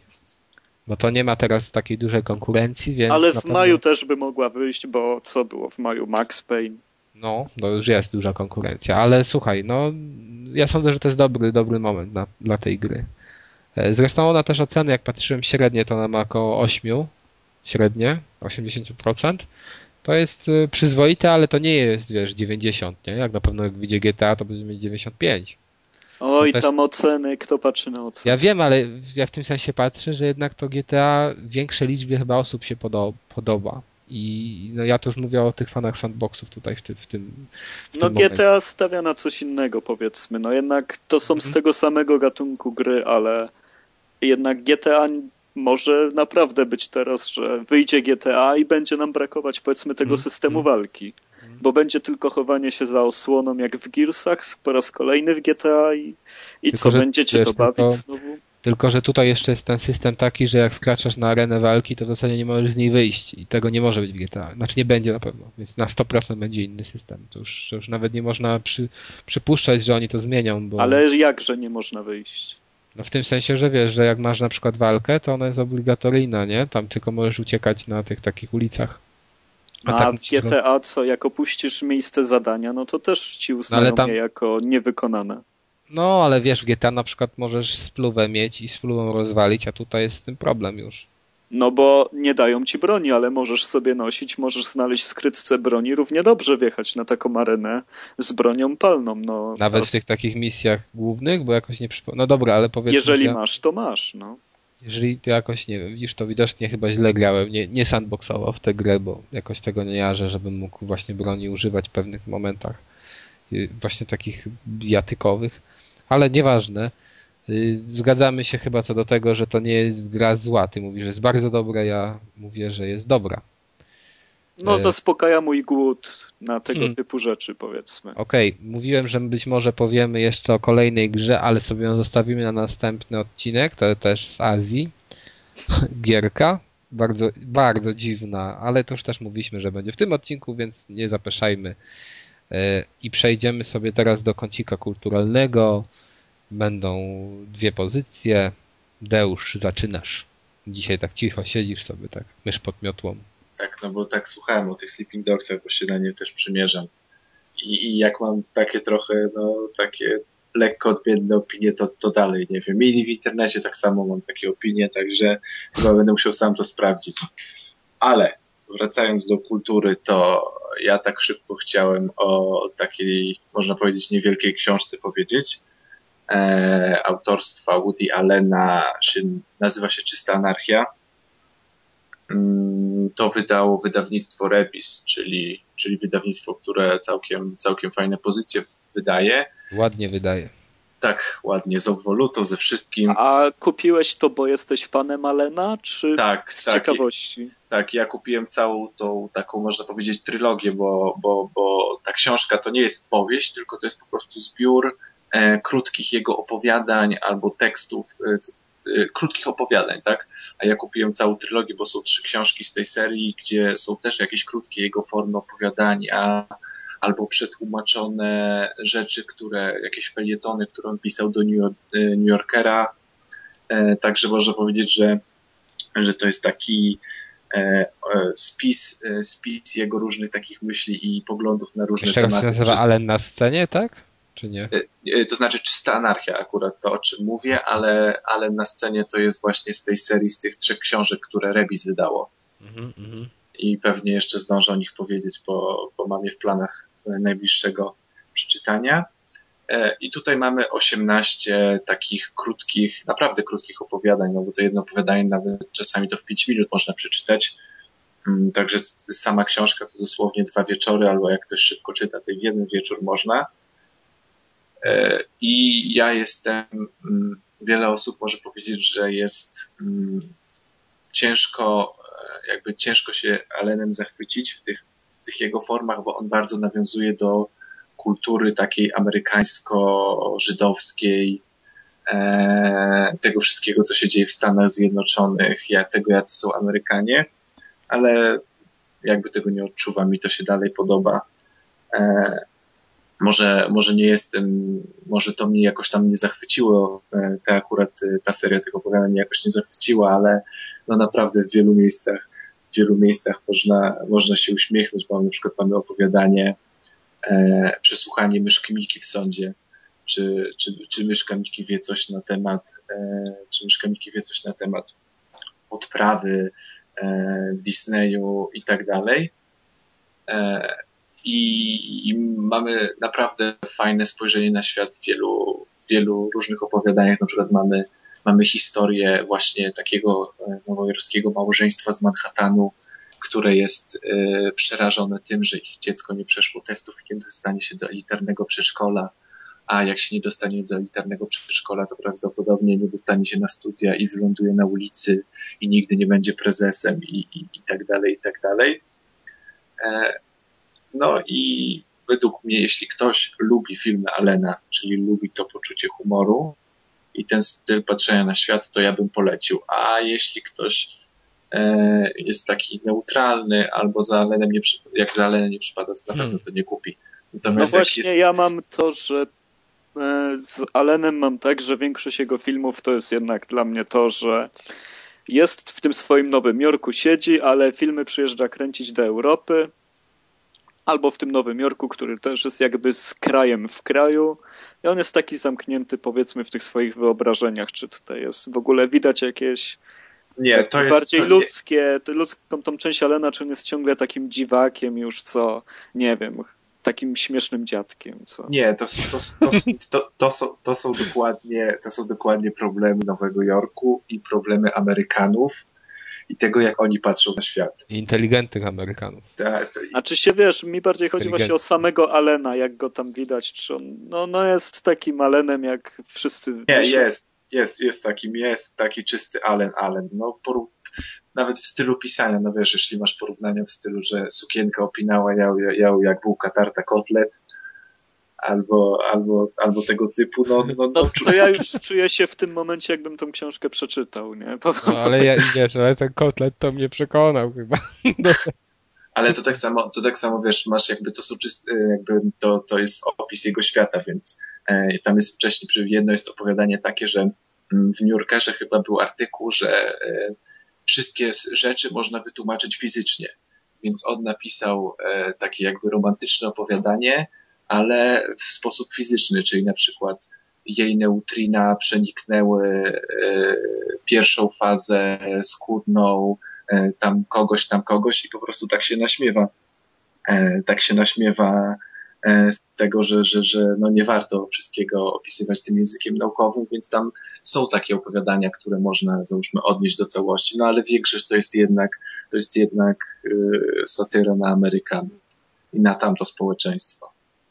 S1: Bo to nie ma teraz takiej dużej konkurencji, więc...
S3: Ale w
S1: pewno...
S3: maju też by mogła wyjść, bo co było w maju? Max Payne.
S1: No, to już jest duża konkurencja. Ale słuchaj, no ja sądzę, że to jest dobry, dobry moment na, dla tej gry. Zresztą ona też oceny, jak patrzyłem średnie, to ona ma około osiem, średnie, osiemdziesiąt procent. To jest przyzwoite, ale to nie jest, wiesz, dziewięćdziesiąt, nie? Jak na pewno jak wyjdzie G T A, to będzie mieć dziewięćdziesiąt pięć.
S3: Oj,
S1: też...
S3: tam oceny, kto patrzy na oceny?
S1: Ja wiem, ale ja w tym sensie patrzę, że jednak to G T A większej liczbie chyba osób się podoba. I no ja to już mówię o tych fanach sandboxów tutaj w, ty, w tym w
S3: No
S1: tym
S3: G T A stawia na coś innego, powiedzmy. No jednak to są mhm. z tego samego gatunku gry, ale jednak G T A może naprawdę być teraz, że wyjdzie G T A i będzie nam brakować, powiedzmy, tego hmm. systemu hmm. walki. Hmm. Bo będzie tylko chowanie się za osłoną, jak w Gearsach, po raz kolejny w G T A i, i co, że, będziecie to bawić tylko, znowu?
S1: Tylko, że tutaj jeszcze jest ten system taki, że jak wkraczasz na arenę walki, to w zasadzie nie możesz z niej wyjść i tego nie może być w G T A. Znaczy nie będzie na pewno, więc na sto procent będzie inny system. To już, to już nawet nie można przy, przypuszczać, że oni to zmienią, bo...
S3: Ale jakże nie można wyjść?
S1: No w tym sensie, że wiesz, że jak masz na przykład walkę, to ona jest obligatoryjna, nie? Tam tylko możesz uciekać na tych takich ulicach.
S3: A, A tak w G T A co, jak opuścisz miejsce zadania, no to też ci uznają no, tam... je jako niewykonane.
S1: No, ale wiesz, w G T A na przykład możesz spluwę mieć i spluwą rozwalić, a tutaj jest z tym problem już.
S3: No bo nie dają ci broni, ale możesz sobie nosić, możesz znaleźć w skrytce broni, równie dobrze wjechać na taką arenę z bronią palną. No,
S1: Nawet w tych takich misjach głównych, bo jakoś nie przypomnę. No dobra, ale powiedzmy...
S3: Jeżeli
S1: że...
S3: masz, to masz, no.
S1: Jeżeli ty jakoś, nie wiem, widzisz, to widocznie chyba źle grałem, nie, nie sandboxowo w tę grę, bo jakoś tego nie jarzę, żebym mógł właśnie broni używać w pewnych momentach właśnie takich bijatykowych, ale nieważne. Zgadzamy się chyba co do tego, że to nie jest gra zła. Ty mówisz, że jest bardzo dobra, ja mówię, że jest dobra.
S3: No zaspokaja mój głód na tego hmm. typu rzeczy, powiedzmy.
S1: Okej, okay. Mówiłem, że być może powiemy jeszcze o kolejnej grze, ale sobie ją zostawimy na następny odcinek, to też z Azji. Gierka, bardzo, bardzo dziwna, ale to już też mówiliśmy, że będzie w tym odcinku, więc nie zapeszajmy. I przejdziemy sobie teraz do kącika kulturalnego. Będą dwie pozycje. Deusz, zaczynasz. Dzisiaj tak cicho siedzisz sobie, tak mysz pod miotłą.
S2: Tak, no bo tak słuchałem o tych Sleeping Dogsach, bo się na nie też przymierzam. I, i jak mam takie trochę, no takie lekko odmienne opinie, to, to dalej nie wiem. I w internecie tak samo mam takie opinie, także chyba będę musiał sam to sprawdzić. Ale wracając do kultury, to ja tak szybko chciałem o takiej, można powiedzieć, niewielkiej książce powiedzieć. E, autorstwa Woody Allena, nazywa się Czysta Anarchia. To wydało wydawnictwo Rebis, czyli, czyli wydawnictwo, które całkiem, całkiem fajne pozycje wydaje.
S1: Ładnie wydaje.
S2: Tak, ładnie, z obwolutą, ze wszystkim.
S3: A kupiłeś to, bo jesteś fanem Allena, czy
S2: tak,
S3: z
S2: tak,
S3: ciekawości?
S2: Tak, ja kupiłem całą tą taką, można powiedzieć, trylogię, bo, bo, bo ta książka to nie jest powieść, tylko to jest po prostu zbiór e, krótkich jego opowiadań albo tekstów, e, e, krótkich opowiadań, tak? A ja kupiłem całą trylogię, bo są trzy książki z tej serii, gdzie są też jakieś krótkie jego formy opowiadania, albo przetłumaczone rzeczy, które, jakieś felietony, które on pisał do New, New Yorkera. E, także można powiedzieć, że, że to jest taki e, spis, e, spis jego różnych takich myśli i poglądów na różne
S1: Jeszcze
S2: tematy.
S1: Jeszcze raz się nazywa Allen na scenie, tak? Czy nie?
S2: E, to znaczy Czysta Anarchia, akurat to, o czym mówię, ale, ale na scenie to jest właśnie z tej serii, z tych trzech książek, które Rebis wydało. Mhm, mhm. I pewnie jeszcze zdążę o nich powiedzieć, bo, bo mam je w planach najbliższego przeczytania. I tutaj mamy osiemnaście takich krótkich, naprawdę krótkich opowiadań, no bo to jedno opowiadanie nawet czasami to w pięć minut można przeczytać, Także sama książka to dosłownie dwa wieczory, albo jak ktoś szybko czyta, to jeden wieczór można. I ja jestem, wiele osób może powiedzieć, że jest ciężko, jakby ciężko się Allenem zachwycić w tych, w tych jego formach, bo on bardzo nawiązuje do kultury takiej amerykańsko-żydowskiej, tego wszystkiego, co się dzieje w Stanach Zjednoczonych, tego, jacy są Amerykanie, ale jakby tego nie odczuwam, mi to się dalej podoba. Może, może nie jestem, może to mnie jakoś tam nie zachwyciło, ta akurat ta seria tych opowiadań mnie jakoś nie zachwyciła, ale no naprawdę w wielu miejscach, w wielu miejscach można, można się uśmiechnąć, bo na przykład mamy opowiadanie e, przesłuchanie myszki Miki w sądzie, czy, czy, czy myszka Miki wie coś na temat, e, czy myszka Miki wie coś na temat odprawy e, w Disneyu i tak dalej. E, I, I mamy naprawdę fajne spojrzenie na świat w wielu, w wielu różnych opowiadaniach. Na przykład mamy, mamy historię właśnie takiego nowojorskiego małżeństwa z Manhattanu, które jest y, przerażone tym, że ich dziecko nie przeszło testów i nie dostanie się do elitarnego przedszkola, a jak się nie dostanie do elitarnego przedszkola, to prawdopodobnie nie dostanie się na studia i wyląduje na ulicy i nigdy nie będzie prezesem i, i, i tak dalej, i tak dalej. E, No i według mnie, jeśli ktoś lubi filmy Allena, czyli lubi to poczucie humoru i ten styl patrzenia na świat, to ja bym polecił. A jeśli ktoś e, jest taki neutralny albo za Allenem nie, jak za Allenem nie przypada, to na pewno hmm. to nie kupi.
S3: Natomiast no właśnie jest... ja mam to, że e, z Allenem mam tak, że większość jego filmów to jest jednak dla mnie to, że jest w tym swoim Nowym Jorku, siedzi, ale filmy przyjeżdża kręcić do Europy, albo w tym Nowym Jorku, który też jest jakby z krajem w kraju i on jest taki zamknięty, powiedzmy, w tych swoich wyobrażeniach, czy tutaj jest w ogóle widać jakieś
S2: nie, to jest,
S3: bardziej
S2: to
S3: ludzkie, nie... ludzką tą część Allena, czy on jest ciągle takim dziwakiem już, co, nie wiem, takim śmiesznym dziadkiem, co...
S2: Nie, to, to, to, to, to, są, to, są dokładnie, to są dokładnie problemy Nowego Jorku i problemy Amerykanów, i tego, jak oni patrzą na świat.
S1: I inteligentnych Amerykanów.
S2: Ta, to...
S3: A czy się wiesz, mi bardziej chodzi właśnie o samego Allena, jak go tam widać, czy on no, no jest takim Allenem, jak wszyscy...
S2: Nie, myślą. jest, jest, jest takim, jest taki czysty Allen, Allen. No, porób... Nawet w stylu pisania, no wiesz, jeśli masz porównania w stylu, że sukienka opinała ją, ją jak bułka tarta kotlet, albo, albo, albo tego typu, no, no, no,
S3: no to ja już czuję się w tym momencie, jakbym tą książkę przeczytał, nie? Po,
S1: no, ale ja, wiesz, ale ten kotlet to mnie przekonał chyba. No.
S2: Ale to tak samo, to tak samo, wiesz, masz jakby to są czyste, jakby to, to jest opis jego świata, więc e, tam jest wcześniej, jedno jest opowiadanie takie, że w New Yorkerze chyba był artykuł, że e, wszystkie rzeczy można wytłumaczyć fizycznie, więc on napisał e, takie jakby romantyczne opowiadanie, ale w sposób fizyczny, czyli na przykład jej neutrina przeniknęły e, pierwszą fazę skórną, e, tam kogoś, tam kogoś i po prostu tak się naśmiewa. E, tak się naśmiewa e, z tego, że, że, że no nie warto wszystkiego opisywać tym językiem naukowym, więc tam są takie opowiadania, które można, załóżmy, odnieść do całości, no ale większość to jest jednak, to jest jednak e, satyra na Amerykanów i na tamto społeczeństwo.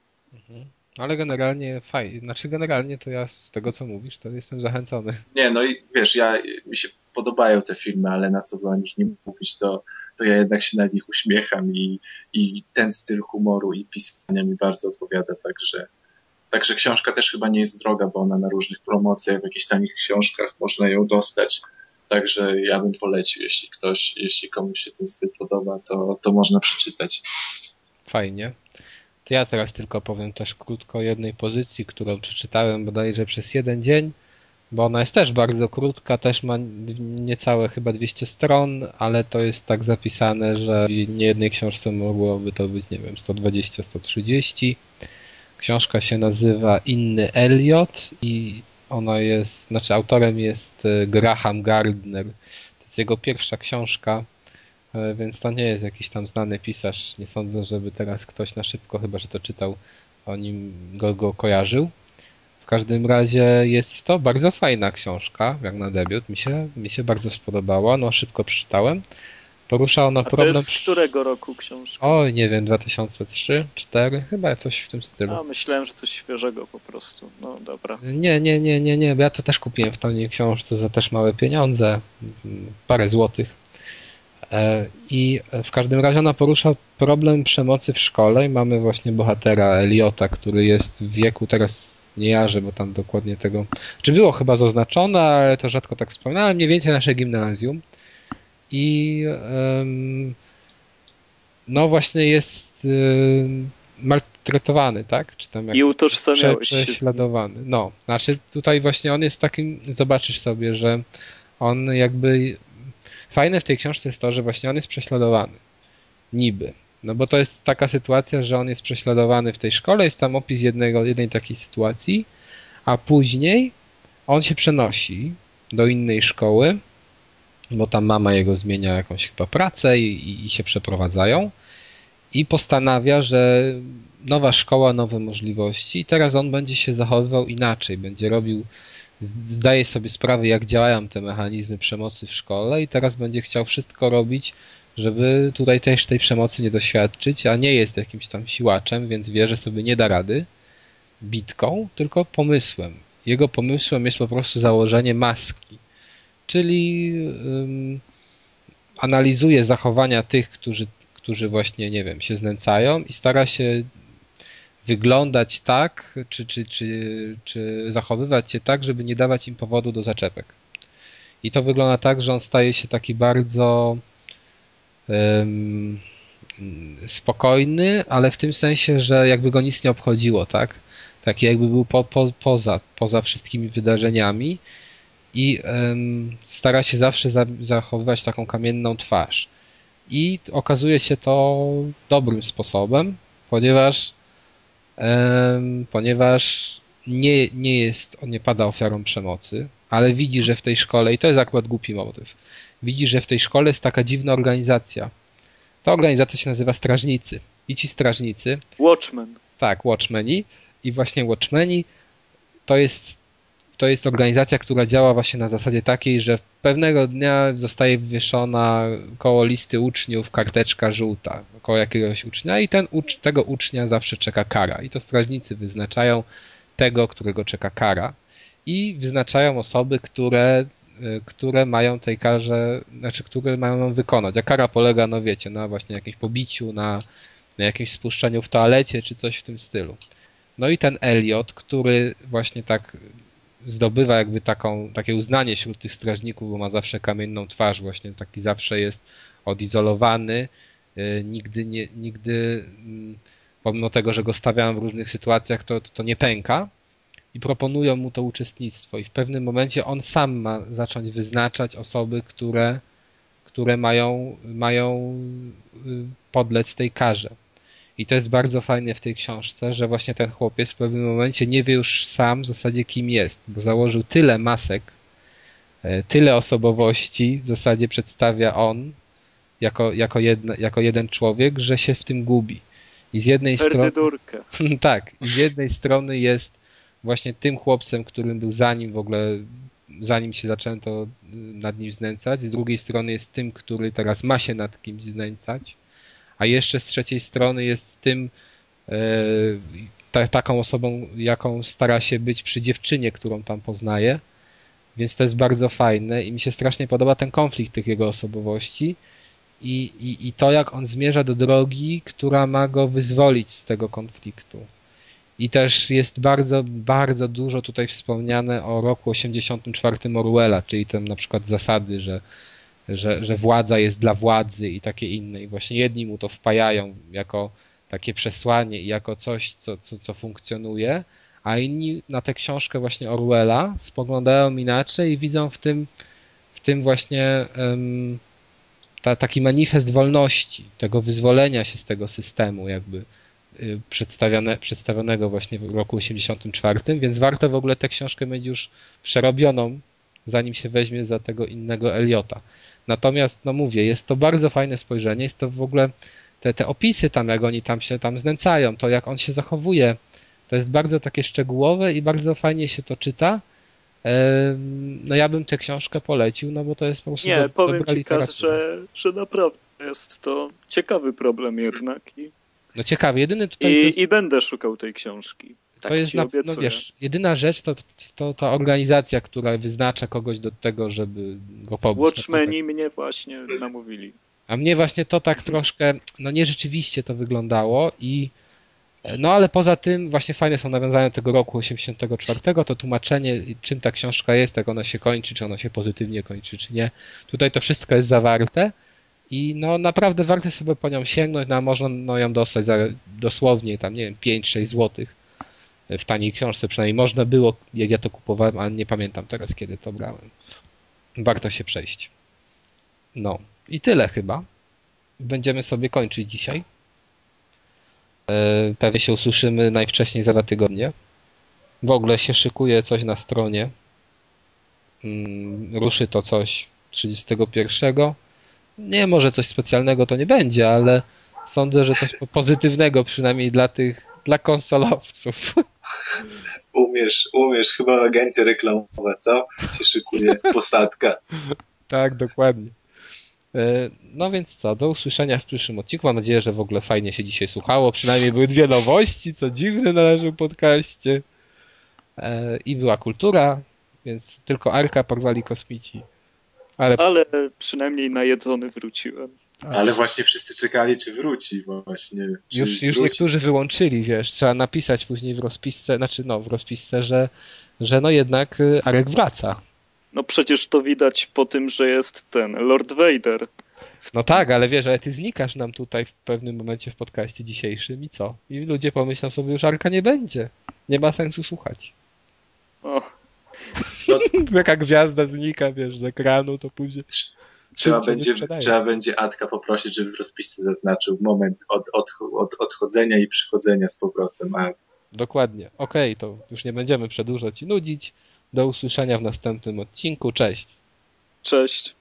S1: Ale generalnie fajnie, znaczy generalnie to ja z tego, co mówisz, to jestem zachęcony.
S2: Nie, no i wiesz, ja, mi się podobają te filmy, ale na co by o nich nie mówić, to, to ja jednak się na nich uśmiecham i, i ten styl humoru i pisania mi bardzo odpowiada, także, także książka też chyba nie jest droga, bo ona na różnych promocjach, w jakichś tanich książkach można ją dostać, także ja bym polecił, jeśli ktoś, jeśli komuś się ten styl podoba, to, to można przeczytać.
S1: Fajnie. To ja teraz tylko powiem też krótko o jednej pozycji, którą przeczytałem bodajże przez jeden dzień, bo ona jest też bardzo krótka, też ma niecałe chyba dwieście stron, ale to jest tak zapisane, że w niejednej książce mogłoby to być, nie wiem, sto dwadzieścia sto trzydzieści. Książka się nazywa Inny Elliot i ona jest, znaczy autorem jest Graham Gardner. To jest jego pierwsza książka, więc to nie jest jakiś tam znany pisarz. Nie sądzę, żeby teraz ktoś na szybko, chyba że to czytał, o nim go, go kojarzył. W każdym razie jest to bardzo fajna książka, jak na debiut. Mi się, mi się bardzo spodobała, no szybko przeczytałem. Porusza ona
S3: A to
S1: problem...
S3: jest z którego roku książka?
S1: Oj, nie wiem, dwa tysiące trzy, cztery, chyba coś w tym stylu.
S3: A, myślałem, że coś świeżego po prostu. No dobra.
S1: Nie, nie, nie, nie, nie, bo ja to też kupiłem w taniej książce za też małe pieniądze, parę złotych. I w każdym razie ona porusza problem przemocy w szkole i mamy właśnie bohatera Eliota, który jest w wieku, teraz nie jarzę, bo tam dokładnie tego, czy było chyba zaznaczone, ale to rzadko tak wspominałem, mniej więcej nasze gimnazjum. I um, no właśnie jest um, maltretowany, tak? Czy tam jak
S3: I utożsamiałeś
S1: prze, prześladowany. No, znaczy tutaj właśnie on jest takim, zobaczysz sobie, że on jakby fajne w tej książce jest to, że właśnie on jest prześladowany. Niby. No bo to jest taka sytuacja, że on jest prześladowany w tej szkole, jest tam opis jednego, jednej takiej sytuacji, a później on się przenosi do innej szkoły, bo tam mama jego zmienia jakąś chyba pracę i, i, i się przeprowadzają i postanawia, że nowa szkoła, nowe możliwości i teraz on będzie się zachowywał inaczej, będzie robił, zdaje sobie sprawę, jak działają te mechanizmy przemocy w szkole i teraz będzie chciał wszystko robić, żeby tutaj też tej przemocy nie doświadczyć, a nie jest jakimś tam siłaczem, więc wie, że sobie nie da rady bitką, tylko pomysłem. Jego pomysłem jest po prostu założenie maski, czyli um, analizuje zachowania tych, którzy, którzy właśnie, nie wiem, się znęcają i stara się wyglądać tak, czy, czy, czy, czy zachowywać się tak, żeby nie dawać im powodu do zaczepek. I to wygląda tak, że on staje się taki bardzo um, spokojny, ale w tym sensie, że jakby go nic nie obchodziło, tak? Taki jakby był po, po, poza, poza wszystkimi wydarzeniami i um, stara się zawsze za, zachowywać taką kamienną twarz. I okazuje się to dobrym sposobem, ponieważ um, ponieważ nie, nie jest, on nie pada ofiarą przemocy, ale widzi, że w tej szkole, i to jest akurat głupi motyw, widzi, że w tej szkole jest taka dziwna organizacja. Ta organizacja się nazywa Strażnicy. I ci strażnicy...
S3: Watchmen.
S1: Tak, Watchmeni. I właśnie Watchmeni to jest, to jest organizacja, która działa właśnie na zasadzie takiej, że pewnego dnia zostaje wywieszona koło listy uczniów karteczka żółta, koło jakiegoś ucznia i ten ucz, tego ucznia zawsze czeka kara. I to strażnicy wyznaczają tego, którego czeka kara. I wyznaczają osoby, które, które mają tej karze, znaczy, które mają ją wykonać. A kara polega, no wiecie, na właśnie jakimś pobiciu, na, na jakimś spuszczeniu w toalecie, czy coś w tym stylu. No i ten Eliot, który właśnie tak zdobywa jakby taką, takie uznanie wśród tych strażników, bo ma zawsze kamienną twarz, właśnie taki zawsze jest odizolowany, nigdy, nie, nigdy pomimo tego, że go stawiałem w różnych sytuacjach, to, to nie pęka i proponują mu to uczestnictwo i w pewnym momencie on sam ma zacząć wyznaczać osoby, które, które mają, mają podlec tej karze. I to jest bardzo fajne w tej książce, że właśnie ten chłopiec w pewnym momencie nie wie już sam w zasadzie kim jest, bo założył tyle masek, tyle osobowości w zasadzie przedstawia on jako, jako, jedna, jako jeden człowiek, że się w tym gubi. I z jednej strony tak, i z jednej strony jest właśnie tym chłopcem, którym był zanim w ogóle, zanim się zaczęto nad nim znęcać, z drugiej strony jest tym, który teraz ma się nad kimś znęcać, a jeszcze z trzeciej strony jest tym e, ta, taką osobą, jaką stara się być przy dziewczynie, którą tam poznaje, więc to jest bardzo fajne i mi się strasznie podoba ten konflikt tych jego osobowości i, i, i to, jak on zmierza do drogi, która ma go wyzwolić z tego konfliktu. I też jest bardzo, bardzo dużo tutaj wspomniane o roku osiemdziesiątym czwartym Orwella, czyli tam na przykład zasady, że, że, że władza jest dla władzy i takie inne. I właśnie jedni mu to wpajają jako takie przesłanie i jako coś, co, co, co funkcjonuje, a inni na tę książkę właśnie Orwella spoglądają inaczej i widzą w tym, w tym właśnie um, ta, taki manifest wolności, tego wyzwolenia się z tego systemu jakby Przedstawione, przedstawionego właśnie w roku osiemdziesiątym czwartym, więc warto w ogóle tę książkę mieć już przerobioną, zanim się weźmie za tego innego Eliota. Natomiast, no mówię, jest to bardzo fajne spojrzenie, jest to w ogóle te, te opisy tam, jak oni tam się tam znęcają, to jak on się zachowuje, to jest bardzo takie szczegółowe i bardzo fajnie się to czyta No ja bym tę książkę polecił, no bo to jest po prostu
S3: Nie,
S1: do,
S3: powiem
S1: dobra
S3: ci, Kaz,
S1: literatura.
S3: że, że naprawdę jest to ciekawy problem jednak. I,
S1: No ciekawe, jedyny tutaj
S3: i,
S1: to jest,
S3: i będę szukał tej książki. Tak
S1: to jest
S3: ci
S1: na,
S3: obiecuję.
S1: no wiesz, jedyna rzecz to, to ta organizacja, która wyznacza kogoś do tego, żeby go pomóc.
S3: Watchmeni mnie właśnie namówili.
S1: A mnie właśnie to tak troszkę, no nie rzeczywiście to wyglądało i no ale poza tym właśnie fajne są nawiązania tego roku osiemdziesiątego czwartego, to tłumaczenie, czym ta książka jest, jak ona się kończy, czy ona się pozytywnie kończy, czy nie. Tutaj to wszystko jest zawarte i no naprawdę warto sobie po nią sięgnąć, no a można no, ją dostać za dosłownie tam, nie wiem, pięć sześć złotych w taniej książce, przynajmniej można było, jak ja to kupowałem, ale nie pamiętam teraz, kiedy to brałem. Warto się przejść. No i tyle chyba. Będziemy sobie kończyć dzisiaj. Pewnie się usłyszymy najwcześniej za dwa tygodnie. W ogóle się szykuje coś na stronie. Ruszy to coś trzydziestego pierwszego. Nie, może coś specjalnego to nie będzie, ale sądzę, że coś pozytywnego przynajmniej dla tych, dla konsolowców.
S2: Umiesz, umiesz, chyba agencja reklamowa, co? Się szykuje posadka.
S1: Tak, dokładnie. No więc co, do usłyszenia w przyszłym odcinku. Mam nadzieję, że w ogóle fajnie się dzisiaj słuchało. Przynajmniej były dwie nowości, co dziwne na naszym podcaście. I była kultura, więc tylko Arka porwali kosmici. Ale,
S3: Ale przynajmniej najedzony wróciłem.
S2: Ale właśnie wszyscy czekali, czy wróci właśnie. Czy
S1: już już
S2: wróci.
S1: niektórzy wyłączyli, wiesz, trzeba napisać później w rozpisce, znaczy no w rozpisce, że, że no jednak Arek wraca.
S3: No przecież to widać po tym, że jest ten Lord Vader.
S1: No tak, ale wiesz, ale ty znikasz nam tutaj w pewnym momencie w podcaście dzisiejszym i co? I ludzie pomyślą sobie, już Arka nie będzie. Nie ma sensu słuchać.
S3: O.
S2: No,
S1: jaka gwiazda znika, wiesz, z ekranu, to później...
S2: Trzeba będzie, trzeba będzie Adka poprosić, żeby w rozpisce zaznaczył moment od, od, od odchodzenia i przychodzenia z powrotem. A...
S1: Dokładnie. Okej, okay, to już nie będziemy przedłużać i nudzić. Do usłyszenia w następnym odcinku. Cześć.
S3: Cześć.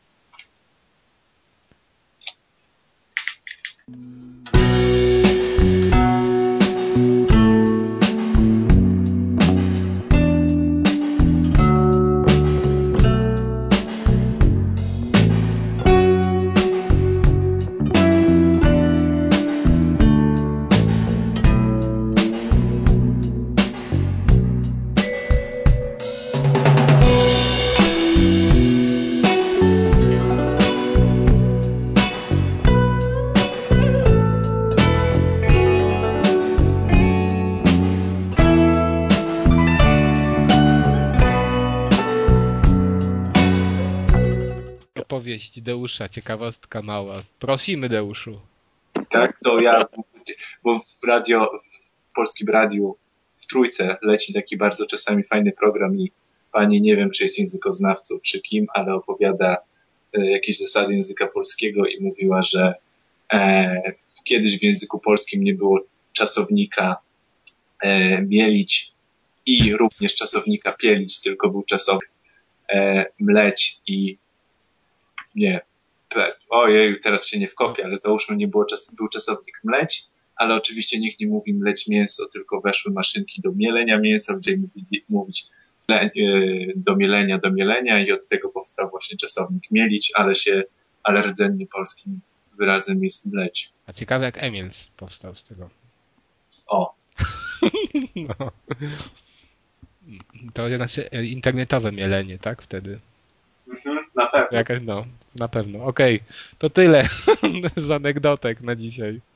S1: Opowieść Deusza, ciekawostka mała. Prosimy, Deuszu.
S2: Tak, to ja, bo w radio, w polskim radiu w Trójce leci taki bardzo czasami fajny program i pani, nie wiem, czy jest językoznawcą, czy kim, ale opowiada e, jakieś zasady języka polskiego i mówiła, że e, kiedyś w języku polskim nie było czasownika e, mielić i również czasownika pielić, tylko był czasownik e, mleć i nie, ojej, teraz się nie wkopię, ale załóżmy, nie było czas, był czasownik mleć, ale oczywiście nikt nie mówi mleć mięso, tylko weszły maszynki do mielenia mięsa, gdzie mówili mówić do mielenia, do mielenia i od tego powstał właśnie czasownik mielić, ale się, ale rdzennie polskim wyrazem jest mleć.
S1: A ciekawe, jak Emils powstał z tego.
S2: O.
S1: No. To znaczy internetowe mielenie, tak? Wtedy.
S2: Mhm, na pewno.
S1: Jak, no, na pewno. Okej, okay. To tyle z anegdotek na dzisiaj.